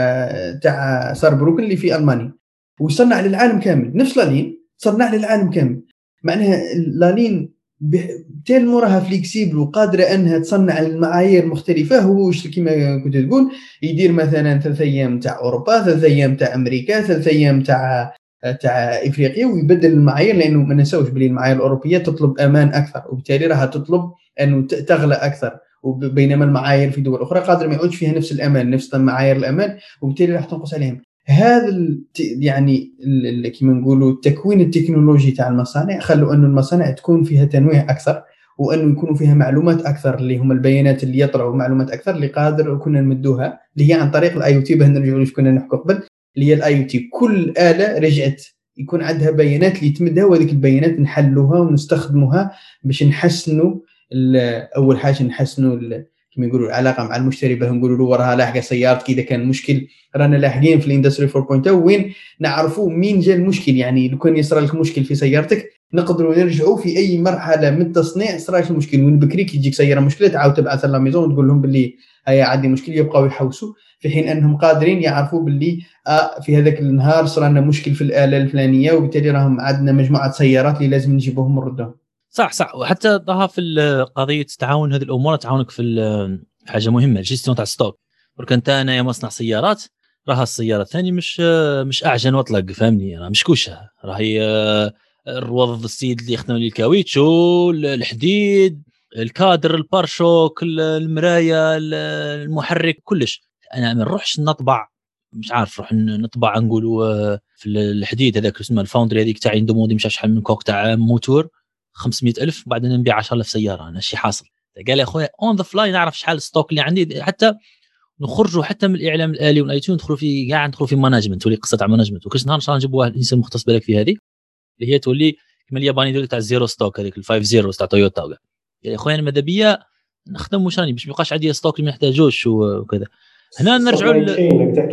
تاع ساربروكن اللي في ألمانيا، وصنع للعالم كامل نفس لالين، صنع للعالم كامل. معناها لالين بتال موراها فليكسيبل وقادرة أنها تصنع المعايير مختلفة. هو كما كنت تقول يدير مثلا 3 أيام تاع أوروبا، 3 أيام تاع أمريكا، 3 أيام تاع إفريقيا، ويبدل المعايير، لأنه ما نسوش بلي المعايير الأوروبية تطلب أمان أكثر، وبالتالي راها تطلب أنه تغلى أكثر، وبينما المعايير في دول أخرى قادر ما يعودش فيها نفس الأمان، نفس معايير الأمان، وبالتالي راح تنقص عليهم. هذا يعني كما نقولوا التكوين التكنولوجي تاع المصانع خلوا أن المصانع تكون فيها تنويع أكثر، وأنه يكونوا فيها معلومات أكثر اللي هم البيانات اللي يطلعوا معلومات أكثر اللي قادر كنا نمدوها، اللي هي عن طريق الآي او تي. باه نرجعوا ليش كنا نحكوا قبل، اللي هي الآي او تي. كل آلة رجعت يكون عندها بيانات اللي تمدها، وهذيك البيانات نحلوها ونستخدموها باش نحسنوا أول حاجة نحسنوا كما يقولوا العلاقة مع المشتري، باه نقولوا له وراها لاحقة سيارتك إذا كان مشكل. رانا لاحقين في الاندستري 4.0 وين نعرفوا مين جاء المشكل. يعني لو كان يصرى لك مشكل في سيارتك نقدروا نرجعوا في أي مرحلة من التصنيع صرا لك المشكل، وين بكريك يجيك سيارة مشكلة تعاود تبعث لها ميزون وتقول لهم باللي هيا عندي مشكل، يبقاو يحوسوا، في حين أنهم قادرين يعرفوا باللي في هذاك النهار صار لنا مشكل في الآلة الفلانية، وبالتالي راهم عندنا مجموعة سيارات اللي لازم نجيبوهم ونردهم. صح. وحتى ضها في قضيه تعاون هذه الامور، تعاونك في حاجه مهمه، الجيستيون تاع ستوك. وكنت انا يا مصنع سيارات، راها السياره الثاني مش اعجن واطلق، فهمني، راه مش كوشه، راهي الروض السيد اللي يخدم لي الكاويتشو، الحديد، الكادر، البارشوك، المرايه، المحرك، كلش. انا ما نروحش نطبع، مش عارف، نروح نطبع نقولوا في الحديد هذاك اسمه الفاوندري هذيك تاعي ندوموندي مش شحال من كوك تاع موتور 500,000 وبعدين نبيع 10,000 سياره. انا شي حاصل. قال يا اخويا اون ذا فلاي نعرف شحال الستوك اللي عندي، حتى نخرجوا حتى من الاعلام الالي والاي تي، ندخلوا في كاع، ندخلوا في مانجمنت، تولي قصه تاع مانجمنت. وكاش نهار ان شاء الله نجيبوا واحد انسان مختص بالك في هذه، اللي هي تولي كما الياباني يقول تاع الزيرو ستوك، هذيك الفايف زيرو تاع تويوتا. قال يا اخويا انا ماذا بيا نخدم واش راني باش ما يبقاش عندي ستوك اللي ما نحتاجوش وكذا. هنا نرجعوا تحكي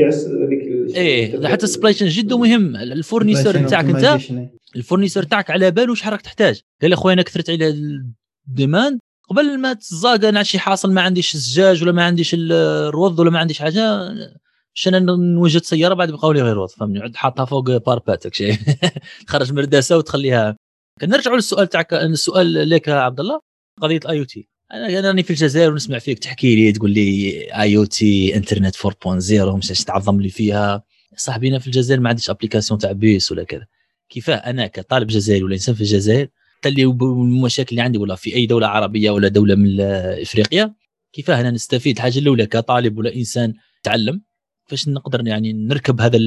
هذيك حتى السبلاي تشين جدا مهم. الفورنيسور تاعك انت، الفورنيسور تاعك على باله واش راك تحتاج. قال يا اخويا انا كثرت على الديماند، قبل ما تزاق انا شي حاصل ما عنديش الزجاج ولا ما عنديش الروض ولا ما عنديش حاجه، انا نوجد سياره بعد بقاو لي غير روض، فهمني، عاد حاطها فوق بارباتك شيء تخرج مرداسه وتخليها. كنرجعوا للسؤال تاعك، السؤال لك عبد الله، قضيه الاي او تي. انا راني في الجزائر ونسمع فيك تحكي لي تقول لي اي او تي انترنت 4.0 مش تعظم لي فيها. صاحبينا في الجزائر ما عنديش ابليكاسيون تاع بيس ولا كذا. كيفاه انا كطالب جزائري ولا انسان في الجزائر اللي المشاكل اللي عندي ولا في اي دوله عربيه ولا دوله من افريقيا، كيفاه انا نستفيد؟ الحاجه الاولى كطالب ولا انسان تعلم فاش نقدر يعني نركب هذا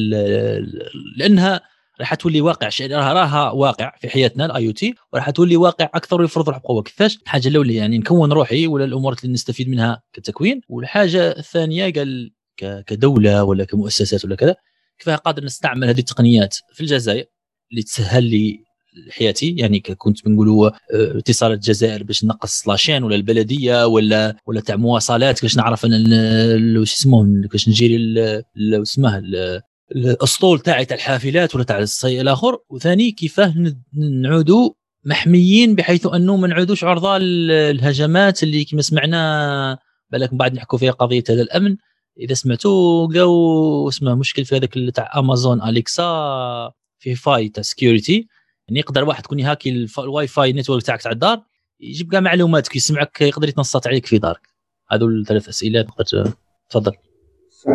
لانها راح تولي واقع، شيء راها واقع في حياتنا الاي او تي، وراح تولي واقع اكثر ويفرض روح بقوه. كيفاش؟ الحاجه الاولى يعني نكون روحي ولا الامور اللي نستفيد منها كتكوين، والحاجه الثانيه قال كدوله ولا كمؤسسات ولا كذا، كيفاه قادر نستعمل هذه التقنيات في الجزائر اللي تسهل لي حياتي. يعني كنت بنقولوا اتصالات الجزائر باش نقص لاشين ولا البلديه ولا تاع مواصلات باش نعرف انا واش اسمه باش نجيري اسمها الاسطول تاع الحافلات ولا تاع الصي الاخر. وثاني كيفاه نعودوا محميين بحيث انه ما نعودوش عرضه الهجمات اللي كما سمعنا بالك بعد نحكوا فيها قضيه هذا الامن. اذا سمعتوا لقاو اسمه مشكل في هذاك تاع امازون اليكسا في فاي تاع سكيورتي، يعني يقدر واحد يكون يهاكي الواي فاي نتورك تاعك تاع الدار، يجيب كاع معلوماتك، يسمعك، يقدر يتنصت عليك في دارك. هذو الثلاث اسئله تقدر تفضل. صح.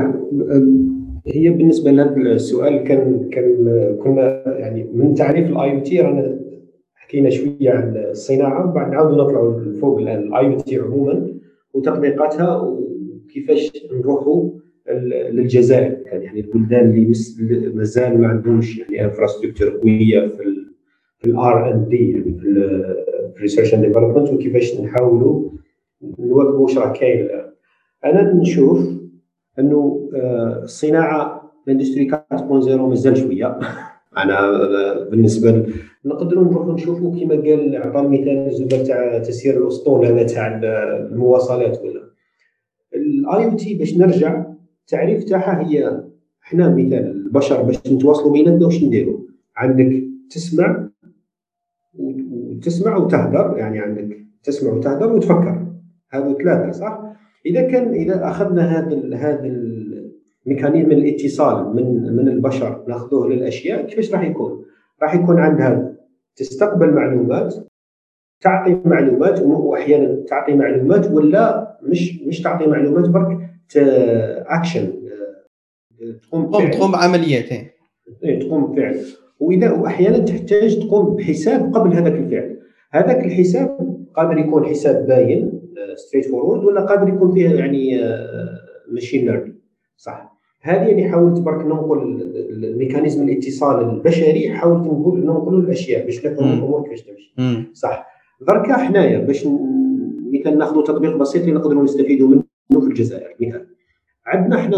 هي بالنسبه لهذا السؤال كنا يعني من تعريف الاي او تي رانا حكينا شويه عن الصناعه، بعد نعاودوا نطلعوا فوق الان الاي او تي عموما وتطبيقاتها وكيفاش نروحوا للجزائر. يعني البلدان اللي مازال ما عندهمش يعني انفراستراكشر قويه في الار ان دي، يعني في الريسيرش اند ديفلوبمنت، وكيفاش نحاولوا نواكبوا واش راه كاين الان. انا نشوف انه الصناعه الاندستري 4.0 مازال شويه. انا بالنسبه نقدروا نروحوا نشوفوا كما قال عطى المثال الزبر تاع تسيير الاسطول هذا تاع المواصلات ولا الاي او تي. باش نرجع التعريف تاعها هي احنا مثال البشر باش نتواصلوا بيناتنا واش نديروا؟ عندك تسمع وتهدر، يعني عندك تسمع وتهدر وتفكر، هذو ثلاثه صح. اذا اخذنا هذا الميكانيزم الاتصال من البشر ناخذوه للاشياء، كيفاش راح يكون؟ راح يكون عندها تستقبل معلومات، تعطي معلومات، واحيانا تعطي معلومات ولا مش تعطي معلومات برك اكشن، تقوم بعمليات، تقوم بفعل. واحيانا تحتاج تقوم بحساب قبل هذاك الفعل. هذاك الحساب قادر يكون حساب باين ستريت فورورد، ولا قادر يكون فيه يعني ماشين ليرنينج صح. هذه يعني حاولت برك ننقل الميكانيزم الاتصال البشري، حاولت ننقلوا الاشياء باش نفهموا الامور كيفاش تمشي صح. دركا حنايا باش مثال ناخذوا تطبيق بسيط اللي نقدروا نستفيدوا منه في الجزائر. مثال عندنا احنا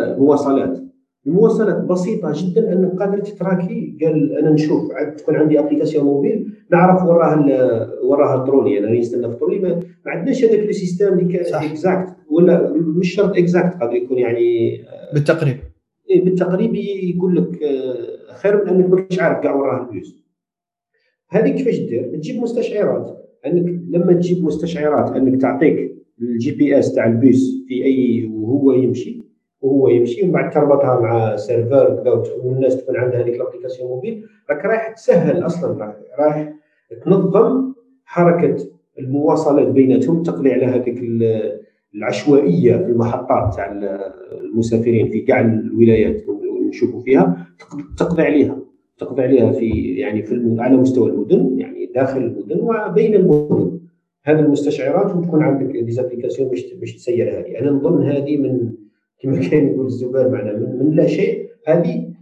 المواصلات بسيطه جدا، انك قادر تتراكي. قال انا نشوف تكون عندي ابليكاسيون موبيل نعرف وراها الترولي، انا نستنى في الترولي، ما عندناش هذاك السيستم اللي اكزاكت، ولا مش شرط اكزاكت، قادر يكون يعني بالتقريب. بالتقريب يقول لك خير من انك ما تكونش عارف كاع وراها البيوس. هذه كيفاش دير؟ تجيب مستشعرات، انك لما تجيب مستشعرات انك تعطيك الجي بي اس تاع البيوس في اي وهو يمشي ومن بعد تربطها مع سيرفر كذا، والناس تكون عندها هذيك الابليكاسيون موبيل، راك رايح تسهل اصلا، رايح تنظم حركه المواصلات بيناتهم، تقضي على هذيك العشوائيه في المحطات تاع المسافرين في كاع الولايات اللي نشوفوا فيها، تقضي عليها في يعني على مستوى المدن، يعني داخل المدن وبين المدن. هذه المستشعرات وتكون عندك ديزابليكاسيون باش تسير هذه. انا نظن هذه من كما كان يقول الزبير معنا من لا شيء، هذه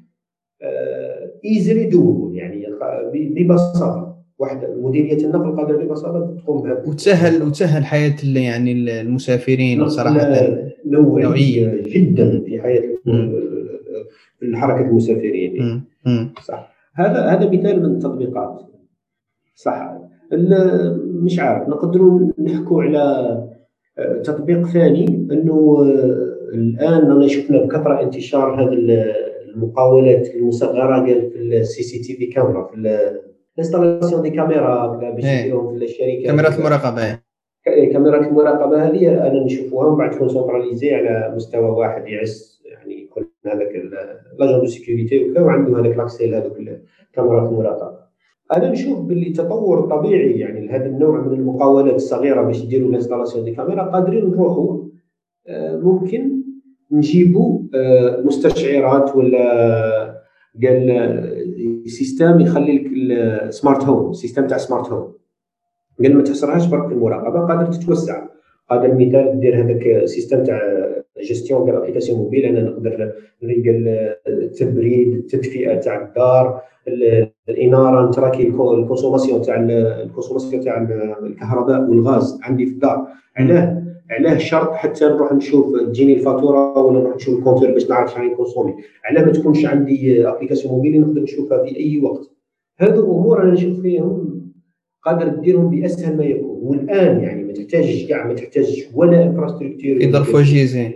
ايزلي دوبل، يعني ببساطه واحده مديريه النقل قادره ببساطه تقوم بها وتسهل حياه يعني المسافرين صراحه نوعيه جدا في حياه حركه المسافرين. صح. هذا مثال من التطبيقات صح. مش عارف نقدروا نحكوا على تطبيق ثاني، انه الان انا شفنا بكثره انتشار هذه المقاولات المصغره قال في السي سي تي في كاميرا، في الانستالاسيون دي كاميرا باش يديرهم في الشركات، كاميرات المراقبه. كاميرات المراقبه هذه انا نشوفوها من بعد تكون سنتراليزي على مستوى واحد، يعس يعني يكون هذاك لاجون دو سيكوريتي وعنده هذاك لاكسي لهذوك كاميرات المراقبه. انا نشوف باللي تطور طبيعي يعني لهذا النوع من المقاولات الصغيره باش يديروا الانستالاسيون دي كاميرا، قادرين نروحوا ممكن نجيبوا مستشعرات ولا قال سيستم يخلي لك السمارت هوم، سيستم تاع سمارت هوم، قال ما تحصرهاش برك في المراقبه، قادر تتوسع. قادر مثال دير هذاك سيستم تاع جيستيون ديال ابليكاسيون موبيل، انا نقدر نلقى التبريد، التدفئه تاع الدار، الاناره، نتراكي الكونسوماسيون تاع الكهرباء والغاز عندي في الدار. علاه شرط حتى نروح نشوف تجيني الفاتوره ولا نروح نشوف الكونتور باش نعرف شحال نكونسومي؟ علاه ما تكونش عندي ابليكاسيون موبيل نقدر نشوفها في اي وقت؟ هذو امور انا نشوف فيهم قادر تديرهم باسهل ما يكون، والان يعني ما تحتاج ولا انفراستركتور يضرب وجيزه.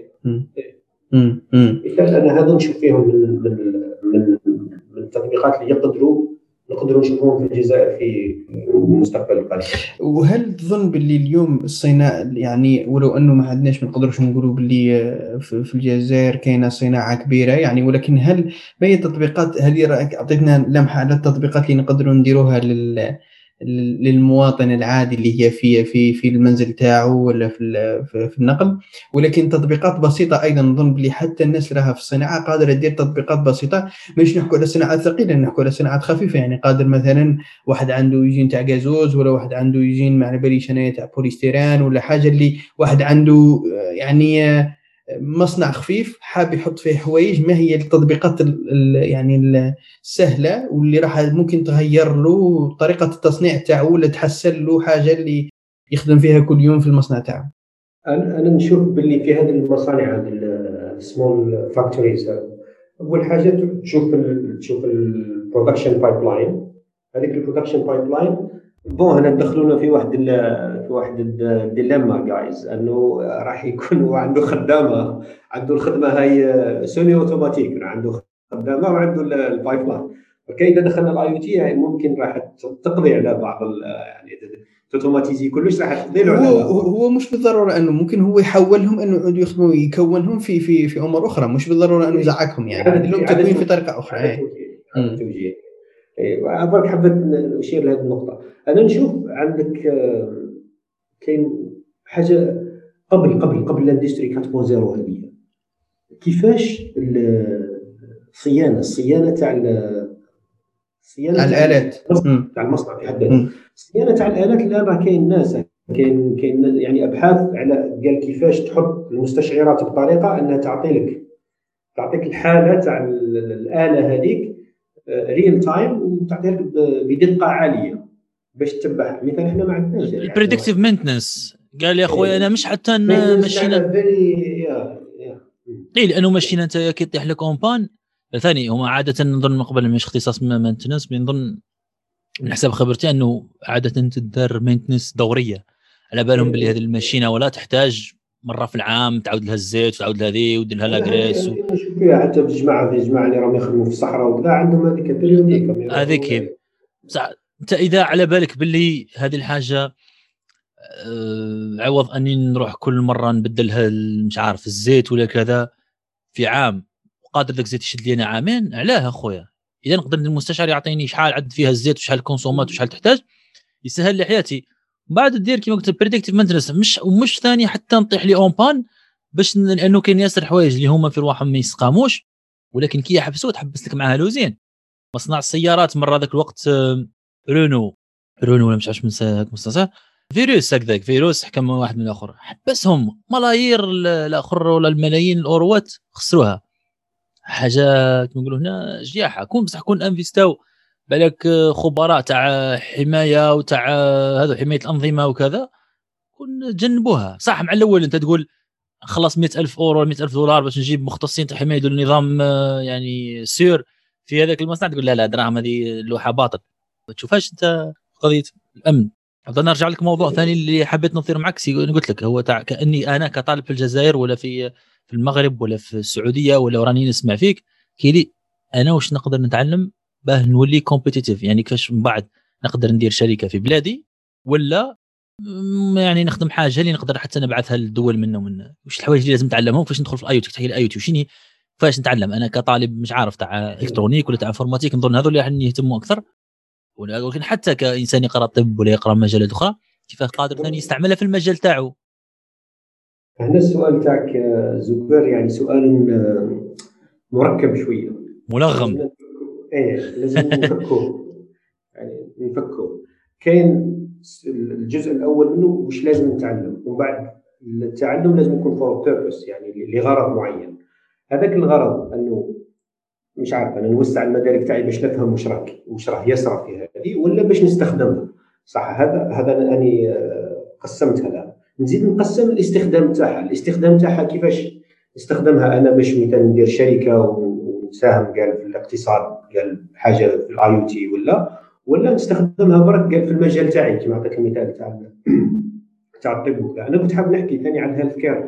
انا هذا نشوف فيهم من التطبيقات اللي نقدروا نشوفهم في الجزائر في المستقبل القريب. وهل تظن باللي اليوم الصناعه يعني ولو انه ما عندناش ما نقدروش نقولوا باللي في الجزائر كاينه صناعه كبيره يعني، ولكن هل باهي التطبيقات هذه رايك اعطيتنا لمحه على التطبيقات اللي نقدروا نديروها للمواطن العادي اللي هي في المنزل تاعه ولا في النقل، ولكن تطبيقات بسيطه ايضا نظن بلي حتى الناس راها في الصناعه قادره تدير تطبيقات بسيطه، مش نحكوا على صناعات ثقيله، نحكوا على صناعات خفيفه. يعني قادر مثلا واحد عنده يجين تاع غازوز، ولا واحد عنده يجين ما على باليش انا تاع بوليستيران، ولا حاجه اللي واحد عنده يعني مصنع خفيف حاب يحط فيه حوايج، ما هي التطبيقات يعني السهله واللي راح ممكن تغير له طريقه التصنيع تاعه ولا تحسن له حاجه اللي يخدم فيها كل يوم في المصنع تاعه؟ انا نشوف باللي في هذه المصانع، هذه السمول فاكتوريز، اول حاجه تشوف البرودكشن بايب لاين، هذيك البرودكشن بايب لاين بون هنا دخلونا في واحد الديليما جايز، انه راح يكون عنده خدامه، عنده الخدمه هاي سيمي اوتوماتيك، عنده خدامه وعنده البايب لاين. اوكي اذا دخلنا الاي او تي يعني ممكن راح تقضي على بعض يعني توتوماتيزي كلش راح تقضي له. هو مش بالضروره انه ممكن هو يحولهم انه يعودوا يخدموا يكونهم في امور اخرى، مش بالضروره انه يزعقهم يعني لهم تكوين في طريقه اخرى. توجيه. برك حبيت اشير لهذه النقطه. انا نشوف عندك كاين حاجه قبل الاندستري 4.0 هذه، كيفاش الصيانه تاع الالات تاع المصنع في حد ذاته. الصيانه تاع الالات الان راه كاين ناس كاين يعني ابحاث على قال كيفاش تحط المستشعرات بطريقه انها تعطيك الحاله تاع الاله هذيك ريل تايم وتعطيها لك بدقه عاليه باش تتبعها. مثلا احنا ما عندناش البريدكتيف مينتنس. قال يا اخويا انا مش حتى ماشينا لانه ماشينا انت كيطيح لك اونبان ثاني. هما عاده نظن من قبل مش اختصاص مينتنس، نظن من حسب خبرتي انه عاده تدار مينتنس دوريه، على بالهم باللي هذه الماشينه ولا تحتاج مره في العام تعاود لها الزيت وتعاود لها ذي ودير لها لاغريس نشوف فيها حتى في جماعه اللي راهم يخدموا في الصحراء وكذا عندهم هذيك البريوديك هذيك بصح انت اذا على بالك باللي هذه الحاجه عوض اني نروح كل مره نبدلها مش عارف الزيت ولا كذا في عام وقادر ذاك الزيت يشد لينا عامين، علاه اخويا اذا نقدر المستشعر يعطيني شحال عد فيها الزيت وشحال كونسومات وشحال تحتاج يسهل لي حياتي. بعد دير كيما قلت البريدكتيف مينتنس مش ثاني حتى نطيح لي اون بان باش لانه كاين ياسر حوايج اللي هما في رواحهم ما يسقاموش، ولكن كي يحبسوا تحبس لك معها لوزين. مصنع السيارات مره ذاك الوقت رونو ولا مش عارف من مصنع فيروس هكذاك فيروس حكم واحد من الاخر حبسهم ملايير الاخر ولا الملايين الاوروات خسروها. حاجه كما نقولوا هنا جياحه. كون بصح كون انفيستاو بالك خبراء تاع حمايه وتاع هذا حمايه الانظمه وكذا كون جنبوها صح. مع الاول انت تقول خلص 100,000 اورو ولا 100,000 دولار باش نجيب مختصين تاع حمايه النظام يعني سير في هذاك المصنع، تقول لا دراهم هذه لوحه باطل. ما تشوفهاش انت قضيه الامن. ابغى نرجع لك موضوع ثاني اللي حبيت نطير معك. قلت لك هو تاع كاني انا كطالب في الجزائر ولا في المغرب ولا في السعوديه ولا راني نسمع فيك كيلي انا واش نقدر نتعلم باه نولي كومبيتيتيف، يعني كيفاش من بعد نقدر ندير شركه في بلادي ولا يعني نخدم حاجه اللي نقدر حتى نبعثها للدول منه ومن واش الحوايج اللي لازم نتعلمهم كيفاش ندخل في الاي او تي. تحكي الاي او تي وشيني فاش نتعلم انا كطالب مش عارف تاع الكترونيك ولا تاع انفورماتيك، نظن هذول اللي يهتموا اكثر. ولكن حتى كانسان يقرا طب ولا يقرا مجالات اخرى كيفاش قادر ثاني يستعملها في المجال تاعو. هنا السؤال تاعك زبير يعني سؤال مركب شويه ملغم. لازم نفكه يعني نفكه. كاين الجزء الاول منه واش لازم نتعلم، ومن بعد التعلم لازم يكون فور بيربس يعني لغرض معين. هذاك الغرض انه مش عارف انا نوسع المدارك تاعي باش نفهم واش راه يصرى في هذه ولا باش نستخدمها صح. هذا اني قسمت هذا. نزيد نقسم الاستخدام تاعها كيفاش نستخدمها انا باش مثلا ندير شركه ونساهم قال في الاقتصاد قال حاجه في الاي او تي ولا نستخدمها برك قال في المجال تاعي كما عطيت المثال تاع الطب. انا كنت حاب نحكي ثاني عن الهيلث كير.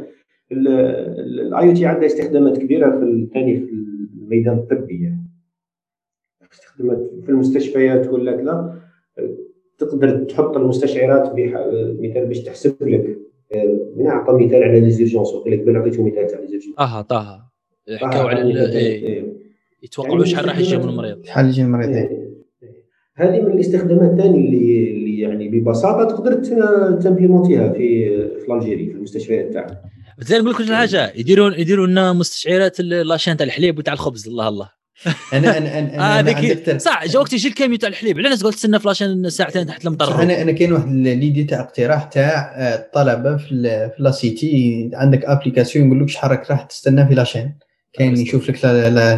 الاي او تي عندها استخدامات كبيره في الميدان الطبي، يعني استخدامات في المستشفيات ولا كذا. تقدر تحط المستشعرات مثال باش تحسب لك. نعطي مثال على ليزيرجونس وقال لك بل عطيته مثال تاع ليزيرجونس طه حكاو على يتوقعوا شحال راح يجي من المريض شحال يجي المريض. هذه من الاستخدامات الثانيه اللي يعني ببساطه تقدر تمبليمونتيها في الجيري في المستشفيات تاعنا. بس نقول لك حاجه يديروا لنا مستشعرات لاشين تاع الحليب وتاع الخبز. الله انا هذيك صح. جا وقت يجي الكاميو تاع الحليب علاش قلت تستنى فلاشين ساعتين تحت المطر. انا كاين واحد ليدي تاع اقتراح تاع الطلبه في لا سيتي عندك ابليكاسيون يقول لك شحال راح تستنى في لاشين كاين يشوف لك لا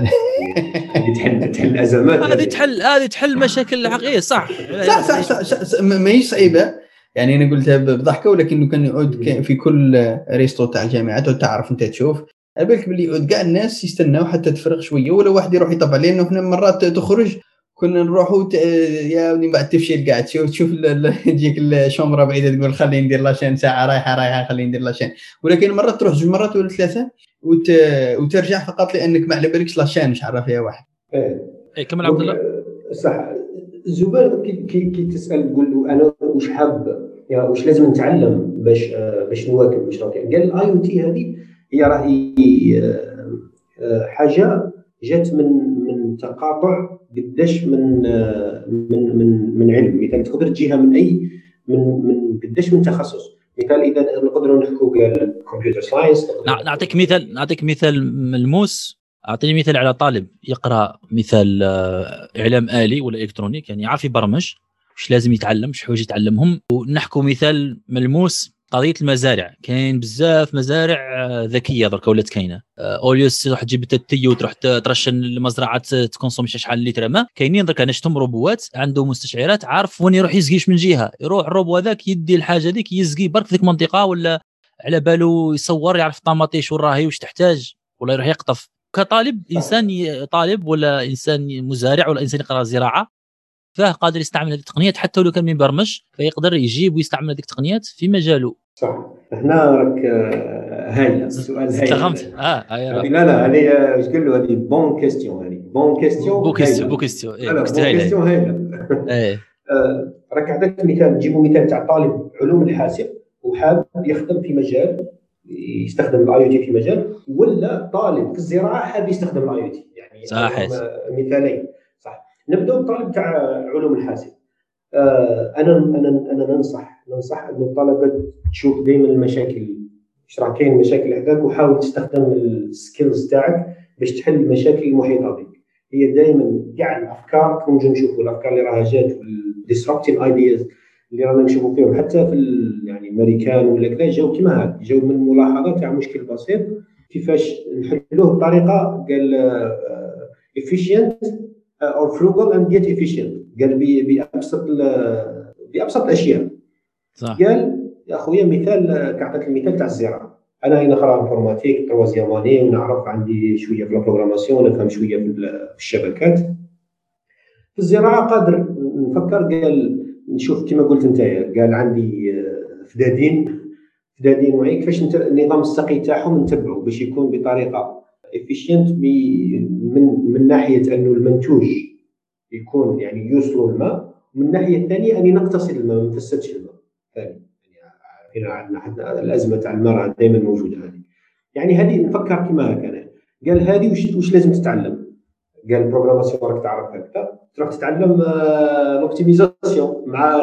تحل الازمات. هذه تحل مشاكل حقيقيه صح. ما هي صعيبه يعني انا قلتها بضحكه، ولكن كان يعود في كل ريستو تاع الجامعات وتعرف انت تشوف بالك باللي يعود كاع الناس يستناو حتى تفرغ شويه ولا واحد يروح يطبع، لانه هنا مرات تخرج كنا نروحوا يا وني بعد تفشل قاعد تشوف تجيك الشومره بعيده تقول خليني ندير لاشين ساعه رايحه خليني ندير لاشين، ولكن مره تروح 2 مرات ولا 3 وترجع فقط لانك ما على بالكش لاشين مش عارف فيها واحد. كمل عبد الله. صح. الزبائن كي تسال تقول له انا واش حاب يا واش لازم نتعلم باش نواكب واش راك. قال الاي او تي هذه هي راهي حاجه جات من تقاطع قداش من علم. مثال تقدر تجيها من اي من قداش من تخصص. مثال اذا نقدروا نحكوا قال كمبيوتر ساينس. نعطيك مثال ملموس. اعطيني مثال على طالب يقرا مثال اعلام آلي ولا الكترونيك، يعني يعرف يبرمج، واش لازم يتعلم، واش حوايج يتعلمهم. ونحكوا مثال ملموس قضيه المزارع. كاين بزاف مزارع ذكيه درك ولات كاينه. اوليوس تروح تجيب التي وتروح ترشن المزرعه تكونسومي شحال لتر ماء. كاينين درك انا شفتهم روبوات عنده مستشعرات عارف وين يروح يسقيش من جهه، يروح الروبو هذاك يدي الحاجه ذيك يسقي برك في ذيك المنطقه، ولا على باله يصور يعرف الطماطيش وين راهي واش تحتاج، ولا يروح يقطف. كطالب انسان طالب ولا انسان مزارع ولا انسان يقرا زراعه فاه قادر يستعمل هذه التقنيات حتى لو كان ما يبرمج، فيقدر يجيب ويستعمل هذه التقنيات في مجاله. صح. هنا راك هايله سؤال استغرمت. لا هذه واش قال له هذه بون كيستيون. هذه بون كيستيون بون كيستيون هايله. راك عطيت مثال نجيبوا مثال تاع طالب علوم الحاسب وحاب يخدم في مجال يستخدم الاي او تي في مجال، ولا طالب في الزراعه حاب يستخدم الاي او تي. يعني صحيح. مثالين. صح. نبداو بالطالب تاع علوم الحاسب. انا ننصح انه الطلبه تشوف دائما المشاكل ايش راه كاين مشاكل هذاك، وحاول تستخدم السكيلز تاعك باش تحل المشاكل المحيطه بك. هي دائما كاع الافكار نجم نشوفوا الافكار اللي راها جات والديسربتيف ايدياز اللي رانا نشوفوا فيهم حتى في يعني الامريكان ولا كذا جاو كيما هكا، جاو من ملاحظه تاع مشكل بسيط كيفاش نحلوه بطريقه قال efficient or frugal and get efficient. قال بابسط الاشياء. صح. قال يا اخويا مثال كعطيت المثال تاع الزراعه. انا هنا نقرا انفورماتيك تروازيام اني ونعرف عندي شويه في البروغراماسيون ونفهم شويه في الشبكات. في الزراعه قادر نفكر قال نشوف كما قلت انت قال عندي فدادين وعي كيفاش النظام السقي تاعهم نتبعه باش يكون بطريقه efficient من ناحيه انه المنتوج يكون يعني يوصلوا الماء، ومن الناحيه الثانيه اني نقتصد الماء ما نفسدش الماء. ثاني يعني عندنا الازمه تاع الماء دائما موجوده هذه. يعني هذه نفكر كما كان قال هذه واش لازم تتعلم. قال بروغراماسيون راك تعرف هكذا تروح تتعلم الاوبتيمايزاسيون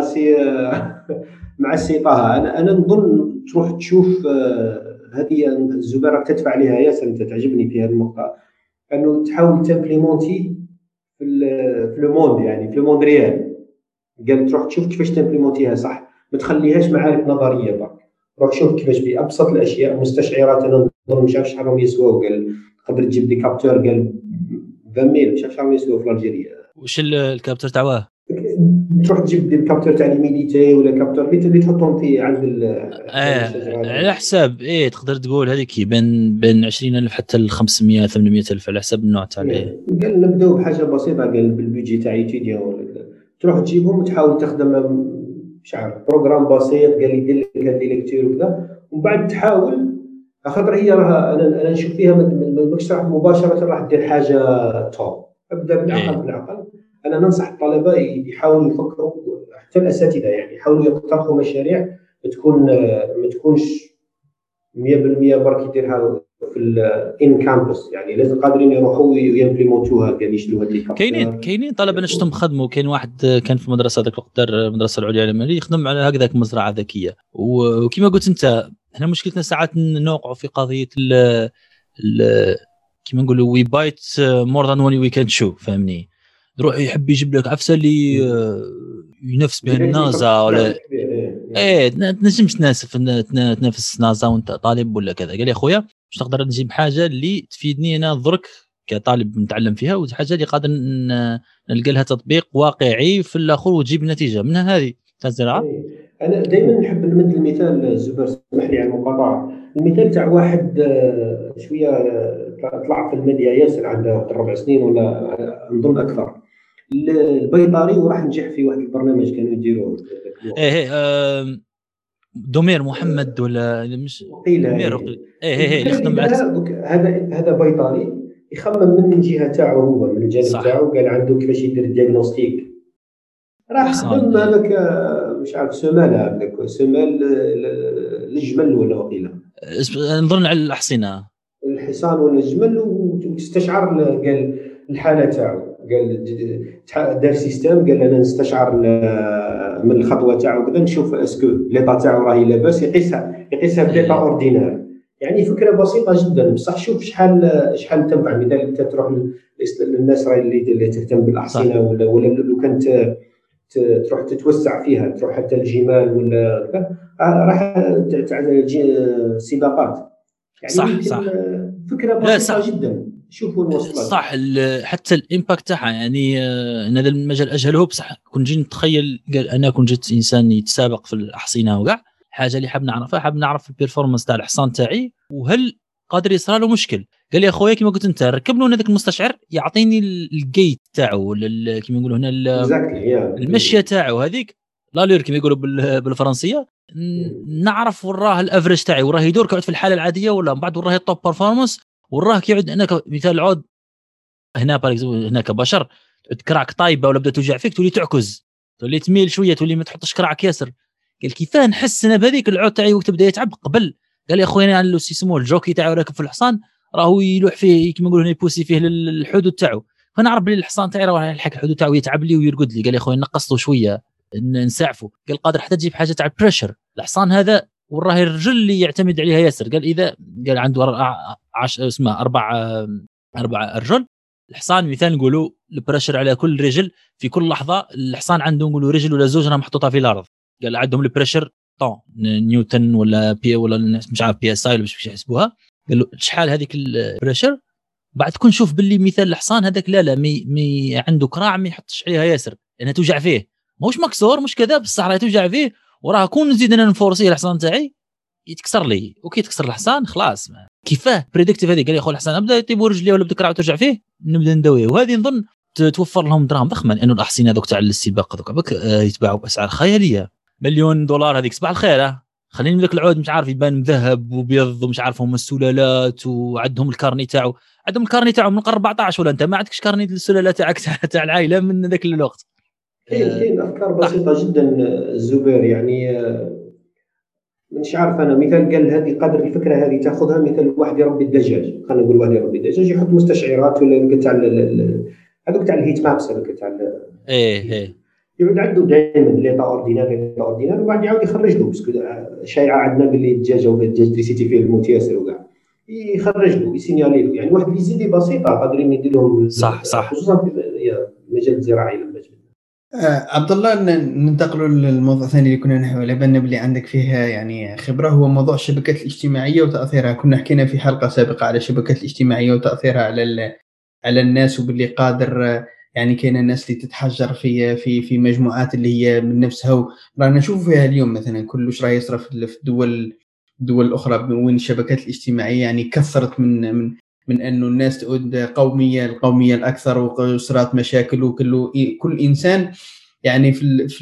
مع السي طه. انا نظن تروح تشوف هذه الزباره راك تدفع عليها ياسر. انت تعجبني في هذه النقطه انه تحاول تمبليمونتي في لو موند، يعني في لو موند ريال. قال تروح تشوف كيفاش تمبليمونتيها صح، ما تخليهاش معارف نظريه برك. روح شوف كيفاش بابسط الاشياء مستشعرات. انا نظن مش عارف شحال يسواو. قال تقدر تجيب دي كابتور قال 20,000 مش عارف شحال يسواو في الجزائر. واش الكابتور تاعواه؟ تروح تجيب دي الكابتور تاع الميديتي ولا كابتور اللي تحطهم في عند على حساب تقدر تقول هذيك بين 20,000 حتى ل 500 800,000 على حسب النوع تاع قال نبداو بحاجه بسيطه. قال بالبيجي تاع ايتيديون تروح تجيبهم وتحاول تخدم مش عارف بروغرام بسيط قال يدير لك هذه ليكتور وكذا، ومن بعد تحاول خاطر هي راها انا نشوف فيها ما تشرح مباشره راح دير حاجه توب. ابدا بالعقل. انا ننصح الطلبه يحاولوا يفكروا حتى الاساتذه يعني يحاولوا يقترحوا مشاريع تكون ما تكونش 100% برك يديرها في الان كامبس. يعني لازم قادرين يروحوا ويمبليمونتوها قال يشلوا هذيك. كاينين طلبه نشتم خدموا. كاين واحد كان في المدرسه ذاك الوقت المدرسه العليا العمليه يخدم على هكذاك مزرعه ذكيه. وكما قلت انت احنا مشكلتنا ساعات نوقعوا في قضيه كما نقولوا وي بايت مور ذان وي كان شو فهمني. يروح يحب يجيب لك عفسه اللي ينافس بها النازا ولا تنجمش تنافس نازا وانت طالب ولا كذا. قال يا اخويا باش نقدر نجيب حاجه اللي تفيدني انا درك كطالب نتعلم فيها، وحاجه اللي قادر نلقى لها تطبيق واقعي في الاخر وتجيب نتيجه منها هذه الزراعه. انا دائما نحب نمد المثال الزبر سمح لي على المقاطعه. المثال تاع واحد شويه طلع في الميديا ياسر عنده 4 سنين ولا نظن اكثر. البيطري وراح نجح في واحد البرنامج كانوا يديروه. دومير محمد ولا مش دومير يخدم مع هذا بيطري يخمم من الجهه تاعو هو من الجانب تاعو، قال عنده كيفاش يدير الدياغنوستيك، راح خدم هذاك مش عارف سمال الجمل ولا وقيله نظن على الحصينه الحصان ولا الجمل، واستشعر قال الحاله تاعو، قال دار سيستم، قال انا نستشعر من الخطوه تاعو كذا نشوف اسكو ليطا تاعو راهي لاباس، يقيسها بليطا اوردينير. يعني فكره بسيطه جدا بصح شوف شحال تنفع. مثال انت تروح للناس اللي تهتم بالاحصنه ولا لو كانت تروح تتوسع فيها، تروح حتى الجمال ولا راح سباقات. يعني صح فكره بسيطه جدا. شوفوا الوصلات صح حتى الامباكت تاعها. يعني ان هذا المجال اجهله بصح كنت جيت نتخيل، قال انا كنت جيت انسان يتسابق في الاحصنه وكاع حاجه اللي حاب نعرفها، حاب نعرف البيرفورمانس تاع الحصان تاعي وهل قادر يصرى له مشكل. قال لي اخويا كما قلت انت ركب له هذاك المستشعر يعطيني الجيت تاعو كما نقولوا هنا المشيه تاعو هذيك لالير كما يقولوا بالفرنسيه، نعرف وراه الافريج تاعي وراه يدور كيعود في الحاله العاديه ولا من بعد وراه التوب بيرفورمانس وراه كيعود هناك. مثال العود هنا هناك بشر كراعك طايبه ولا بدا توجع فيك تولي تعكز، تولي تميل شويه، تولي ما تحطش كراعك ياسر. قال كيفاه نحس انا بهذيك العود تاعي وقت بدا يتعب قبل. قال لي اخويا انا اسمه الجوكي تاعو راكب في الحصان راهو يلوح فيه كما نقولوا يبوسي فيه للحدود تاعو، فنعرف بلي الحصان تاعي راه يلحق الحدود تاعو يتعب لي ويرقد لي. قال لي اخويا نقصته شويه نسعفه. قال قادر حتى تجيب حاجه تاع البريشر الحصان هذا وراه الرجل اللي يعتمد عليها ياسر. قال اذا قال عنده اسمه اربع ارجل الحصان، مثال نقولوا البريشر على كل رجل في كل لحظه الحصان عنده نقولوا رجل ولا زوج راه محطوطه في الارض. قال عندهم البريشر طون نيوتن ولا بي ولا مش عارف بي اس اي باش يحسبوها. قال له شحال هذيك البريشر بعد تكون شوف باللي مثال الحصان هذاك لا مي عنده كراع ما يحطش عليها ياسر لانها توجع فيه، ماهوش مكسور مش كذا بصح راه توجع فيه وراه كون نزيد انا نفورسيه الحصان تاعي يتكسر لي وكي يتكسر الحصان خلاص. كيفاه بريدكتيف هذه؟ قال لي اخو الحصان ابدا يطيب رجلي ولا بدا كراع توجع فيه نبدا ندويه. وهذه نظن توفر لهم دراهم ضخمه لانه الاحصنه هذوك تاع السباق هذوك يتباعوا باسعار خياليه $1,000,000 هذيك صباح الخير. خليني ذاك العود مش عارف يبان مذهب وبيض ومش عارف هم السلالات وعندهم الكارني تاعو من القرن 14 ولا انت ما عندكش كارني السلاله تاعك تاع العائله من ذاك الوقت. كاين افكار بسيطه جدا الزبير. يعني مش عارف انا مثال قال هذه قدر الفكره هذه تاخذها مثال واحد يربي الدجاج، خلينا نقول واحد يربي الدجاج يحط مستشعرات ولا تاع هذوك تاع الهيت مابس هذوك تاع يعود عنده دائما ليطا اوردينار وبعد يعاود يخرج له باسكو شائعه عندنا باللي الدجاج او الدجاجريسيتي فيه الموت ياسر وكاع يخرج له يسينيالي له. يعني واحد اللي يزيد بسيطه قادرين يدير لهم صح خصوصا في المجال الزراعي. عبد الله ننتقلوا للموضوع الثاني اللي كنا نحكي عليه بان اللي عندك فيه يعني خبره، هو موضوع الشبكات الاجتماعيه وتاثيرها. كنا حكينا في حلقه سابقه على الشبكات الاجتماعيه وتاثيرها على الناس وباللي قادر يعني كاين الناس اللي تتحجر في مجموعات اللي هي من نفسها. رانا نشوف فيها اليوم مثلا كلش راه يصرف في الدول الاخرى وين الشبكات الاجتماعيه يعني كثرت من انه الناس تعود القوميه الاكثر وصارت مشاكل كل انسان يعني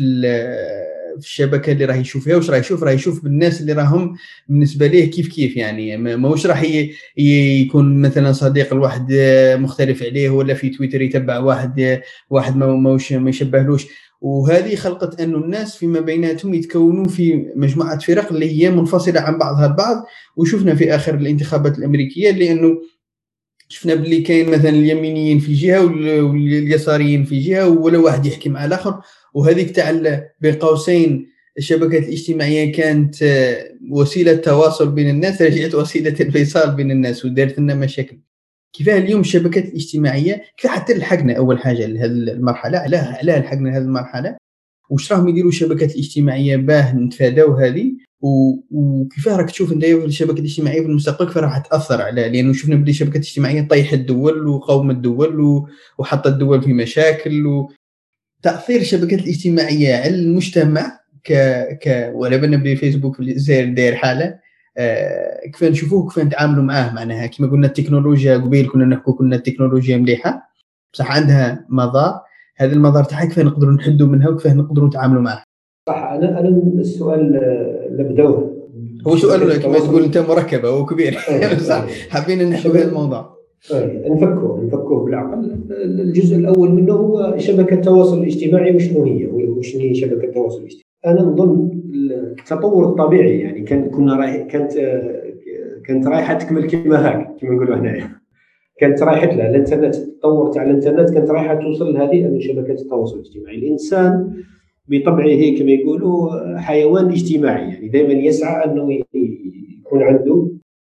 في الشبكه اللي راه يشوف فيها واش راه يشوف بالناس اللي راهم بالنسبه ليه كيف يعني ماهوش راح يكون مثلا صديق الواحد مختلف عليه ولا في تويتر يتبع واحد ما يشبهلوش. وهذه خلقت انه الناس فيما بيناتهم يتكونوا في مجموعه فرق اللي هي منفصله عن بعضها البعض. وشفنا في اخر الانتخابات الامريكيه لانه شفنا باللي كاين مثلا اليمينيين في جهه واليساريين في جهه ولا واحد يحكي مع الاخر. وهذيك تاع بين قوسين الشبكات الاجتماعيه كانت وسيله تواصل بين الناس، رجعت وسيله انفصال بين الناس ودارت لنا مشاكل. كيفاه اليوم الشبكات الاجتماعيه كيف حتى لحقنا اول حاجه لهذه المرحله؟ علاه لحقنا لهذه المرحله؟ واش راهم يديروا الشبكات الاجتماعيه باه نتفاداو هذه؟ وكيفاه راك تشوف انت في الشبكات الاجتماعيه في المستقبل كيف راح تاثر على، لانه شفنا بلي الشبكات الاجتماعيه طيحت الدول وقومت الدول وحطت الدول في مشاكل. وتاثير الشبكات الاجتماعيه على المجتمع ولا بنا بلي فيسبوك في الجزائر داير حاله كيف نشوفوه كيف نتعاملوا معاه. معناها كما قلنا التكنولوجيا قبيل كنا نحكوا التكنولوجيا مليحه بصح عندها مضار. هذه المظاهر تاعها كيف نقدروا نحدوا منها وكيف نقدروا نتعاملوا معها؟ صح. انا السؤال نبداوه. هو سؤال كما تقول انت مركب او كبير. صح، حابين نحل الموضوع. نفكوه بالعقل. الجزء الاول منه هو شبكه التواصل الاجتماعي، وشنو هي شبكه التواصل الاجتماعي. انا نظن التطور الطبيعي يعني كانت رايحه تكمل كما نقولوا هنايا. كانت رايحه لها الانترنت، التطور تاع الانترنت كانت رايحه توصل لهذه انه شبكه التواصل الاجتماعي. الانسان بطبعه كما يقولوا حيوان اجتماعي، يعني دائما يسعى انه يكون عنده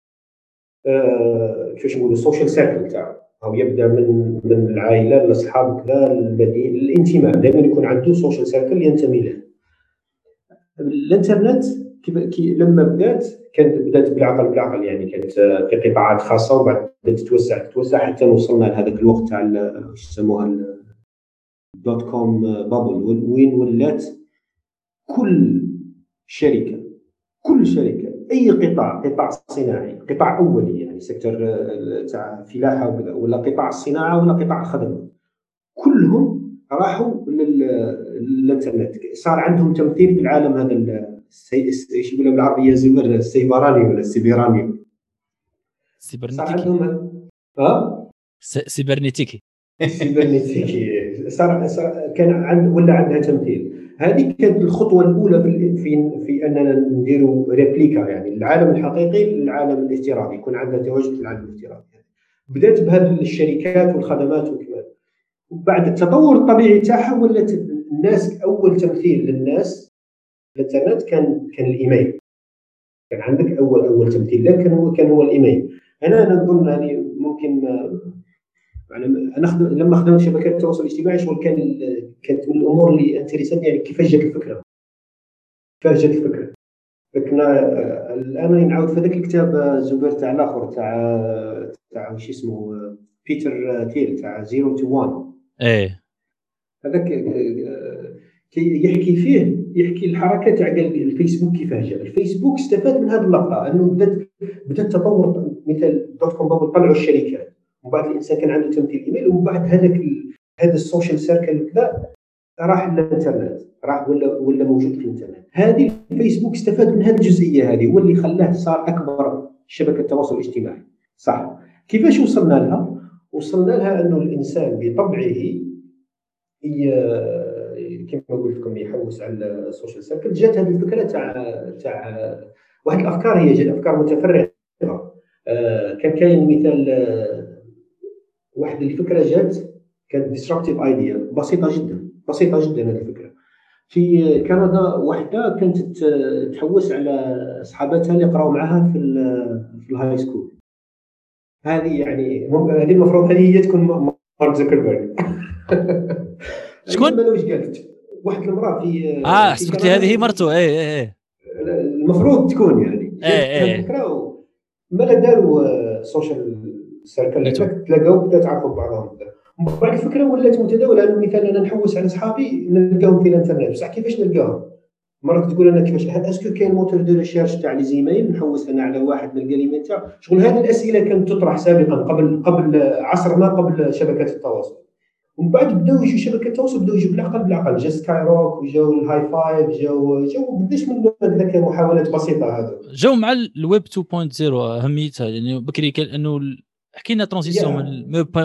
كيفاش نقولوا السوشيال سيركل تاعو، او يبدا من العائله للاصحاب كذا المدينه، الانتماء دائما يكون عنده سوشيال سيركل ينتمي له. الانترنت لما بدات بالعقل يعني كانت في قطاعات خاصه، وبعد بدات تتوسع حتى وصلنا لهذاك الوقت تاع واش يسموها دوت كوم بابل، وين ولات كل شركه اي قطاع صناعي، قطاع اولي يعني سيكتور تاع فلاحه ولا قطاع الصناعه ولا قطاع الخدمات، كلهم راحوا للانترنت. صار عندهم تمثيل في العالم هذا ايش يقولوا بالعربيه زبر السيبراني ولا السيبراني، صار عندهم سيبرنيتيكي صار كان ولا عندها تمثيل. هذه كانت الخطوه الاولى في اننا نديروا ريبليكا، يعني العالم الحقيقي للعالم الافتراضي، يكون عندنا تواجد في العالم الافتراضي. بدات بهذه الشركات والخدمات وكذا، وبعد التطور الطبيعي تاعها ولات الناس اول تمثيل للناس الانترنت كان الايميل. كان عندك اول تمثيل لك كان هو الايميل. انا نظن هذه ممكن يعني لما خدمت شبكات التواصل الاجتماعي شغل كانت من الامور اللي انتريسنت، يعني كيفاش جات الفكره. لكن الان نعاود في هذاك الكتاب زبير تاع الاخر تاع وش اسمه بيتر تيل تاع 0 to 1. هذاك يحكي الحركه تاع الفيسبوك كيفاش جا. الفيسبوك استفاد من هذه اللقطه، انه بدات تطور مثل دوت كوم بابل، طلعوا الشركات، ومن بعد الانسان كان عنده تمثيل ايميل، ومن بعد هذا السوشيال سيركل كذا راح للانترنت، راح ولا موجود في الانترنت. هذه الفيسبوك استفاد من هذه الجزئيه هذه، هو اللي خلاه صار اكبر شبكه تواصل اجتماعي. صح. كيفاش وصلنا لها انه الانسان بطبعه كما قلت لكم يحوس على السوشيال سيركل. جات هذه الفكره تاع واحد الافكار، هي جات افكار متفرعه. كان كاين مثال واحد الفكره جات كانت ديستركتيف ايديا بسيطه جدا هذه الفكره. في كندا وحده كانت تحوس على اصحاباتها اللي قراوا معها في الهاي سكول. هذه يعني هذه المفروض هذه هي تكون مارك زوكربيرغ. شكون؟ واش قالت واحد المراه في قلت هذه هي مرته. المفروض تكون يعني الفكره. ما داروا سوشيال سيركل تلاقاو بدات تعرفوا بعضهم. بعد الفكره ولات متداوله. انا مثلا انا نحوس على اصحابي نلقاهم في الانترنت، بصح كيفاش نلقاهم؟ مرات تقول انا كيفاش اسكو كاين موتور دو ريشيرش تاع لي زيميل نحوس انا على واحد نلقى لي تاع شغل. هذه الاسئله كانت تطرح سابقا قبل عصر ما قبل شبكات التواصل. ومن بعد بداو يجوا شبكات التواصل، بداو يجوا بالعقل جا سكاي روك وجاو الهاي فايف، جاو قداش من هذاك محاولات بسيطه. هذا جاو مع الويب 2.0 اهميتها، يعني بكري كان انه حكينا ترانزيسيون من 1.0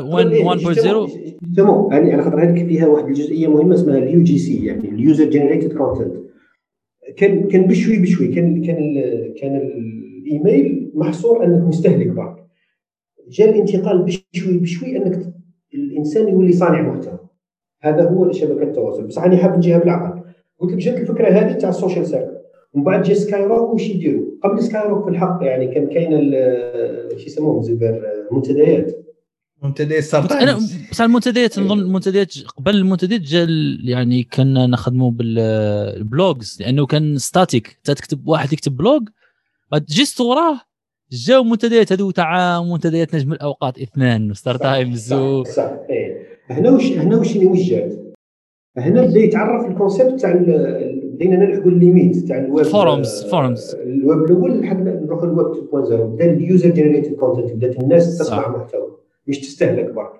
يعني على خاطر هذيك فيها واحد الجزئيه مهمه اسمها اليو جي سي، يعني اليوزر جينيريتد كونتنت. كان بشوي كان الايميل محصور انك مستهلك برك. جاء الانتقال بشوي انك الانسان يولي صانع محتوى. هذا هو شبكه التواصل. بصح انا حاب نجيها بالعقل. قلت لك جات الفكره هذه تاع السوشيال سيركل، ومن بعد جا سكاي روك. وش يديروا قبل سكاي روك في الحق؟ يعني كان كاين شو يسموهم زبر منتديات انا بصح المنتديات نظن المنتديات قبل المنتديات جا يعني كنا نخدموا بالبلوجز، لانه كان ستاتيك تكتب واحد يكتب بلوج بعد جيست وراه جاو منتديات هذو تاع منتديات نجم الاوقات 2 وستار تايمز صح. هنا وش جات هنا بدا يتعرف الكونسيبت تاع بدينا نلحقوا الليميت تاع الويب فورمز الويب الاول لحد نروحوا الويب 2.0. بدا اليوزر جينيريتد كونتنت، بدات الناس تصنع محتوى مش تستهلك برك.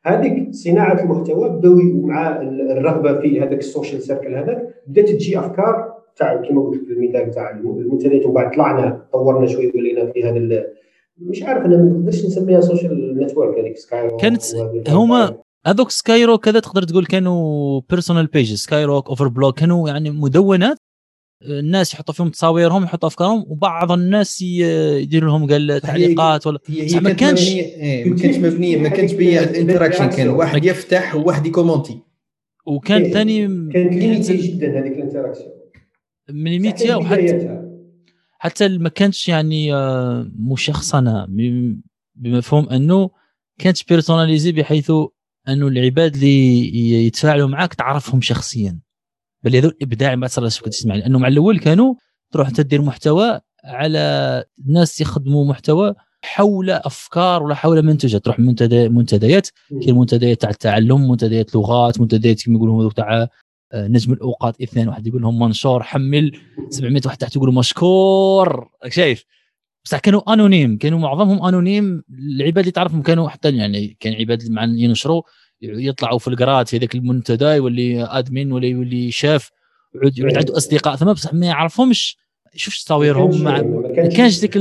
هذيك صناعه المحتوى بدوي ومع الرغبه في هذاك السوشيال سيركل هذاك بدات تجي افكار تاع كما قلت في المثال تاع المنتديات، ومن بعد طلعنا طورنا شويه ولينا في هذا مش عارف انا ما نقدرش نسميها سوشيال نتورك هذيك سكاي كانت هما هذوك سكاي روك كذا تقدر تقول كانوا بيرسونال بيجز. سكاي روك اوفر بلوك كانوا يعني مدونات الناس يحطوا فيهم تصاويرهم يحطوا افكارهم، وبعض الناس يديروا لهم قال تعليقات ولا ما كانش مبنيه ما كانش بيا الانتراكشن، كان واحد يفتح وواحد يكومونتي، وكان ثاني كانت ليميتي جدا هذيك الانتراكشن من ليميتيا، حتى ما كانش يعني مشخصنه بمفهوم انه كانت بيرسوناليزي بحيث انه العباد اللي يتفاعلوا معك تعرفهم شخصيا. بل هذا الابداع ما صار كنت تسمع، لانه مع الاول كانوا تروح تدير محتوى على ناس يخدموا محتوى حول افكار ولا حول منتجات، تروح منتديات كاين منتديات تاع التعلم، منتديات لغات، منتديات كما يقولوا تاع نجم الاوقات اثنين، واحد يقول لهم منشور حمل 700 واحد تحت يقولوا مشكور، شايف؟ بصح كانوا انونيم، كانوا معظمهم انونيم. العباد اللي تعرفهم كانوا حتى يعني كان عباد مع ينشروا يطلعوا في القرات في ذاك المنتدى، واللي ادمين ولا يولي شاف يعود عنده اصدقاء ثم بصح ما يعرفهمش، يشوفش تصاويرهم، ما كانش ذاك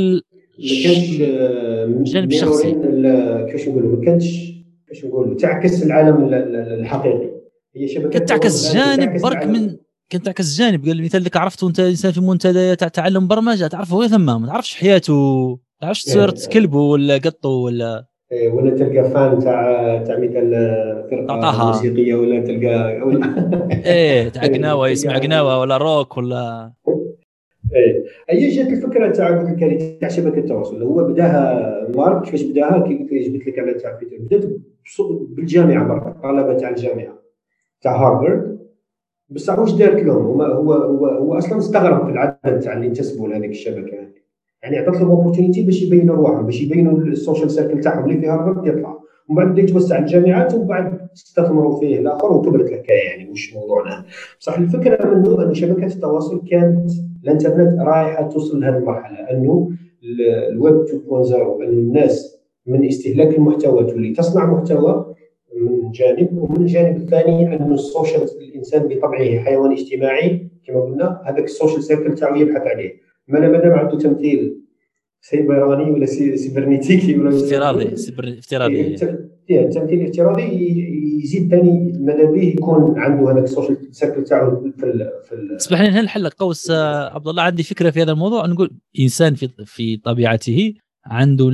الجانب الشخصي. كيفاش نقولوا ما كانش كيفاش نقولوا تعكس العالم الحقيقي. هي شبكات تعكس جانب برك من كنت تعكس جانب. قال المثال اللي عرفته انت انسان في منتدى تاع تعلم برمجه تعرفه غير ثم ما تعرفش حياته، ما تعرفش صورة كلبه ولا قطه ولا تلقى فان تاع مثل فرقه موسيقيه ولا تلقى ايه تاع قناوه يسمع قناوه ولا روك ولا هي جات الفكره تاع قلت لك تاع شبكه التواصل. هو بداها مارك كيفاش بداها كي جبت لك على تاع بيتر، بدات بالجامعه برك طلبه تاع الجامعه تاع هارفارد. بس واش دارت لهم هو اصلا استغرب في العدد تاع اللي انتسبوا لهذيك الشبكه هذه، يعني عطات لهم اوبورتونيتي باش يبينوا رواحهم، باش يبينوا السوشيال سيركل تاعهم اللي في هارفارد يطلع، ومن بعد بدا يتوسع الجامعات ومن بعد استثمروا فيه الاخر وكبرت الحكايه. يعني مش موضوعنا صح. الفكره منه ان شبكات التواصل كانت الانترنت رايحه توصل لهذه المرحله، انه الويب 2.0 انه الناس من استهلاك المحتوى تولي تصنع محتوى من جانب، ومن الجانب الثاني انه السوشيال الانسان بطبعه حيوان اجتماعي كما قلنا، هذاك السوشيال سيركل تاعو يبحث عليه. ما دام عنده تمثيل سيبراني ولا سيبرنيتيكي ولا افتراضي التمثيل الافتراضي يزيد ثاني ماذا به يكون عنده هذاك السوشيال سيركل تاعو في اسمح لي نحل قوس عبد الله. عندي فكره في هذا الموضوع. نقول انسان في طبيعته عنده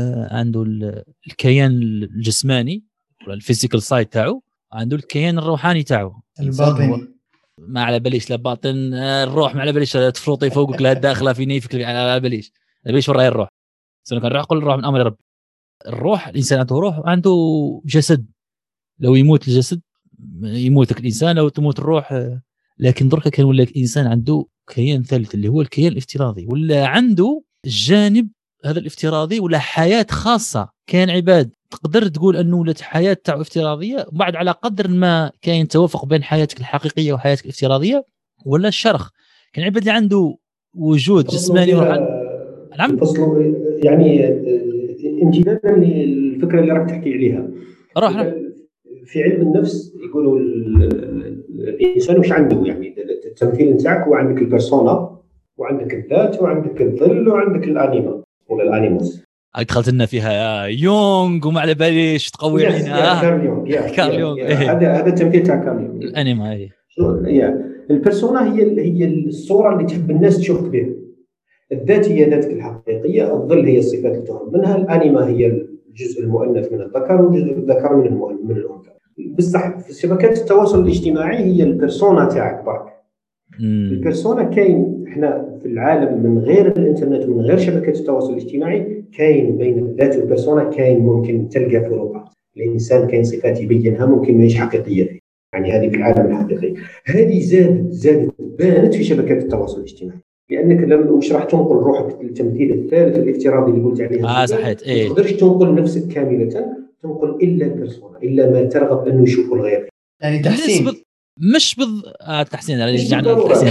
الكيان الجسماني ولا الفيزيكال سايد تاعو، عنده الكيان الروحاني تاعو الباطن. ما على باليش لا باطن الروح، ما على باليش تفلوطي فوقك لا داخله في نيفك على باليش وين راهي الروح. كان الروح قل الروح من امر ربي. الروح الانسان عنده روح وعنده جسد، لو يموت الجسد يموت الانسان، لو تموت الروح. لكن درك كان ولا الانسان عنده كيان ثالث اللي هو الكيان الافتراضي، ولا عنده الجانب هذا الافتراضي ولا حياه خاصه. كان عباد تقدر تقول انه ولات حياه تاع افتراضيه، وبعد على قدر ما كاين توافق بين حياتك الحقيقيه وحياتك الافتراضيه ولا الشرخ. كان عباد اللي عنده وجود جسماني وروحاني. نعم يعني امتدادا للفكره اللي راك تحكي عليها. روح في علم النفس يقولوا الانسان واش عنده، يعني التمثيل نتاعك هو عندك البيرسونا وعندك الذات وعندك الظل وعندك الانيما ولا الانيموس. دخلت لنا فيها يونغ وما على باليش تقوي علينا. كارل يونغ هذا التمثيل تاع كارل يونغ. الانيما البيرسونا هي الصوره اللي تحب الناس تشوفك بها. الذات هي ذاتك الحقيقيه، الظل هي الصفات اللي تهرب منها، الانيما هي الجزء المؤنث من الذكر والجزء الذكر من الانثى. بصح في شبكات التواصل الاجتماعي هي البيرسونا تاعك برك. البيرسونا كاين احنا في العالم من غير الانترنت ومن غير شبكات التواصل الاجتماعي، كاين بين الذات والبيرسونا كاين ممكن تلقى فروقات. الانسان كاين صفات يبينها ممكن ماهيش حقيقيه فيه، يعني هذه في العالم الحقيقي. هذه زادت بانت في شبكات التواصل الاجتماعي، لانك لما واش راح تنقل روحك التمثيل الثالث الافتراضي اللي قلت عليه صحيت ما تقدرش تنقل نفسك كامله، تنقل الا البيرسونا، الا ما ترغب انه يشوفه الغير. يعني تحسين مش تحسين على التحسين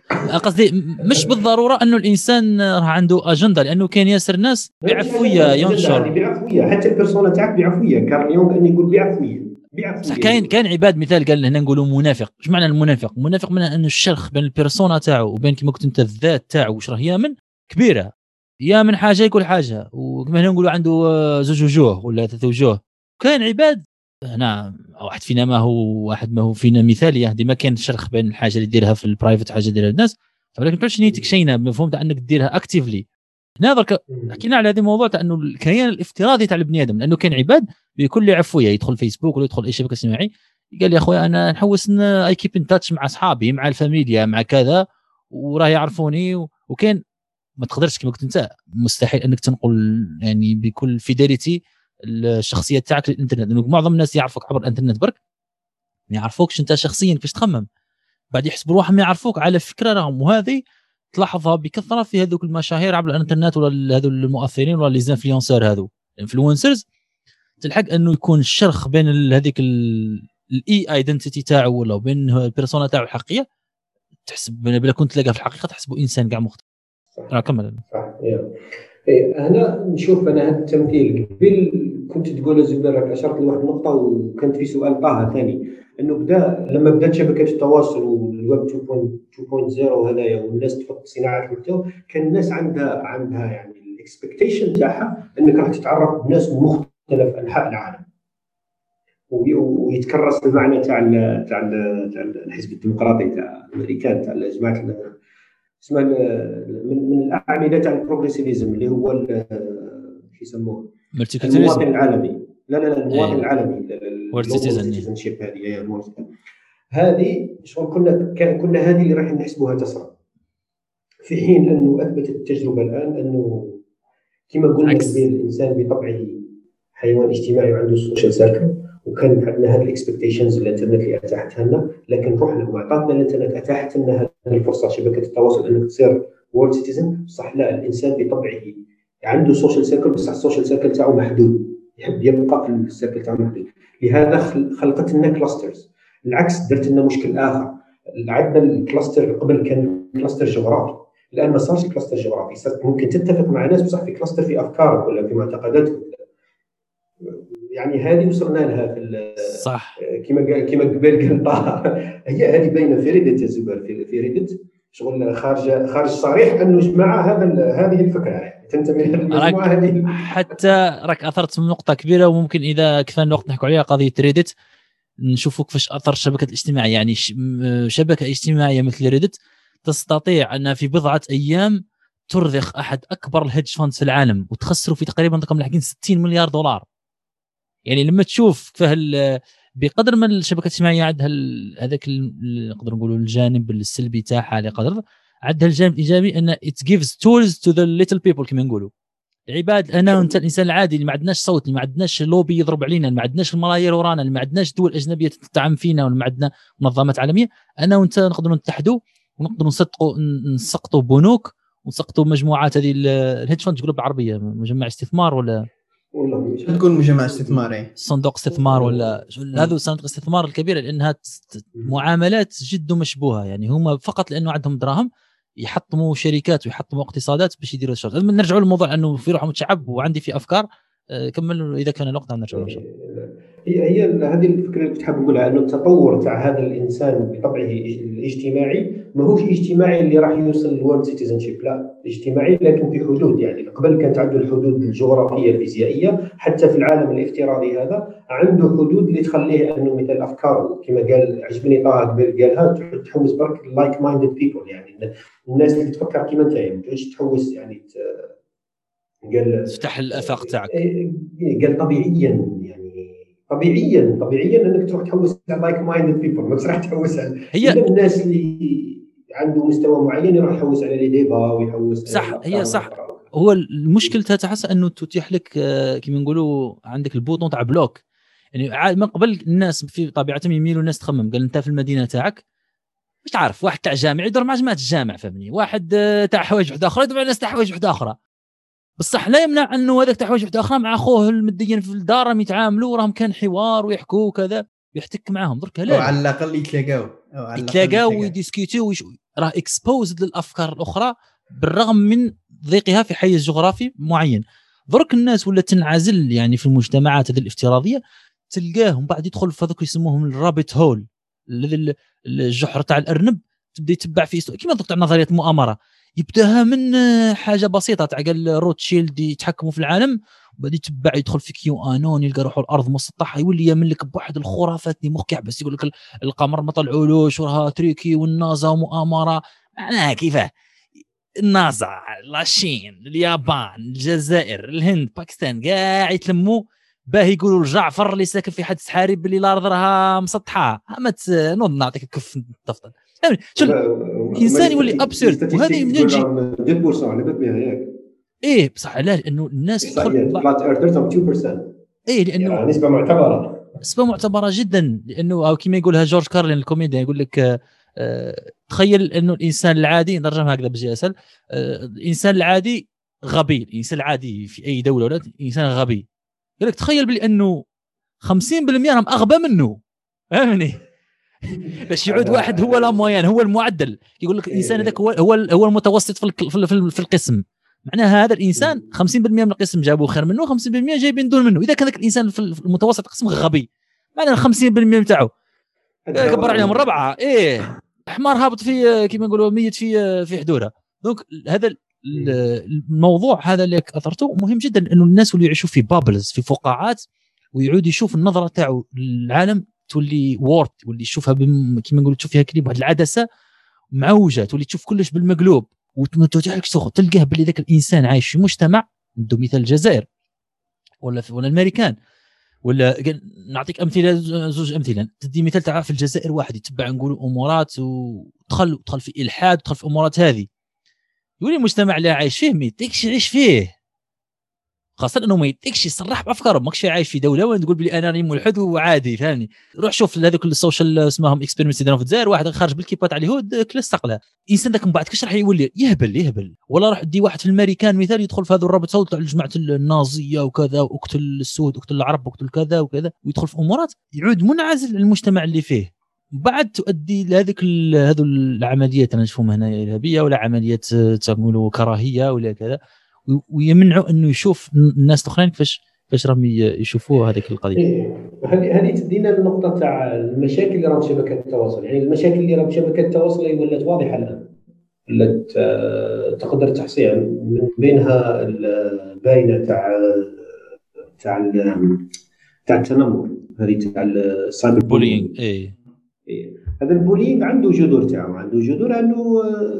قصدي مش بالضروره انه الانسان راه عنده اجنده، لانه كاين ياسر ناس بعفويه ينشر بعفويه، حتى البيرسونا تاعك بعفويه. كارل يونغ انه يقول بعفويه. صح. كاين عباد مثال قال هنا نقولوا منافق. ايش معنى المنافق؟ المنافق معناه انه الشرخ بين البيرسونا تاعو وبين كما قلت انت الذات تاعو واش راه يامن كبيره، يامن حاجه يقول حاجه، وكما هنا نقولوا عنده زوج وجوه ولا ثلاث وجوه. كاين عباد هنا واحد فينا ما هو فينا مثاليه، ديما كاين الشرخ بين الحاجه اللي ديرها في البرايفت وحاجه ديالها الناس، ولكن كلش نيتك شينه مفهوم تاع انك ديرها اكتيفلي. هنا درك حكينا على هذا الموضوع تاع انه الكيان الافتراضي تاع البني ادم، لانه كاين عباد بكل عفويه يدخل فيسبوك ولا يدخل اي شبكه اجتماعي قال يا اخويا انا نحوس اي كيب ان تاتش مع اصحابي مع الفاميليا مع كذا وراه يعرفوني. وكاين ما تقدرش كما قلت انت مستحيل انك تنقل يعني بكل فيداليتي الشخصيه تاعك للانترنت، لانه معظم الناس يعرفوك عبر الانترنت برك ما يعرفوكش انت شخصيا كيفاش تخمم، بعد يحسبوا روحهم يعرفوك على فكره راهم. وهذه تلاحظها بكثره في هذوك المشاهير عبر الانترنت ولا هذو المؤثرين ولا ليزانفلونسور هذو الانفلونسرز، تلحق انه يكون الشرخ بين هذيك الاي ايدنتيتي تاعو ولا بين البيرسونا تاعو الحقيقيه، تحسب بلا كنت تلاقى في الحقيقه تحسبه انسان كاع مختلف. كمل. صح. هنا نشوف انا هذا التمثيل قبل كنت تقول زبير اشرت لواحد النقطه وكانت في سؤال طه ثاني، انه لما بدات شبكه التواصل والويب 2.0 هذايا والناس تحط صناعه المحتوى، كان الناس عندها يعني الاكسبكتيشن تاعها انك راح تتعرف بناس من مختلف انحاء العالم، ويتكرس المعنى تاع الحزب الديمقراطي تاع الامريكان تاع جماعه اسمها من الاعمده تاع البروغريسيفيزم اللي هو شو يسموه المواطن العالمي. لا المواطن العالمي السيتيزنشيب هذه شغل كنا هذه اللي راح نحسبوها تسرع، في حين انه اثبتت التجربه الان انه كما قلنا الانسان بطبعه حيوان اجتماعي وعنده سوشيال سيركل، وكان عندنا هذه الاكسبكتيشنز الانترنت اللي اتاحتها لنا، لكن رحنا وعطاتنا الانترنت اتاحت لنا هذه الفرصه شبكه التواصل انك تصير وورد سيتيزن. صح لا الانسان بطبعه عنده سوشيال سيركل، بس السوشيال سيركل تاعو محدود، يحب يبقى في السيركل تاعو محدود، لهذا خلقت لنا كلاسترز. العكس درت لنا مشكل اخر، عندنا الكلاستر قبل كان كلاستر جغرافي، الان ما صارش كلاستر جغرافي، صرت ممكن تتفق مع ناس بصح في كلاستر في افكارك ولا في معتقداتك. يعني هذه وصلنا لها في صح كما قبل قال طه، هي هذه باينه في ريدت يا زبر، في ريدت شغل خارج صريح انه مع هذه الفكره يعني تنتمي للمجموعه هذه. حتى راك اثرت من نقطه كبيره، وممكن اذا كفانا الوقت نحكوا عليها قضيه ريدت نشوفوا كيفاش اثر الشبكه الاجتماعيه. يعني شبكه اجتماعيه مثل ريدت تستطيع ان في بضعه ايام ترضخ احد اكبر الهيدج فاندز في العالم وتخسروا في تقريبا رقم لاحقين 60 مليار دولار. يعني لما تشوف بقدر ما الشبكه الاجتماعيه عندها هذاك نقدر نقولوا الجانب السلبي تاعها، لقدر عندها الجانب الايجابي ان it gives tools to the little people كما نقولوا العباد. انا وانت الانسان العادي اللي ما عندناش صوت، اللي ما عندناش لوبي يضرب علينا، اللي ما عندناش الملايير ورانا، اللي ما عندناش دول اجنبيه تدعم فينا، ولا ما عندنا منظمات عالميه، انا وانت نقدروا نتحدوا ونقدروا نسقطوا بنوك ونسقطوا مجموعات هذه الهيدج فاند تقول بالعربيه مجمع استثمار ولا تقول مجمع استثماري صندوق استثمار ولا هذا صندوق الاستثمار الكبيره، لانها معاملات جد مشبوهه. يعني هم فقط لانه عندهم دراهم يحطموا شركات ويحطموا اقتصادات باش يديروا الشغل. نرجعوا للموضوع انه في روحهم متشعب وعندي في افكار. كملوا اذا كان الوقت نرجع ان شاء الله. هي هذه الفكره اللي كنت حاب نقولها، انه التطور تاع هذا الانسان بطبعه الاجتماعي ماهوش اجتماعي اللي راح يوصل للورد سيتيزنشيب، لا اجتماعي لكن في حدود. يعني قبل كانت عنده الحدود الجغرافيه الفيزيائيه، حتى في العالم الافتراضي هذا عنده حدود اللي تخليه انه مثل افكاره كما قال عجبني طه قبل قالها تحوس برك لايك مايندد بيبل، يعني الناس اللي تفكر كيما انت، يعني ما تحوس يعني قال تفتح الافاق تاعك. قال طبيعيا انك تروح تحوس على لايك مايندد بيبل، ما راح تحوس على الناس اللي عنده مستوى معين يروح يحوس على لي ديبا ويحوس صح. هي صح. هو المشكل تحس انه تتيح لك كيما نقولوا عندك البوطون تاع بلوك. يعني من قبل الناس في طبيعتهم يميلوا الناس تخمم، قال انت في المدينه تاعك مش تعرف واحد تاع جامع يدور مع جماعه الجامع، فهمني، واحد تاع حوايج واحده اخرى يدور مع ناس تاع حوايج واحده اخرى. بصح لا يمنع انه هذاك تاع حوايج واحده اخرى مع اخوه المدين في الدار راهم يتعاملوا، راهم كان حوار ويحكوا وكذا يحتك معاهم. درك لا على الاقل يتلاقاو يتلاقاو ويديسكوتيو راه اكسبوزد للافكار الاخرى بالرغم من ضيقها في حيز جغرافي معين. درك الناس ولا تنعزل يعني في المجتمعات هذه الافتراضيه، تلقاهم بعد يدخل في هذوك يسموهم الرابت هول، الجحر تاع الارنب، تبدا يتبع فيه كيما تاع نظريه المؤامره، يبداها من حاجه بسيطه تاع قال روتشيلد يتحكموا في العالم، وبعد يتبع يدخل في كيو انون يلقى روحه الارض مسطحه، يولي يملك بواحد الخرافات اللي مخك يحبس يقول لك القمر ما طلعولوش وراها تريكي والنازا ومؤامره. معناها كيفاه النازا، لاشين، اليابان، الجزائر، الهند، باكستان كاع يتلموا باه يقولوا لجعفر اللي ساكن في حد حارب باللي الارض راها مسطحه. ما نوض نعطيك كف تفضل. شوف الانسان يولي ابسورد، وهذه من يجي 10% على بالك ايه بصح. لا لانه الناس تدخل فلات ايرثرز 2%، ايه لانه يعني نسبه معتبره جدا. لانه او كما يقولها جورج كارلين الكوميديان، يقول لك تخيل انه الانسان العادي، نرجمها هكذا بجي اسهل، الانسان العادي غبي، الانسان العادي في اي دوله ولا انسان غبي، يقول لك تخيل بلي انه 50% راهم اغبى منه، فهمني؟ باش يعود واحد هو لا موين، هو المعدل. يقول لك الانسان هذاك هو المتوسط في القسم. معناها هذا الانسان 50% من القسم جابوا خير منه، 50% جايبين دون منه. اذا كان ذاك الانسان في المتوسط القسم غبي، معناها 50% نتاعو كبر عليهم الربعه. ايه حمار هابط في كيما نقولوا ميت في حدوره. دونك هذا الموضوع هذا اللي اثرته مهم جدا، انه الناس اللي يعيشوا في بابلز، في فقاعات، ويعود يشوف النظره تاعو للعالم تولي وورد، واللي يشوفها كيما نقولوا تشوف فيها كليب واحد العدسه معوجه، تولي تشوف كلش بالمقلوب، وتوجعك تلقاه باللي ذاك الانسان عايش في مجتمع عنده مثال الجزائر ولا الامريكان، ولا نعطيك امثله زوج امثله. تدي مثال تاع في الجزائر واحد يتبع نقولوا امورات ودخل في الحاد، ودخل في امورات هذه، يولي المجتمع اللي عايش فيه ما يديكش يعيش فيه، خاصه انه ما يديكش يصرح بافكاره. ماكش عايش في دوله وين تقول بلي انا راني ملحد وعادي، فهمني؟ روح شوف هذوك السوشيال اسمهم اكسبيرمنتس اللي في الجزائر، واحد خارج بالكيبات على اليهود كل استقله الانسان ذاك من بعد كش راح يولي يهبل. ولا راح دي واحد في الامريكان مثال يدخل في هذا الرابط صوت تاع الجماعه النازيه وكذا، واقتل السود واقتل العرب واقتل كذا وكذا، ويدخل في امورات يعود منعزل المجتمع اللي فيه. بعد تؤدي لهذيك هذو العمليات انا نشوفهم هنا ارهابيه، ولا عمليات تقولوا كراهيه ولا كذا، ويمنعوا انه يشوف الناس الاخرين كيفاش راهم يشوفوا هذيك القضيه. هذه تدينا النقطه تاع المشاكل اللي راهم شبكات التواصل. يعني المشاكل اللي راهم شبكات التواصل اللي ولات واضحه الان، ولات تقدر تحصيها من بينها الباينه تاع التنمر، هذه تاع السايبر بولينج. هذا البولينج عنده جذور تاعو، انه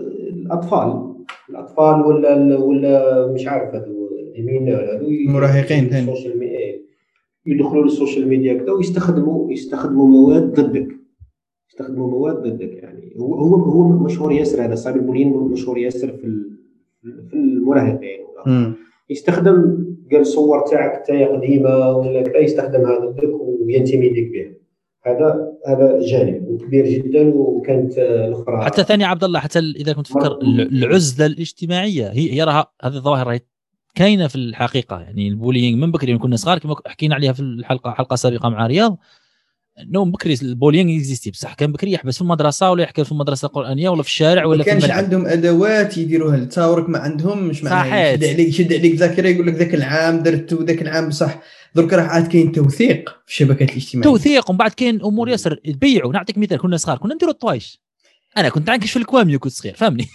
الاطفال ولا مش عارف هذو يمين هذو مراهقين ثاني يدخلوا للسوشيال ميديا كذا ويستخدموا مواد ضدك. يعني هو مشهور ياسر، هذا السايبر بولينج مشهور ياسر في المراهقين. يستخدم قال صور تاعك تاع قديمه ولا كذا، يستخدمها ضدك وينتميدك بها. هذا جانب كبير جدا. وكانت الاخرى حتى ثاني عبد الله، حتى اذا كنت تفكر العزله الاجتماعيه هي راها هذه الظواهر راهي كاينه في الحقيقه. يعني البولينج من بكري كنا صغار كما حكينا عليها في حلقه سابقه مع رياض، انه بكري البولينج اكزيستي، بصح كان بكري يحبس في المدرسه ولا يحكي في المدرسه القرانيه ولا في الشارع ولا في الملعب. كانش عندهم ادوات يديروها لتصاورك، ما عندهم مش معناها يشد عليك ذاكره يقول لك ذاك العام درت وذاك العام بصح. درك راه عاد كاين توثيق في الشبكات الاجتماعيه، توثيق. ومن بعد كاين امور ياسر تبيعوا. نعطيك مثال، كنا صغار كنا نديروا الطوايش، انا كنت عنكش في الكواميو كنت صغير، فهمني؟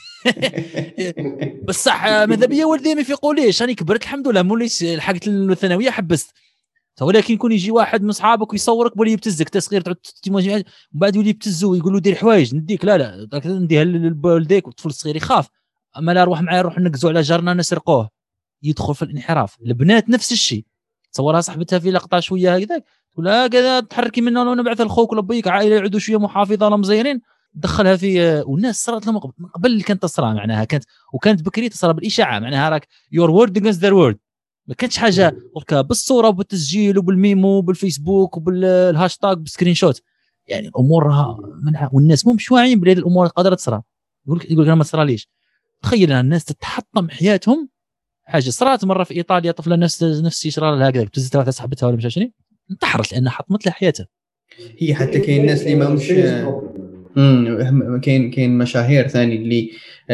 بصح ماذا بيا والدي ما يفيقوليش، راني كبرت الحمد لله، موليش لحقت الثانويه حبست. ولكن يكون يجي واحد من اصحابك ويصورك بولي يبتزك تصغير، تعود ومن بعد يولي يبتزو ويقول له دير حوايج نديك، لا نديها للوالديك. والطفل الصغير يخاف، اما لا روح معايا نروح نقزوا على جارنا نسرقوه، يدخل في الانحراف. البنات نفس الشيء، تصورها صاحبتها في لقطه شويه هكذاك تقول لها كذا تحركي منه وانا نبعث لخوك ولا بيك عائله يعودوا شويه محافظه ولا مزيرين، دخلها في. والناس صارت لهم قبل اللي كانت تصرى، معناها وكانت بكري تصرى بالاشاعه، معناها راك يور وورد اجينست ذير وورد، ما كانتش حاجه بالصوره وبالتسجيل وبالميمو وبالفيسبوك وبالهاشتاج بالسكرين شوت. يعني الامور منها، والناس مش واعيين بهذه الامور قادره تصرى. يقول انا ما تصراليش. تخيل الناس تتحطم حياتهم. حاجه صرات مره في ايطاليا، طفله نفس يشرى لها هكذا، تزت واحده صاحبتها ولا مش عشان انتحرت لانها حطمت لها حياتها. هي حتى كاين الناس اللي ما مش كاين مشاهير ثاني اللي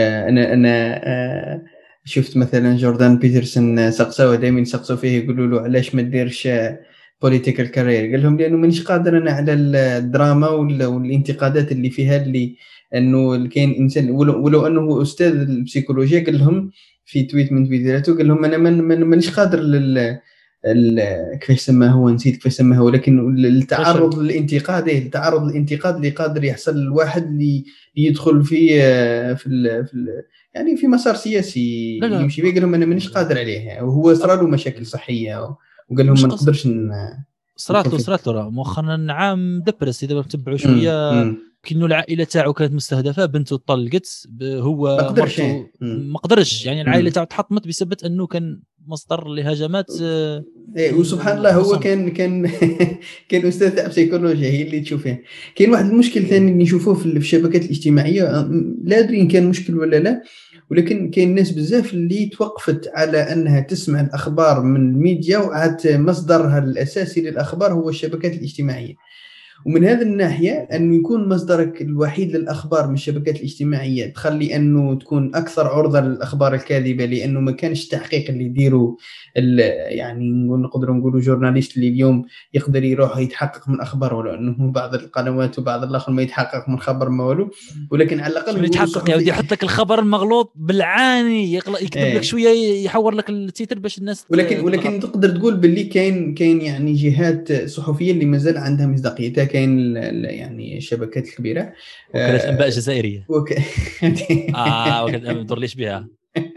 انا شفت مثلا جوردان بيترسون سقسوه دائما يسقسوا فيه يقولوا له علاش ما ديرش بوليتيكال كارير، قال لهم لانه مانيش قادر انا على الدراما والانتقادات اللي فيها، اللي انه كاين انسان ولو انه استاذ البسيكولوجيا، قال لهم في تويت من تويتاته، قال لهم انا مانيش قادر كيفاش سماه هو، نسيت كيفاش سماه، ولكن التعرض للانتقاد، التعرض للانتقاد اللي قادر يحصل الواحد اللي يدخل في يعني في مسار سياسي يمشي فيه، قال لهم انا مانيش قادر عليه، وهو صار له مشاكل صحيه وقال لهم ما نقدرش صرات له مؤخرا عام دبرس اذا تتبعوا شويه، كأنه العائله تاعو كانت مستهدفه، بنته طلقت، هو مرته ما قدرش، يعني العائله تاعو تحطمت بسبب انه كان مصدر لهجمات. وسبحان الله هو كان استاذ تاع بسيكولوجيا، هي اللي تشوفيه. كاين واحد المشكل ثاني اللي نشوفوه في الشبكات الاجتماعيه، لا ادري ان كان مشكل ولا لا، ولكن كاين ناس بزاف اللي توقفت على انها تسمع الاخبار من الميديا، وعاد مصدرها الاساسي للاخبار هو الشبكات الاجتماعيه. ومن هذا الناحية أنه يكون مصدرك الوحيد للأخبار من الشبكات الاجتماعية تخلي أنه تكون أكثر عرضة للأخبار الكاذبة، لأنه ما كانش تحقيق اللي يديروا يعني نقدر نقولوا جورناليست اللي اليوم يقدر يروح يتحقق من أخبار، ولو أنه بعض القنوات وبعض الآخر ما يتحقق من خبر ما ولو، ولكن على الأقل يتحقق يودي يحط لك الخبر المغلوط بالعاني، يكتب لك شوية يحور لك التيتر باش الناس ولكن تقدر تقول باللي كاين يعني جهات صحفية اللي مازال عندها مصداقيتها، كاين يعني الشبكات الكبيرة، وكالة أنباء جزائرية وكالة ما ندورليش بها.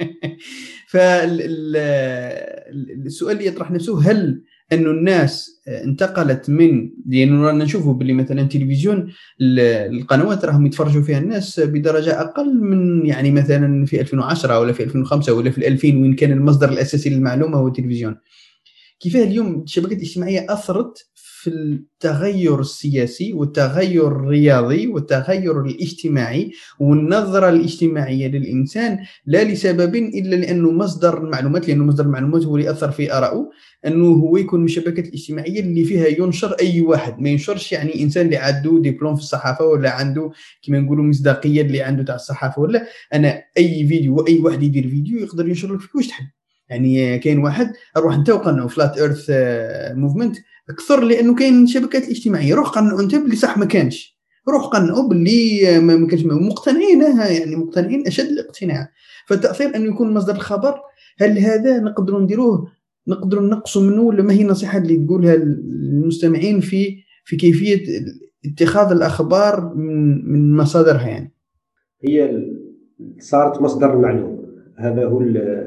فالسؤال اللي يطرح نفسه، هل انه الناس انتقلت من، لانه رانا نشوفوا باللي مثلا تلفزيون القنوات راهم يتفرجوا فيها الناس بدرجه اقل من يعني مثلا في 2010 ولا في 2005 ولا في 2000 وين كان المصدر الاساسي للمعلومه هو التلفزيون. كيفاه اليوم الشبكات الاجتماعيه اثرت في التغير السياسي والتغير الرياضي والتغير الاجتماعي والنظرة الاجتماعية للإنسان، لا لسبب إلا لأنه مصدر المعلومات، لأنه مصدر المعلومات هو اللي أثر في آرائه، أنه هو يكون من الشبكات الاجتماعية اللي فيها ينشر أي واحد، ما ينشرش يعني إنسان اللي عنده دبلوم في الصحافة ولا عنده كما نقولوا مصداقية اللي عنده تاع الصحافة، ولا أنا أي فيديو وأي واحد يدير فيديو يقدر ينشر لك فيه واش تحب. يعني كاين واحد اروح انت وقنعوا فلات ايرث موفمنت اكثر لانه كاين شبكات الاجتماعيه، روح قنعوا انت باللي صح ما كانش، روح قنعوا باللي ما كانش مقتنعين، يعني مقتنعين اشد الاقتناع. فالتاثير انه يكون مصدر الخبر، هل هذا نقدروا نديروه، نقدروا نقصوا منه، ولا ما هي النصيحه اللي تقولها للمستمعين في كيفيه اتخاذ الاخبار من مصادرها؟ يعني هي صارت مصدر المعلومه، هذا هو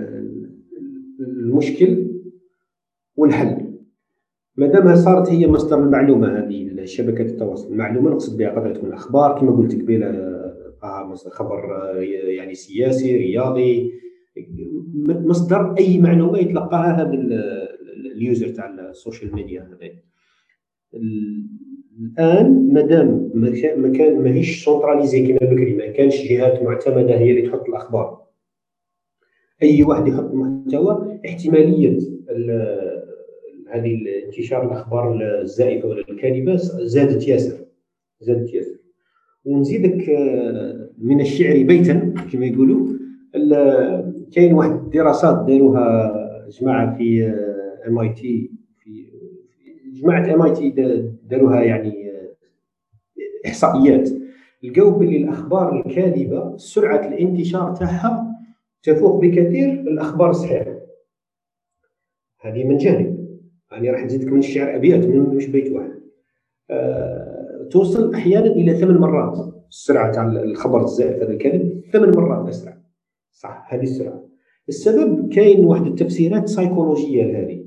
المشكل والحل. ما دامها صارت هي مصدر المعلومه، هذه الشبكات التواصل المعلومه نقصد بها قد تكون اخبار كما قلت قبيله، خبر يعني سياسي رياضي، مصدر اي معلومه يتلقاها هذا اليوزر تاع السوشيال ميديا. هذا الان مادام ماهيش سونتراليزي كما بكري، ما كانش جهات معتمده هي اللي تحط الاخبار، اي واحد يحط محتوى، احتماليه هذه انتشار الاخبار الزائفه ولا الكاذبه زادت ياسر. ونزيدك من الشعر بيتا كما يقولوا، كاين واحد الدراسات داروها جماعه في MIT، في جماعه MIT داروها يعني احصائيات، لقاو باللي الاخبار الكاذبه سرعه الانتشار تاعها تفوق بكثير الاخبار الصحيحه. هذه من جانب، يعني راح نزيدك من الشعر ابيات مش بيت واحد. توصل احيانا الى 8 مرات السرعه تاع الخبر الزائف هذا الكذب، 8 مرات اسرع. صح، هذه السرعه. السبب كاين واحد التفسيرات سيكولوجيه لهذه،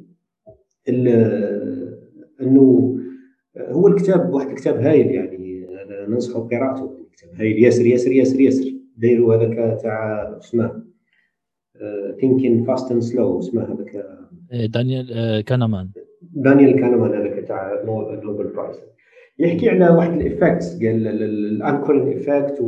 انه هو الكتاب، واحد الكتاب هايل يعني انا ننصح قراءته، كتاب هايل ياسر ياسر ياسر ياسر، دايروا هذاك تاع اسمه Thinking Fast and Slow، اسمه هذاك دانيال كانمان هذاك تاع نوبل برايز، يحكي على واحد الافكت، قال الانكورين افكت،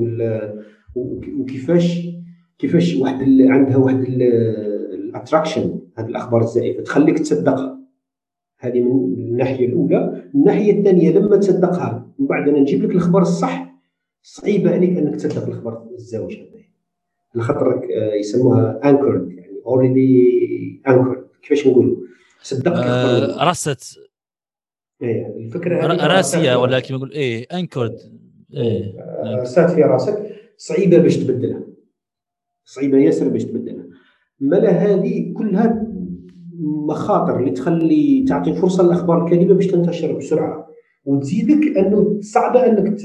وكيفاش واحد عندها واحد الاتراكشن، هذه الاخبار الزائفه تخليك تصدقها. هذه من الناحيه الاولى. الناحيه الثانيه لما تصدقها من بعد انا نجيب لك الاخبار الصح، صعيبه عليك انك تصدق الخبر الزوج هذا، لخاطرك يسموها انكورد، يعني اوريدي انكورد. كيفاش نقولوا؟ صدقت الخبر رست الفكره هذه راسيه، ولا كيما نقول انكورد، رسات في راسك، صعيبه باش تبدلها، صعيبه ياسر باش تبدلها. مالا هذه كلها مخاطر اللي تخلي تعطي فرصه للاخبار الكاذبه باش تنتشر بسرعه، وتزيدك انه صعبه انك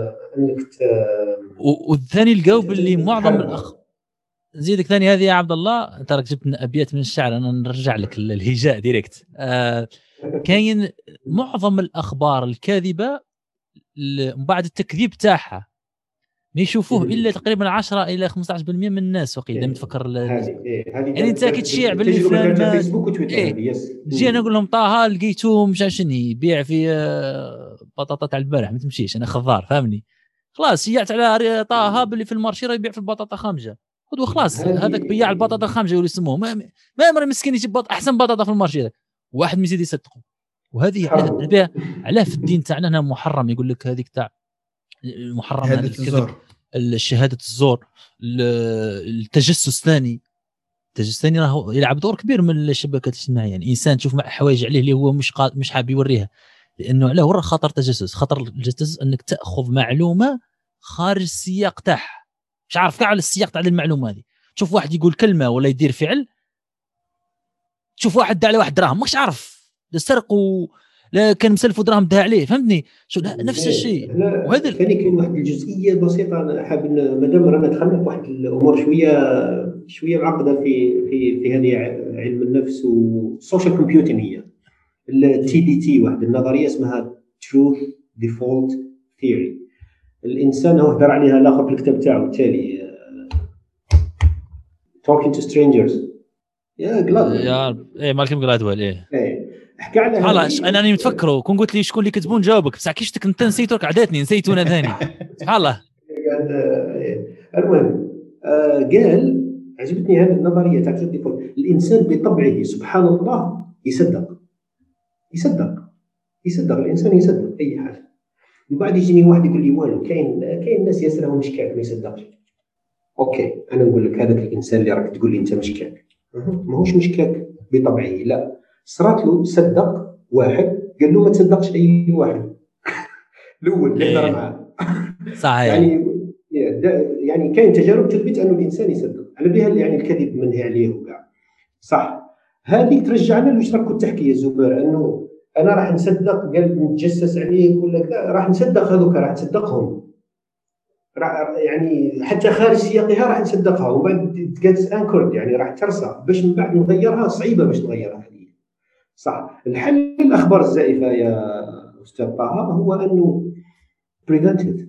والثاني الجواب اللي معظم زيدك ثاني هذه يا عبد الله، تراك جبت ابيات من الشعر، انا نرجع لك الهجاء ديريكت. كاين معظم الاخبار الكاذبه بعد التكذيب تاعها ما يشوفوه الا تقريبا 10 الى 15% من الناس، وقيل لما تفكر يعني انت كي تشيع باللي فلان ما فيسبوك وتويتر نجي انا نقول لهم طه لقيتوه مش عشان يبيع في بطاطا تاع البارح ما تمشيش، انا خضار فهمني، خلاص شيعت على طه باللي في المارشيره يبيع في البطاطا خامجه، خذوا خلاص هذاك بياع البطاطا الخامجه يقولوا يسموه ما امر مسكين يجيب احسن بطاطا في المارشيره، واحد ما يزيد يصدقه. وهذه علاه في الدين تاعنا محرم، يقول لك هذيك تاع محرم هذا الكذب، الشهاده الزور، التجسس ثاني راهو يلعب دور كبير من الشبكات الاجتماعيه. يعني انسان تشوف مع حوايج عليه اللي هو مش حاب يوريها، لانه علاه ورا خطر تجسس. خطر التجسس انك تاخذ معلومه خارج السياق تاعها، مش عارف كاع على السياق تاع المعلومه هذه. تشوف واحد يقول كلمه ولا يدير فعل، تشوف واحد داع على واحد دراهم ماكش عارف سرق لا كان مسلف دراهم داع عليه، فهمتني شو نفس الشيء. وهذا ثاني كاين واحد الجزئيه بسيطه، انا حاب مادام رانا دخلنا في واحد الامور شويه معقده في هذه علم النفس والسوشيال كومبيوتينغ، هي التي دي تي، واحد النظريه اسمها تروث ديفولت ثيوري. الانسان هو هضر عليها الاخر في الكتاب تاعو التالي Talking to Strangers يا مالكم جلادويل حكى على خلاص. انا متفكره كون قلت لي شكون اللي كتبون جاوبك، بصح كيشتك انت نسيتوك عداتني نسيتونا ثاني سبحان الله. المهم قال عجبتني هذه النظريه تاع الانسان بطبعه سبحان الله يصدق الانسان يصدق اي حاجه. من بعد يجيني واحد يقول لي والو كاين ناس ياسرهم مشكاك ما يصدقش. اوكي انا نقول لك هذاك الانسان اللي راك تقول لي انت مشكاك ماهوش مشكاك بطبعه، لا صرات له صدق واحد قال له ما تصدقش اي واحد الاول اللي هضر معاه صحيح. يعني كاين تجارب تثبت انه الانسان يصدق على بها، يعني الكذب منهي عليه وكاع صح. هذه ترجعنا واش راك كنت تحكي يا زبير، انه انا راح نصدق قال نتجسس عليك ولا كذا، راح نصدق هذوك، راح نصدقهم يعني حتى خارج سياقها راح نصدقها، وبعد تجلس انكورد يعني راح ترسى باش من بعد نغيرها، صعيبه باش نغيرها هذه صح. الحل الاخبار الزائفه يا استاذ طه هو انه prevented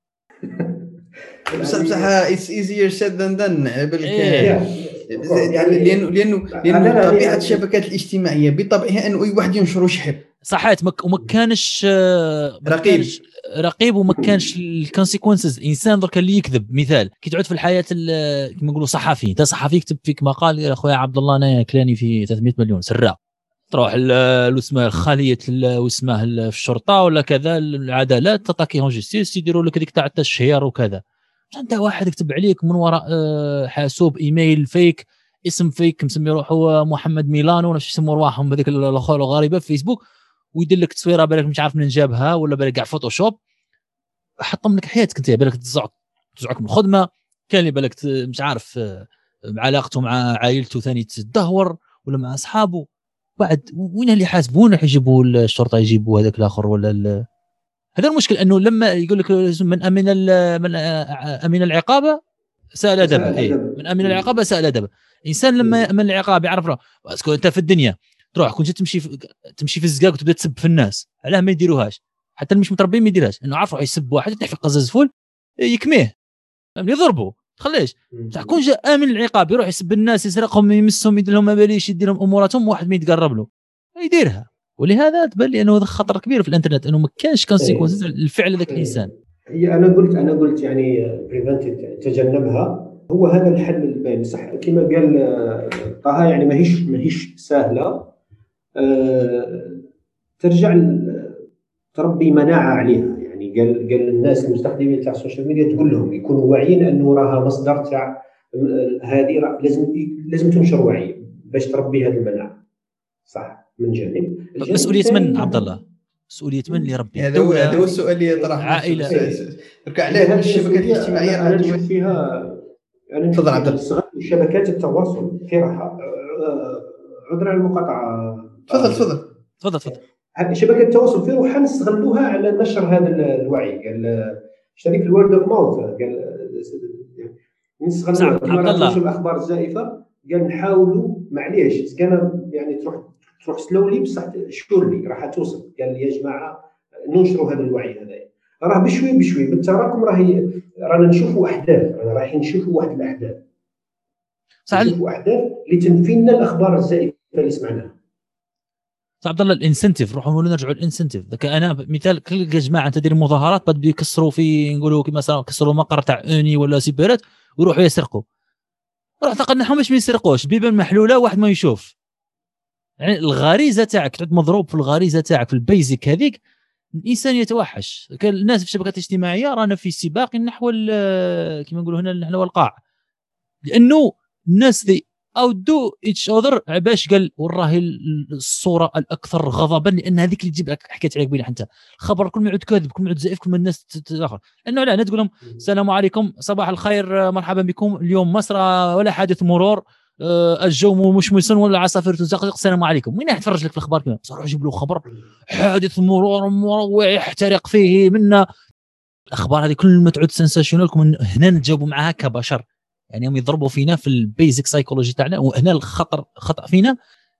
بصح it's easier said than done يعني لانه طبيعه الشبكات الاجتماعيه بطبعها انه اي واحد ينشر ويشحب صحيت وما كانش رقيب وما كانش الكونسيكونسز. انسان درك اللي يكذب مثال كي تعود في الحياه كما نقولوا صحفي، انت صحفي يكتب فيك مقال يا اخويا عبد الله انا كلاني في 300 مليون سراء، تروح اسمها خليه واسمه في الشرطه ولا كذا العداله تطاكيهم جيستيس يديروا لك هذيك تاع التشهير وكذا. انت واحد يكتب عليك من وراء حاسوب ايميل فيك، اسم فيك مسمي روحه محمد ميلانو ولا يسموا رواحهم بهذيك الاخر الغريبه في فيسبوك، ويدير لك تصويره بالك مش عارف من جابها ولا بالك كاع فوتوشوب، حطم لك حياتك انت بالك تزعك من الخدمه، كان اللي بالك مش عارف علاقته مع عائلته ثاني تدهور ولا مع اصحابه. بعد وين اللي يحاسبون راح يجيبوا الشرطه يجيبوا هذاك الاخر ولا هذا المشكل انه لما يقول لك من امن العقابه سأل ادب من امن العقابه سأل ادب. انسان لما من العقاب يعرف له اسكو انت في الدنيا تروح كنت تمشي في الزقاق وتبدا تسب في الناس، علاه ما يديروهاش حتى اللي مش متربين ما يديرهاش، انه عارف روح يسب واحد يطيح في قزاز فول يكميه يضربه تخليش. تكون جاء امن العقاب يروح يسب الناس يسرقهم يمسهم يدير لهم ما باليش يدير لهم اموراتهم، واحد ما يتقرب له يديرها. ولهذا تبان لي انه هذا خطر كبير في الانترنت، انه ما كانش كونسيكونس الفعل ذاك الانسان. هي انا قلت يعني بريفنتد تجنبها، هو هذا الحل الباين صح كما قال طه، يعني ماهيش سهله ترجع تربي مناعه عليها، يعني قال للناس المستخدمين تاع السوشيال ميديا تقول لهم يكونوا واعيين انه راها مصدر تاع هذه، لازم تنشر وعي باش تربي هذه المناعه. صح. من جانب مسؤوليه من عبد الله، مسؤوليه من اللي يربي؟ هذا هو السؤال اللي يطرح عائله ركع عليه الشبكات الاجتماعيه. انا نشوف فيها، تفضل عبد الله. شبكات التواصل في راحه، عذرا على المقاطعه. تفضل. شبكات التواصل في روحها نستغلوها على نشر هذا الوعي. قال شريك الورد اوف ماوث، قال نستغلوها كما نشوف الاخبار الزائفه. قال نحاولوا معليش كان يعني تروح سلولي بصح شورلي راح توصل. قال يا جماعه ننشروا هذا الوعي هذايا، راه بشوي بالتراكم رانا نشوفوا احداث، رانا رايحين نشوفوا واحد الاحداث، نشوفوا احداث اللي تنفي لنا الاخبار الزائفه اللي سمعناها. عبد الله الانسنتيف، روحوا نرجعوا الانسنتيف. ذاك انا مثال كل جماعه تدير مظاهرات بدو يكسروا في نقولوا كما مثلا كسروا مقر تاع اوني ولا سيبرات ويروحوا يسرقوا، روح تقنعهم باش ما يسرقوش، بيبان محلوله واحد ما يشوف. يعني الغريزه تاعك تعود مضروب في الغريزه تاعك في البيزك هذيك، الانسان يتوحش. كان الناس في الشبكات الاجتماعيه رانا في سباق نحو كما نقولوا هنا نحن والقاع، لانه الناس ذي او دو اتش اذر باش قال وراه الصوره الاكثر غضبا، لان هذيك اللي تجيب لك حكيت عليك بين حتى الخبر كل ما يعود كاذب كل ما يعود زائف كل ما الناس تاخر. لانه لا تقول لهم السلام عليكم صباح الخير مرحبا بكم اليوم مصر ولا حادث مرور الجو مش مسن ولا عصافير تزقزق السلام عليكم. وين يتفرج لك في الاخبار كذا صار يجيب له خبر حادث مرور مروع يحترق فيه منا. الاخبار هذه كل ما تعود سنساشنال هنا نجاوبوا معها كبشر، يعني هم يضربوا فينا في البيزك سايكولوجي تاعنا، وهنا الخطا فينا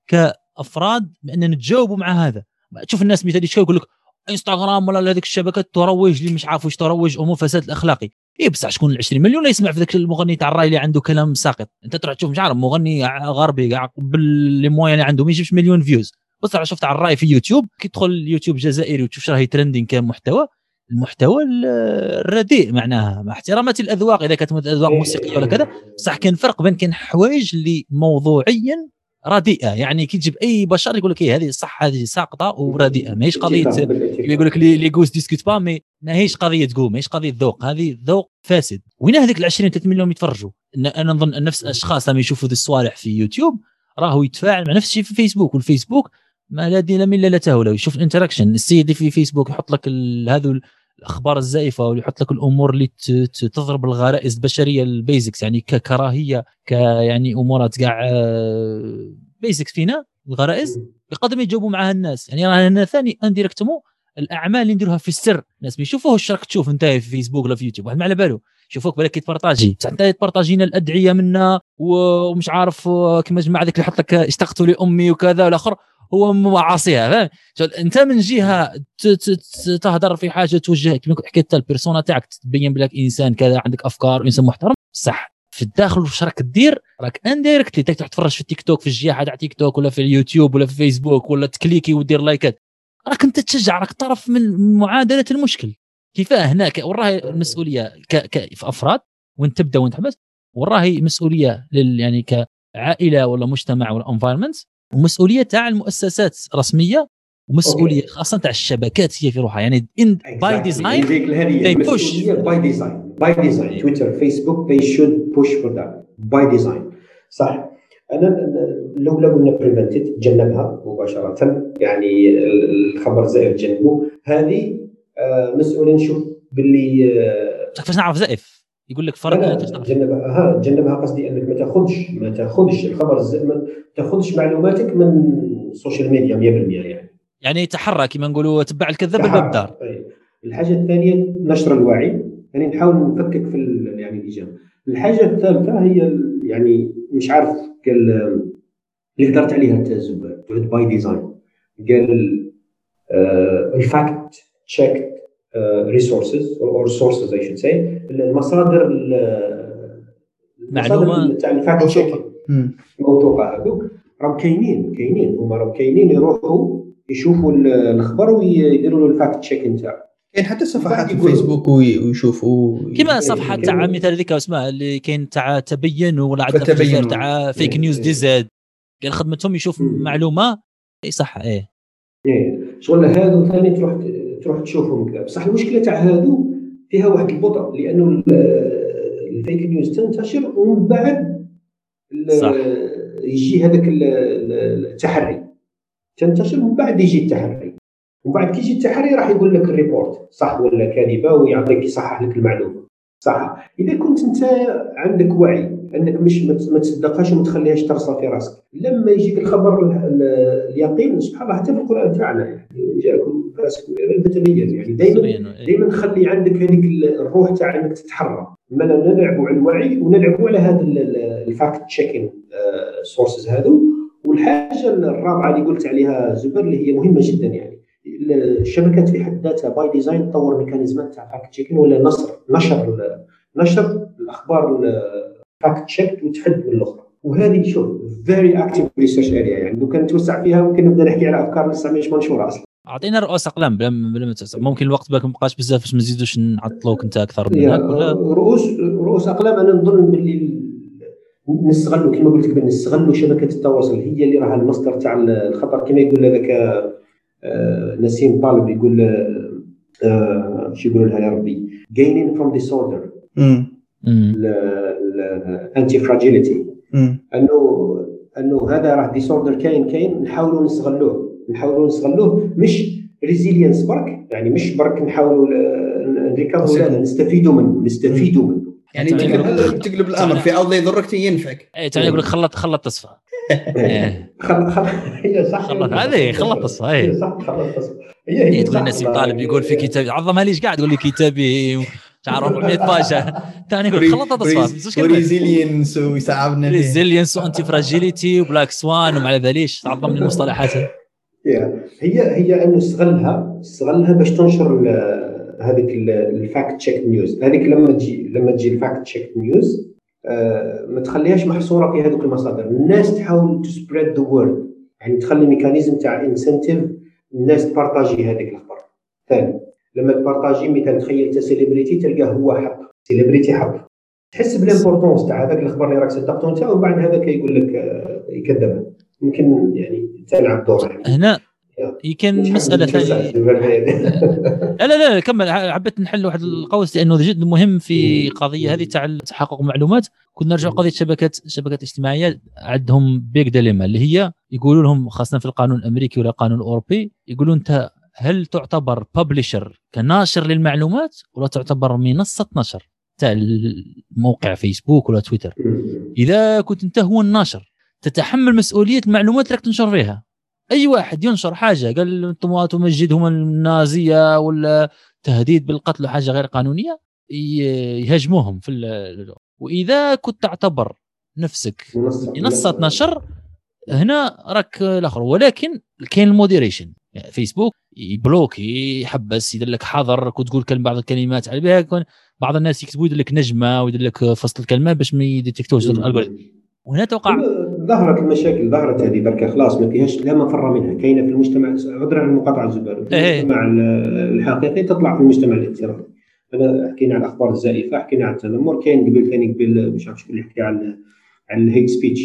كافراد بان نتجاوبوا مع هذا. تشوف الناس مثال يقول لك انستغرام ولا هذيك الشبكات تروج اللي مش عارف واش تروج امور فساد الاخلاقي. اي بصح شكون ال 20 مليون لا يسمع في ذاك المغني تاع الراي اللي عنده كلام ساقط؟ انت تروح تشوف مش عارف مغني غربي باللي موين اللي عنده ما يجيبش مليون فيوز، بس راح شفت على الراي في يوتيوب كي تدخل اليوتيوب جزائري وتشوف راهي ترندين كمحتوى، المحتوى الرديء معناها مع احترامات الاذواق اذا كانت اذواق موسيقيه ولا كذا، بصح كاين فرق بين كاين حوايج اللي موضوعيا رديئه. يعني كي تجيب اي بشر يقول لك هذه صح هذه ساقطه ورديئه، ماهيش قضيه يقول لك لي غوس ديسكوت با مي ماهيش قضيه تقول ماهيش قضيه ذوق، هذه ذوق فاسد. وين هذيك ال 20 30 مليون يتفرجوا؟ انا نظن نفس الاشخاص لما يشوفوا ذي الصوالح في يوتيوب راهو يتفاعل مع نفس الشيء في فيسبوك، والفيسبوك ما لا دين من لا تهوله يشوف الانتراكشن. السيد في فيسبوك يحط لك هذو الاخبار الزائفه ويحط لك الامور اللي تضرب الغرائز البشريه البيزكس، يعني ككراهيه يعني امورات كاع بيزكس فينا الغرائز بقدر ما يجاوبوا معها الناس. يعني رانا ثاني انديركتمو الاعمال اللي نديروها في السر الناس بيشوفوه الشرك تشوف انت في فيسبوك ولا في يوتيوب واحد ما على باله يشوفوك بالك تبارطاجي بصح انت تبارطاجينا الادعيه منا ومش عارف كما جماعه ذاك اللي يحط لك اشتقت لامي وكذا والاخر هو معاصيها. فاهم انت من جهه تهدر في حاجه توجه كما حكيت البيرسونا تاعك تبين بلك انسان كذا عندك افكار انسان محترم، صح في الداخل واش راك دير راك انديركت اللي تتفرج في التيك توك في الجهه تاع تيك توك ولا في اليوتيوب ولا في فيسبوك ولا تكليكي ودير لايكات، راك انت تشجع راك طرف من معادله المشكل. كيفاه هناك وراه المسؤوليه في افراد وين تبدا وين تحبس، وراه مسؤوليه يعني كعائله ولا مجتمع ولا انفايرمنت، ومسؤوليه تاع المؤسسات الرسميه، ومسؤوليه خاصه تاع الشبكات هي في روحها. يعني باي ديزاين باي ديزاين تويتر فيسبوك they should push for that باي ديزاين. صح. انا لو قلنا بريفنتد تجنبها مباشره، يعني الخبر زائف تجنبه، هذه مسؤولين نشوف باللي كيفاش نعرف زائف يقول لك فرق تجنبها قصدي انك ما تاخذش الخبر ما تاخذش معلوماتك من السوشيال ميديا 100% يعني تحرى كما نقولوا تبع الكذاب بالباب دار. طيب. الحاجه الثانيه نشر الوعي، يعني نحاول نفكك في يعني الايجاب. الحاجه الثالثه هي يعني مش عارف قال اللي هدرت عليها انت الزبال باي ديزاين، قال الفاكت تشيك resources or sources I should say المصادر معلومه تاع الفاكت تشيك موثوقه هذوك راهم كاينين هما راهم كاينين يروحوا يشوفوا الخبر ويديروا له الفاكت تشيك نتاعو. كاين حتى صفحات في فيسبوك ويشوفوا كما صفحه تاع مثال هذيك اسمها اللي كاين تاع تبين ولا عندنا تاع فيك نيوز دي زد قال خدمتهم يشوف معلومه اي صح ايه شغل هذا ثاني وتروح تشوفهم كذا. بصح المشكله تاع هادو فيها واحد البطء، لانه الفيك نيوز تنتشر ومن بعد يجي هذاك التحري، تنتشر ومن بعد يجي التحري، ومن بعد كي يجي التحري راح يقول لك الريبورت صح ولا كاذبه ويعطيك يصحح لك المعلومه صح. اذا كنت انت عندك وعي انك مش ما تصدقهاش وما تخليهاش ترسى في راسك، لما يجيك الخبر اليقين سبحان الله حتى في القران تاعنا يعني جاءكم فاسق بتبين، يعني دائما خلي عندك هذيك الروح تاع انك تتحرى. ما نلعبوا على الوعي ونلعبوا على هذا الفاكت تشيكين سورسز هذو. والحاجه الرابعه اللي قلت عليها زبر اللي هي مهمه جدا، يعني الشبكات في حد ذاتها باي ديزاين تطور ميكانيزمات تاع فاكت تشيكين ولا نشر الاخبار فاكت تشيك وتحد من الاخرى. وهذه شوف فيري اكتيف ريسيرش اريا، يعني لو كان نتوسع فيها ممكن نبدا نحكي على افكار لسه مش منشوره اصلا. اعطينا رؤوس اقلام بلا ممكن الوقت باك مابقاش بزاف باش ما نزيدوش نعطلوك انت اكثر من هكا. ولا رؤوس اقلام انا نظن باللي نستغلوا كما قلت قبل، نستغلوا شبكه التواصل هي اللي راها المصدر تاع الخطر. كما يقول هذاك نسيم طالب يقول شو يقولوا لها يا ربي gaining from disorder anti fragility، انه هذا راه ديسوردر كاين نحاولوا نستغلوه مش ريزيلينس برك، يعني مش برك نحاولوا نريكفروا، لا نستفيدوا منه يعني تقلب الامر في عوض يضرك ينفعك. يعني يقول لك خلط تصفى هي صح، هذه خلط تصفى هي صح، خلط تصفى هي تقول الناس طالب يقول في كتاب عظمها ليش قاعد تقول لي كتابي تعرف 400 باجه ثاني يقول خلط تصفى ريزيلينس ويساعدنا ريزيلينس وانتي فراجيليتي وبلاك سوان وما على ذليش تعظم من المصطلحات. هي انه استغلها باش تنشر هذيك الفاكت تشيك نيوز هذيك. لما تجي الفاكت تشيك نيوز ما تخليهاش محصوره في هذوك المصادر، الناس تحاول تو سبريد ذا وورد، يعني تخلي ميكانيزم تاع انسنتيف الناس تبارطاجي هذيك الاخبار. ثاني لما تبارطاجي مثلا تخيل انت سيليبريتي تلقاه هو حق سيليبريتي حق، تحس بالامبورطونس تاع هذاك الاخبار اللي راك صدقته انت، ومن بعد هذاك يقول لك يكذب، ممكن يعني تلعب دور يعني. هنا يمكن مسألة ثانية. لا كمل، حبيت نحل واحد القوس لأنه جد مهم في قضية هذه تاع تحقق معلومات. كنا نرجع قضية شبكات اجتماعية عندهم بيج ديليما اللي هي يقولوا لهم خاصة في القانون الأمريكي ولا القانون الأوروبي، يقولون أنت هل تعتبر ببلشر كناشر للمعلومات ولا تعتبر منصة نشر تاع الموقع فيسبوك ولا تويتر؟ إذا كنت أنت هو الناشر تتحمل مسؤولية المعلومات اللي تنشر فيها. اي واحد ينشر حاجه قال انتم تمجدهم النازيه ولا تهديد بالقتل وحاجه غير قانونيه يهاجموهم في واذا كنت تعتبر نفسك منصه نشر هنا راك الاخر. ولكن كاين الموديريشن، يعني فيسبوك يبلوك يحبس يدير لك حظر، كنت تقول بعض الكلمات على بها بعض الناس يكتبوا يدير لك نجمه ويدير لك فصل الكلمه باش ما يديتكتوش الالغوريثم. وهنا توقع ظهرت المشاكل، ظهرت هذه بركه خلاص ما فيهاش لا مفر منها، كاينه في المجتمع. عذرا عن المقاطعه الزباله، في المجتمع الحقيقي تطلع في المجتمع الافتراضي. انا حكينا عن الاخبار الزائفه، حكينا عن التنمر، كاين قبل مش عارف شكون اللي حكى عن الهيت سبيتش،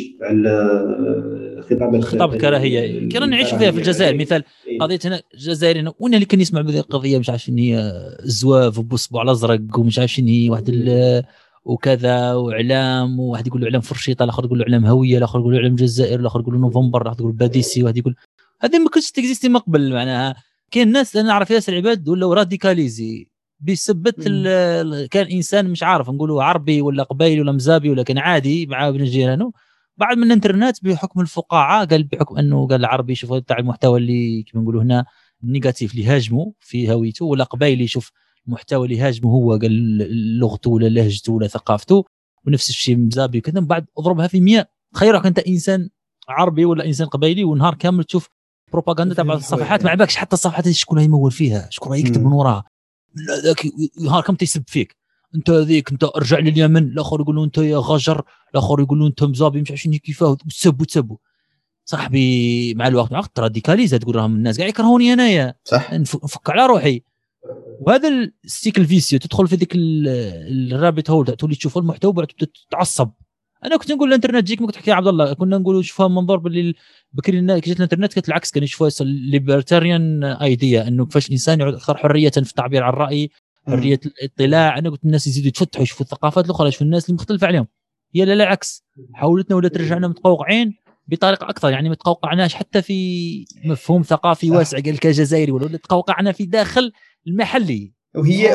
على خطاب الكراهيه. كنا نعيش فيها في الجزائر مثال قضيه هنا الجزائر هنا، وانا اللي كان يسمع بهذه القضيه مش عارف شنو هي الزواف وبصبع الازرق ومش عارف شنو هي واحد وكذا واعلام، وواحد يقول له اعلام فرشيطه، الاخر يقول له اعلام هويه، الاخر يقول له اعلام الجزائر، الاخر يقول له نوفمبر، الاخر يقول باديسي، واحد يقول هذه ما كنتش تكزيستي من قبل. معناها كاين ناس انا نعرف ياسر العباد ولا راديكاليزي بسبت كان انسان مش عارف نقوله عربي ولا قبيلي ولا مزابي ولا كان عادي مع ابن جيرانه، بعد من الانترنت بحكم الفقاعه قال بحكم انه قال العربي شوف تاع المحتوى اللي كما نقولوا هنا نيجاتيف اللي هاجموا في هويته، ولا قبيلي شوف المحتوى اللي هاجمه هو قال لغته ولا لهجته ولا ثقافته، ونفس الشيء مزابي وكذا. بعد اضربها في 100 تخيلك انت انسان عربي ولا انسان قبيلي ونهار كامل تشوف بروباغندا تبع الصفحات، ما عباكش حتى الصفحات شكون يمول فيها، شكون يكتب من وراها، ذاك نهار كم تيسب فيك انت ذيك انت ارجع لليمن، الاخر يقول له انت يا غجر، الاخر يقول له انت مزابي مش عارفين كيفاه، وتسبوا صاحبي. مع الوقت عقد راديكاليزا تقول لهم الناس قاعد يكرهوني انايا صح نفك على روحي. وهذا السيكل فيسيو تدخل في ذيك الرابط هول تولي تشوف المحتوى بعد تتعصب انا كنت نقول الانترنت جيك، ما كنت تحكي يا عبد الله، كنا نقولوا شوفها من منظور باللي بكري الناس جت الانترنت كانت العكس، كان يشوفها ليبرتاريان ايديا، انه كيفاش الانسان يعود اكثر حريه في التعبير عن الراي، حريه الاطلاع. انا قلت الناس يزيدوا يتفتحوا يشوفوا الثقافات الاخرى، يشوفوا الناس اللي مختلفه عليهم. هي لا العكس، حاولتنا ولا ترجعنا متقوقعين بطريقه اكثر، يعني ما تقوقعناش حتى في مفهوم ثقافي واسع قال كجزائري، ولا تقوقعنا في داخل المحلي. وهي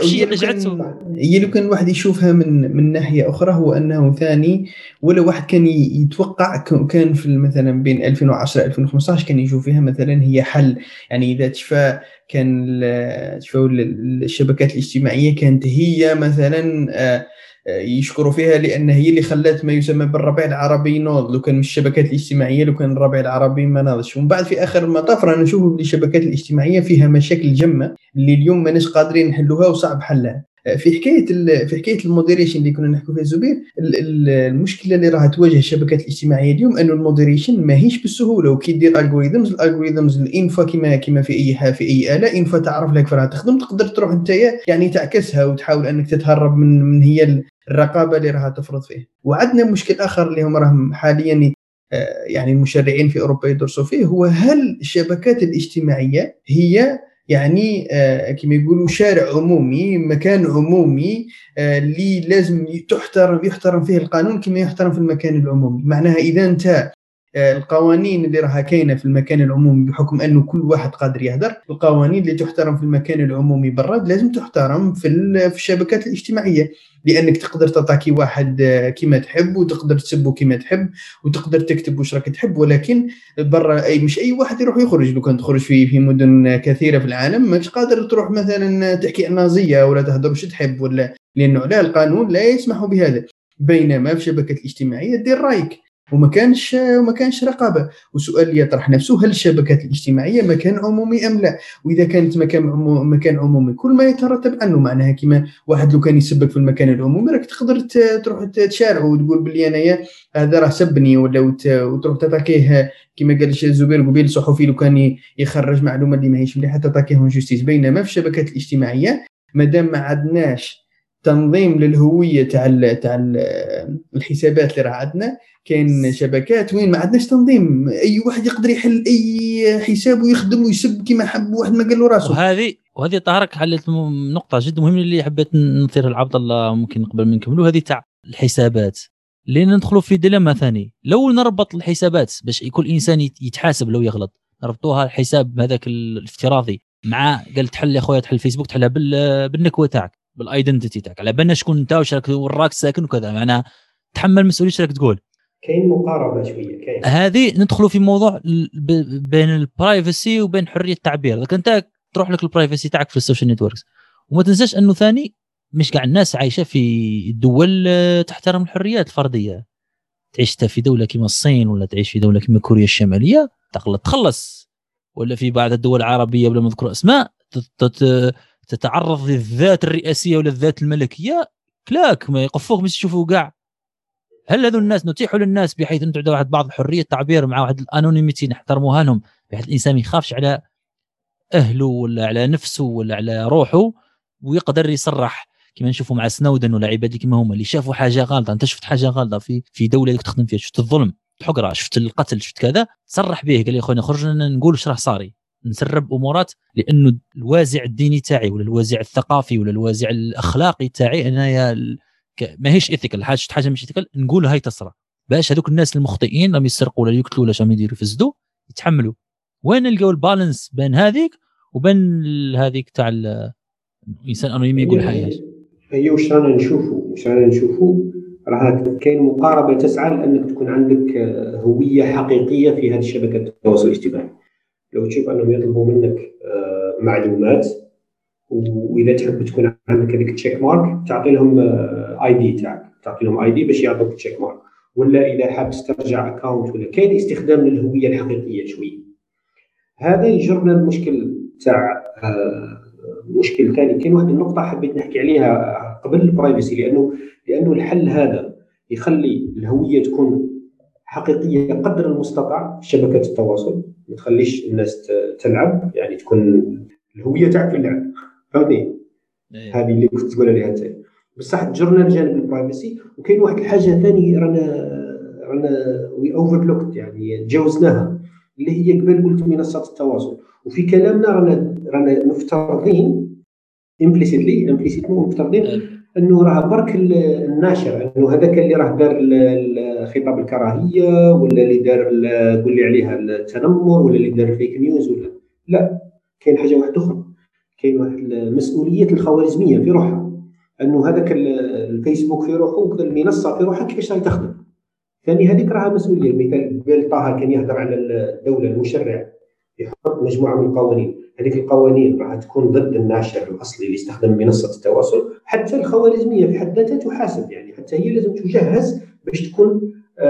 لو كان الواحد يشوفها من ناحيه اخرى، هو انه ثاني ولا واحد كان يتوقع، كان في مثلا بين 2010 2015 كان يشوف فيها مثلا هي حل. يعني اذا تشفى كان الشبكات الاجتماعيه كانت هي مثلا يشكروا فيها، لان هي اللي خلت ما يسمى بالربيع العربي نوض. لو كان مش الشبكات الاجتماعيه، لو كان الربيع العربي ما ناضش. ومن بعد في اخر المطاف رانا نشوفوا بلي الشبكات الاجتماعيه فيها مشاكل جمه اللي اليوم ماناش قادرين نحلوها وصعب حلها. في حكايه المودريشن اللي كنا نحكوا فيها زبير، المشكله اللي راح تواجه الشبكات الاجتماعيه اليوم انه المودريشن ماهيش بالسهوله. وكي دير الالغوريثمز الانفا كما في اي اله، انفا تعرف لك فرا تخدم، تقدر تروح انت يعني تعكسها وتحاول انك تتهرب من هي الرقابه اللي راح تفرض فيه. وعندنا مشكل اخر اللي هم راهم حاليا يعني المشرعين في اوروبا يدرسوا فيه، هو هل الشبكات الاجتماعيه هي يعني كما يقولوا شارع عمومي، مكان عمومي اللي لازم يحترم فيه القانون كما يحترم في المكان العمومي. معناها اذا انت القوانين اللي راها كاينه في المكان العمومي بحكم انه كل واحد قادر يهدر، القوانين اللي تحترم في المكان العمومي برا لازم تحترم في الشبكات الاجتماعيه، لانك تقدر تطاكي واحد كما تحب، وتقدر تسبه كما تحب، وتقدر تكتب واش راك تحب. ولكن برا مش اي واحد يروح يخرج. لو كان تخرج في مدن كثيره في العالم ماكش قادر تروح مثلا تحكي عن نازيه ولا تهضر واش تحب، ولا لانه لا، القانون لا يسمح بهذا. بينما في الشبكات الاجتماعيه دير رايك وما كانش رقابه. والسؤال اللي يطرح نفسه، هل الشبكات الاجتماعيه مكان عمومي ام لا؟ واذا كانت مكان عمومي كل ما يترتب عنه، معناها كما واحد لو كان يسبك في المكان العمومي راك تقدر تروح تشارعه وتقول بلي انايا هذا راه سبني، ولا وتروح تتاكيه كما قال الزبير قبيل، صحفي لو كان يخرج معلومه اللي ماهيش مليحه تتاكيه جوستيس. بينما في الشبكات الاجتماعيه مادام ما عندناش تنظيم للهويه تاع الحسابات اللي راه عندنا، كاين شبكات وين ما عندناش تنظيم، اي واحد يقدر يحل اي حساب ويخدم ويسب كما حب، واحد ما قال له راسه. وهذه طارق حلت نقطه جدا مهمه اللي حبيت نثيرها لعبد الله، ممكن قبل ما نكملوا هذه تاع الحسابات، لان ندخلوا في ديلما ثاني. لو نربط الحسابات باش كل انسان يتحاسب لو يغلط، نربطوها الحساب هذاك الافتراضي مع قال تحل يا خويا، تحل فيسبوك تحلها بالنكوه تاعك، بالايدنتيتي تاعك، على بالنا شكون انت واش راك وراك ساكن وكذا، معناها تحمل مسؤوليه راك تقول. كاين مقاربه شويه، كاين هذه ندخلوا في موضوع بين البرايفسي وبين حريه التعبير. اذا انت تروح لك البرايفسي تاعك في السوشيال نتوركس، وما تنساش انه ثاني مش قاع الناس عايشه في دول تحترم الحريات الفرديه. تعيش في دوله كما الصين، ولا تعيش في دوله كما كوريا الشماليه تخلص، ولا في بعض الدول العربيه بلا ما نذكر اسماء تتعرض للذات الرئاسيه ولا الذات الملكيه كلاك ما يقفوك باش يشوفوا كاع. هل هذو الناس نتيحوا للناس بحيث ان تعطي واحد بعض حريه التعبير مع واحد الانونيميتي نحترموها لهم، بحيث الانسان ما يخافش على اهله ولا على نفسه ولا على روحه، ويقدر يصرح كما نشوفوا مع سنودن ولا عباد كما هما اللي شافوا حاجه غلطه. انت شفت حاجه غلطه في دوله اللي تخدم فيها، شفت الظلم، الحقره، شفت القتل، شفت كذا، تصرح به، قال لي اخويا خرج نقول واش راه صاري، نسرب امورات، لانه الوازع الديني تاعي ولا الوازع الثقافي ولا الوازع الاخلاقي تاعي انايا ماهيش ايثيكال، حاجه مش ايثيكال نقول هاي تصرى، باش هذوك الناس المخطئين لما يسرقوا ولا يقتلوا ولا شنو يديروا يفسدوا يتحملوا. وين نلقاو البالانس بين هذيك وبين هذيك تاع الانسان انونيمي يقول حاجه؟ هي واش رانا نشوفوا راه كاين مقاربه تسعى لانك تكون عندك هويه حقيقيه في هذه الشبكات التواصل الاجتماعي. لو تشوف انهم يطلبوا منك معلومات، واذا تحب تكون عندك هذيك التشيك مارك تعطي لهم اي دي تاعك، تعطي لهم اي دي باش يعطوك التشيك مارك، ولا اذا حاب تسترجع اكونت ولا كاين استخدام للهويه الحقيقيه شويه. هذا يجرنا المشكل تاع مشكل ثاني. كاين واحد النقطه حبيت نحكي عليها قبل البرايفسي، لانه الحل هذا يخلي الهويه تكون حقيقيه قدر المستطاع في شبكات التواصل، ما تخليش الناس تلعب، يعني تكون الهويه تاعك في اللعب، فهمتني؟ هذه اللي كنت تقول عليها انت. بصح تجرنا لجانب البرايفسي. وكاين واحد الحاجه ثانيه رانا وي اوفرلوكت يعني تجاوزناها، اللي هي قبل قلت منصات التواصل. وفي كلامنا رانا مفترضين امبليسيتلي مفترضين انه راه برك الناشر، انه هذاك اللي راه دار خطاب الكراهيه، ولا اللي دار قول لي عليها التنمر، ولا اللي دار فيك نيوز، ولا لا. كاين حاجه واحده اخرى، كاين واحد مسؤوليه الخوارزميه في روحها، انه هذاك الفيسبوك في روحه وكذا المنصه في روحها كيفاش راهي تخدم. ثاني هذيك راها مسؤوليه. المثال قبل طه كان يهضر على الدوله، المشرع يحط مجموعه من القوانين، هذيك القوانين راح تكون ضد الناشر الاصلي اللي يستخدم منصه التواصل. حتى الخوارزميه في حد ذاتها تحاسب، يعني حتى هي لازم تجهز باش تكون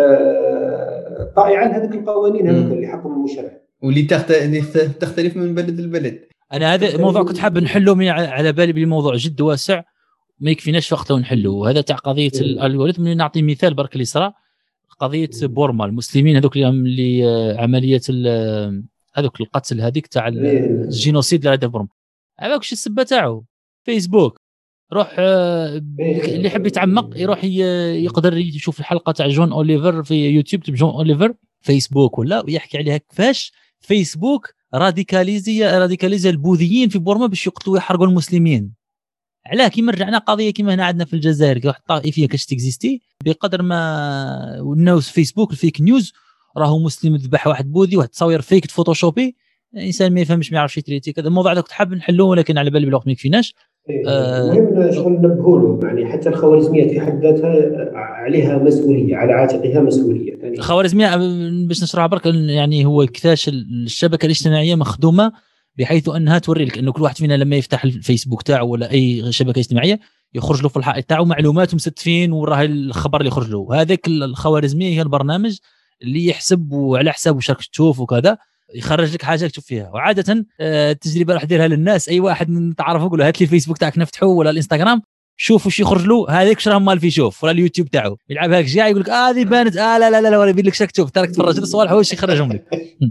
طائعه لهذيك القوانين هذوك اللي حطهم المشرع، واللي تختلف من بلد لبلد. انا هذا الموضوع كنت حاب نحله، على بالي بالموضوع جد واسع ما يكفيناش وقته ونحله. وهذا تاع قضيه الالغوريثم. نعطي مثال برك اللي صرا، قضيه بورما، المسلمين هذوك اللي عمليه هذوك القتل هذيك تاع الجينوسيد اللي هذا بورما. هذاك شو السبه تاعو؟ فيسبوك. روح اللي يحب يتعمق يروح يقدر يشوف الحلقه تاع جون اوليفر في يوتيوب، جون اوليفر فيسبوك ولا، ويحكي عليها كيفاش فيسبوك راديكاليزيا البوذيين في بورما باش يقتلوا ويحرقوا المسلمين. علاه كيما رجعنا قضيه كيما هنا عندنا في الجزائر كي واحد طائفيه كاش تكزيستي، بقدر ما الناس فيسبوك الفيك نيوز راهو مسلم ذبح واحد بوذي، واحد تصوير فيك فوتوشوبي، انسان ما يفهمش ما يعرفش يتريتي كذا. الموضوع هذا كنت حاب نحلوه ولكن على بالي بالوقت ما يكفيناش. المهم شغل نبهوا له، يعني حتى الخوارزميات في حد ذاتها عليها مسؤوليه، على عاتقها مسؤوليه. الخوارزميه باش نشرح برك، يعني هو كيفاش الشبكه الاجتماعيه مخدومه بحيث انها توري لك انه كل واحد فينا لما يفتح الفيسبوك تاعه ولا اي شبكه اجتماعيه يخرج له في الحائط تاعه معلومات مستفين، وراه الخبر اللي يخرج له. هذاك الخوارزميه هي البرنامج اللي يحسب وعلى حساب وش راك تشوف وكذا، يخرج لك حاجه تشوف فيها. وعاده التجربه راح نديرها للناس، اي واحد تعرفه قول له هات لي الفيسبوك تاعك نفتحه ولا الانستغرام شوف وش يخرج له، هذاك شراه مال في شوف، ولا اليوتيوب تاعه يلعبها لك جاي يقول لك هذه بانت لا ولا يبين لك شك تشوف تراك تفرج الصوالح هو ايش يخرجهم لك.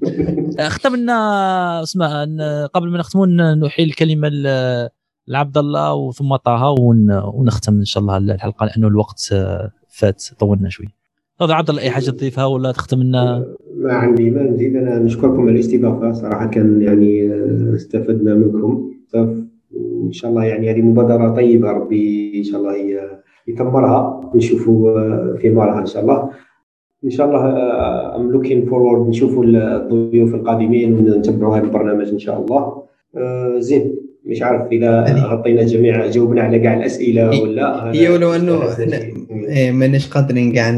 ختمنا اسمع قبل ما نختمون نحيل الكلمه لعبد الله وثم طه ونختم ان شاء الله الحلقه لانه الوقت فات طولنا شوي. هذا عبد الله اي حاجه تضيفها ولا تختم لنا؟ ما عندي ما نزيد. انا نشكركم على الاستضافه صراحه، كان يعني استفدنا منكم وان شاء الله يعني هذه مبادره طيبه، ربي ان شاء الله هي يثمرها نشوفوا ثمارها ان شاء الله. ان شاء الله ام لوكين فورورد نشوفوا الضيوف القادمين ونتبعوا هذا البرنامج ان شاء الله. زين مش عارف اذا غطينا جميع جاوبنا على كاع الاسئله ولا هي، ولو انه احنا ماناش قادرين كاع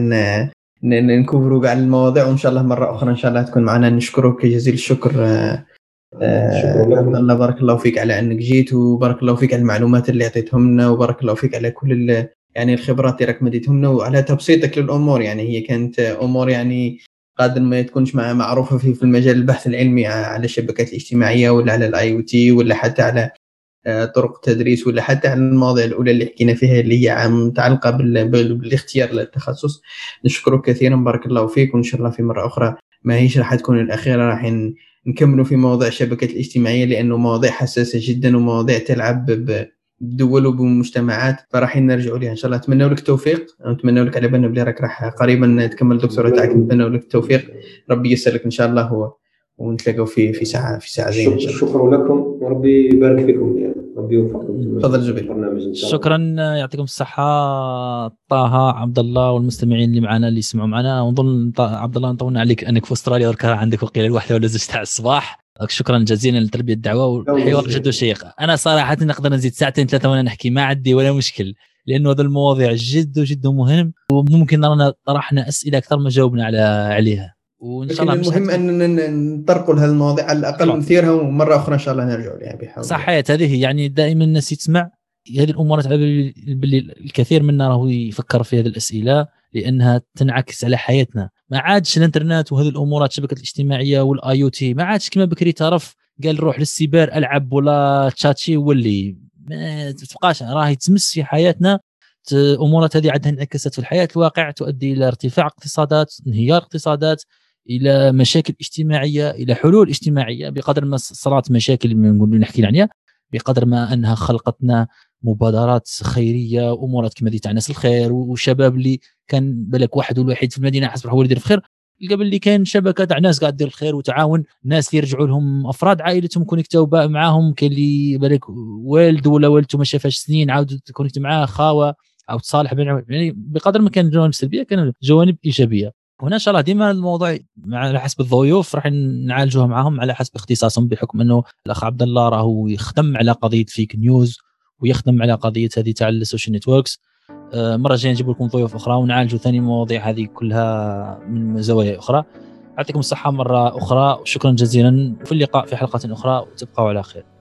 نكبروا كاع المواضيع، وان شاء الله مره اخرى ان شاء الله تكون معنا. نشكرك جزيل الشكر عبد الله، بارك الله فيك على انك جيت، وبارك الله فيك على المعلومات اللي عطيتهم لنا، وبارك الله فيك على كل يعني الخبرات اللي راك مديتهم لنا، وعلى تبسيطك للامور. يعني هي كانت امور يعني قادر ما تكونش معروفه في المجال البحث العلمي على الشبكات الاجتماعيه ولا على الاي او تي ولا حتى على طرق التدريس ولا حتى على المواضيع الاولى اللي حكينا فيها اللي هي متعلقه بالاختيار للتخصص. نشكرك كثيرا، بارك الله فيك، وان شاء الله في مره اخرى ما هيش راح تكون الاخيره، راح نكملوا في مواضيع الشبكات الاجتماعيه لانه مواضيع حساسه جدا ومواضيع تلعب بدول وبمجتمعات، فراح نرجعوا لها ان شاء الله. اتمنى لك التوفيق، اتمنى لك على بالنا بلي راك راح قريبا تكمل الدكتوراه تاعك، نتمنى لك التوفيق، ربي ييسر لك ان شاء الله، ونتلاقوا في ساعه زينه ان شاء الله. شكرا لكم وربي يبارك فيكم، ربي يوفقكم. تفضل جبير. شكرا، يعطيكم الصحه طه عبد الله والمستمعين اللي معنا اللي يسمعوا معنا. ونظن عبد الله نطولنا عليك انك في استراليا ورك عندك وقيله الواحده ولا زوج تاع الصباح. شكرا جزيلا لتلبيه الدعوه والحوار جد شيق. انا صراحه نقدر نزيد ساعتين ثلاثه وانا نحكي، ما عندي ولا مشكل، لانه هذا المواضيع جد مهم، وممكن رانا طرحنا اسئله اكثر ما جاوبنا عليها. وان شاء الله المهم ان نطرقوا لهذه المواضيع على الاقل نثيرها، ومره اخرى ان شاء الله نرجع لها بحول. صحيت هذه يعني دائما الناس تسمع هذه الامور باللي الكثير منا راهو يفكر في هذه الاسئله لانها تنعكس على حياتنا. ما عادش الانترنت وهذه الامورات الشبكات الاجتماعيه والاي او تي ما عادش كما بكري تعرف قال روح للسيبر العب ولا تشاتشي واللي ما تبقاش راهي تمس في حياتنا. امورات هذه عندها انعكاسات في الحياه الواقع، تؤدي الى ارتفاع اقتصادات، انهيار اقتصادات، الى مشاكل اجتماعيه، الى حلول اجتماعيه. بقدر ما صارت مشاكل نقول نحكي عنها، بقدر ما انها خلقتنا مبادرات خيريه وامورات كما دي تاع ناس الخير وشباب اللي كان بالك واحد والوحيد في المدينه حسب هو اللي يدير في خير. قبل اللي كان شبكه تاع ناس قاعد دير الخير وتعاون ناس اللي يرجعوا لهم افراد عائلتهم كونيكتاو معاهم، كاين اللي بالك والد ولا والدته ما شافهاش سنين عاود كونيكت معاه خاوه او تصالح يعني بقدر ما كان جوانب سلبيه كان جوانب ايجابيه. وهنا ان شاء الله ديما الموضوع على حسب الضيوف راح نعالجوها معهم على حسب اختصاصهم، بحكم انه الاخ عبد الله راهو يخدم على قضيه فيك نيوز ويخدم على قضيه هذه تاع السوشيال نتوركس. مره جايه نجيب لكم ضيوف اخرى ونعالجوا ثاني مواضيع هذه كلها من زوايا اخرى. يعطيكم الصحه مره اخرى وشكرا جزيلا، وفي اللقاء في حلقه اخرى وتبقوا على خير.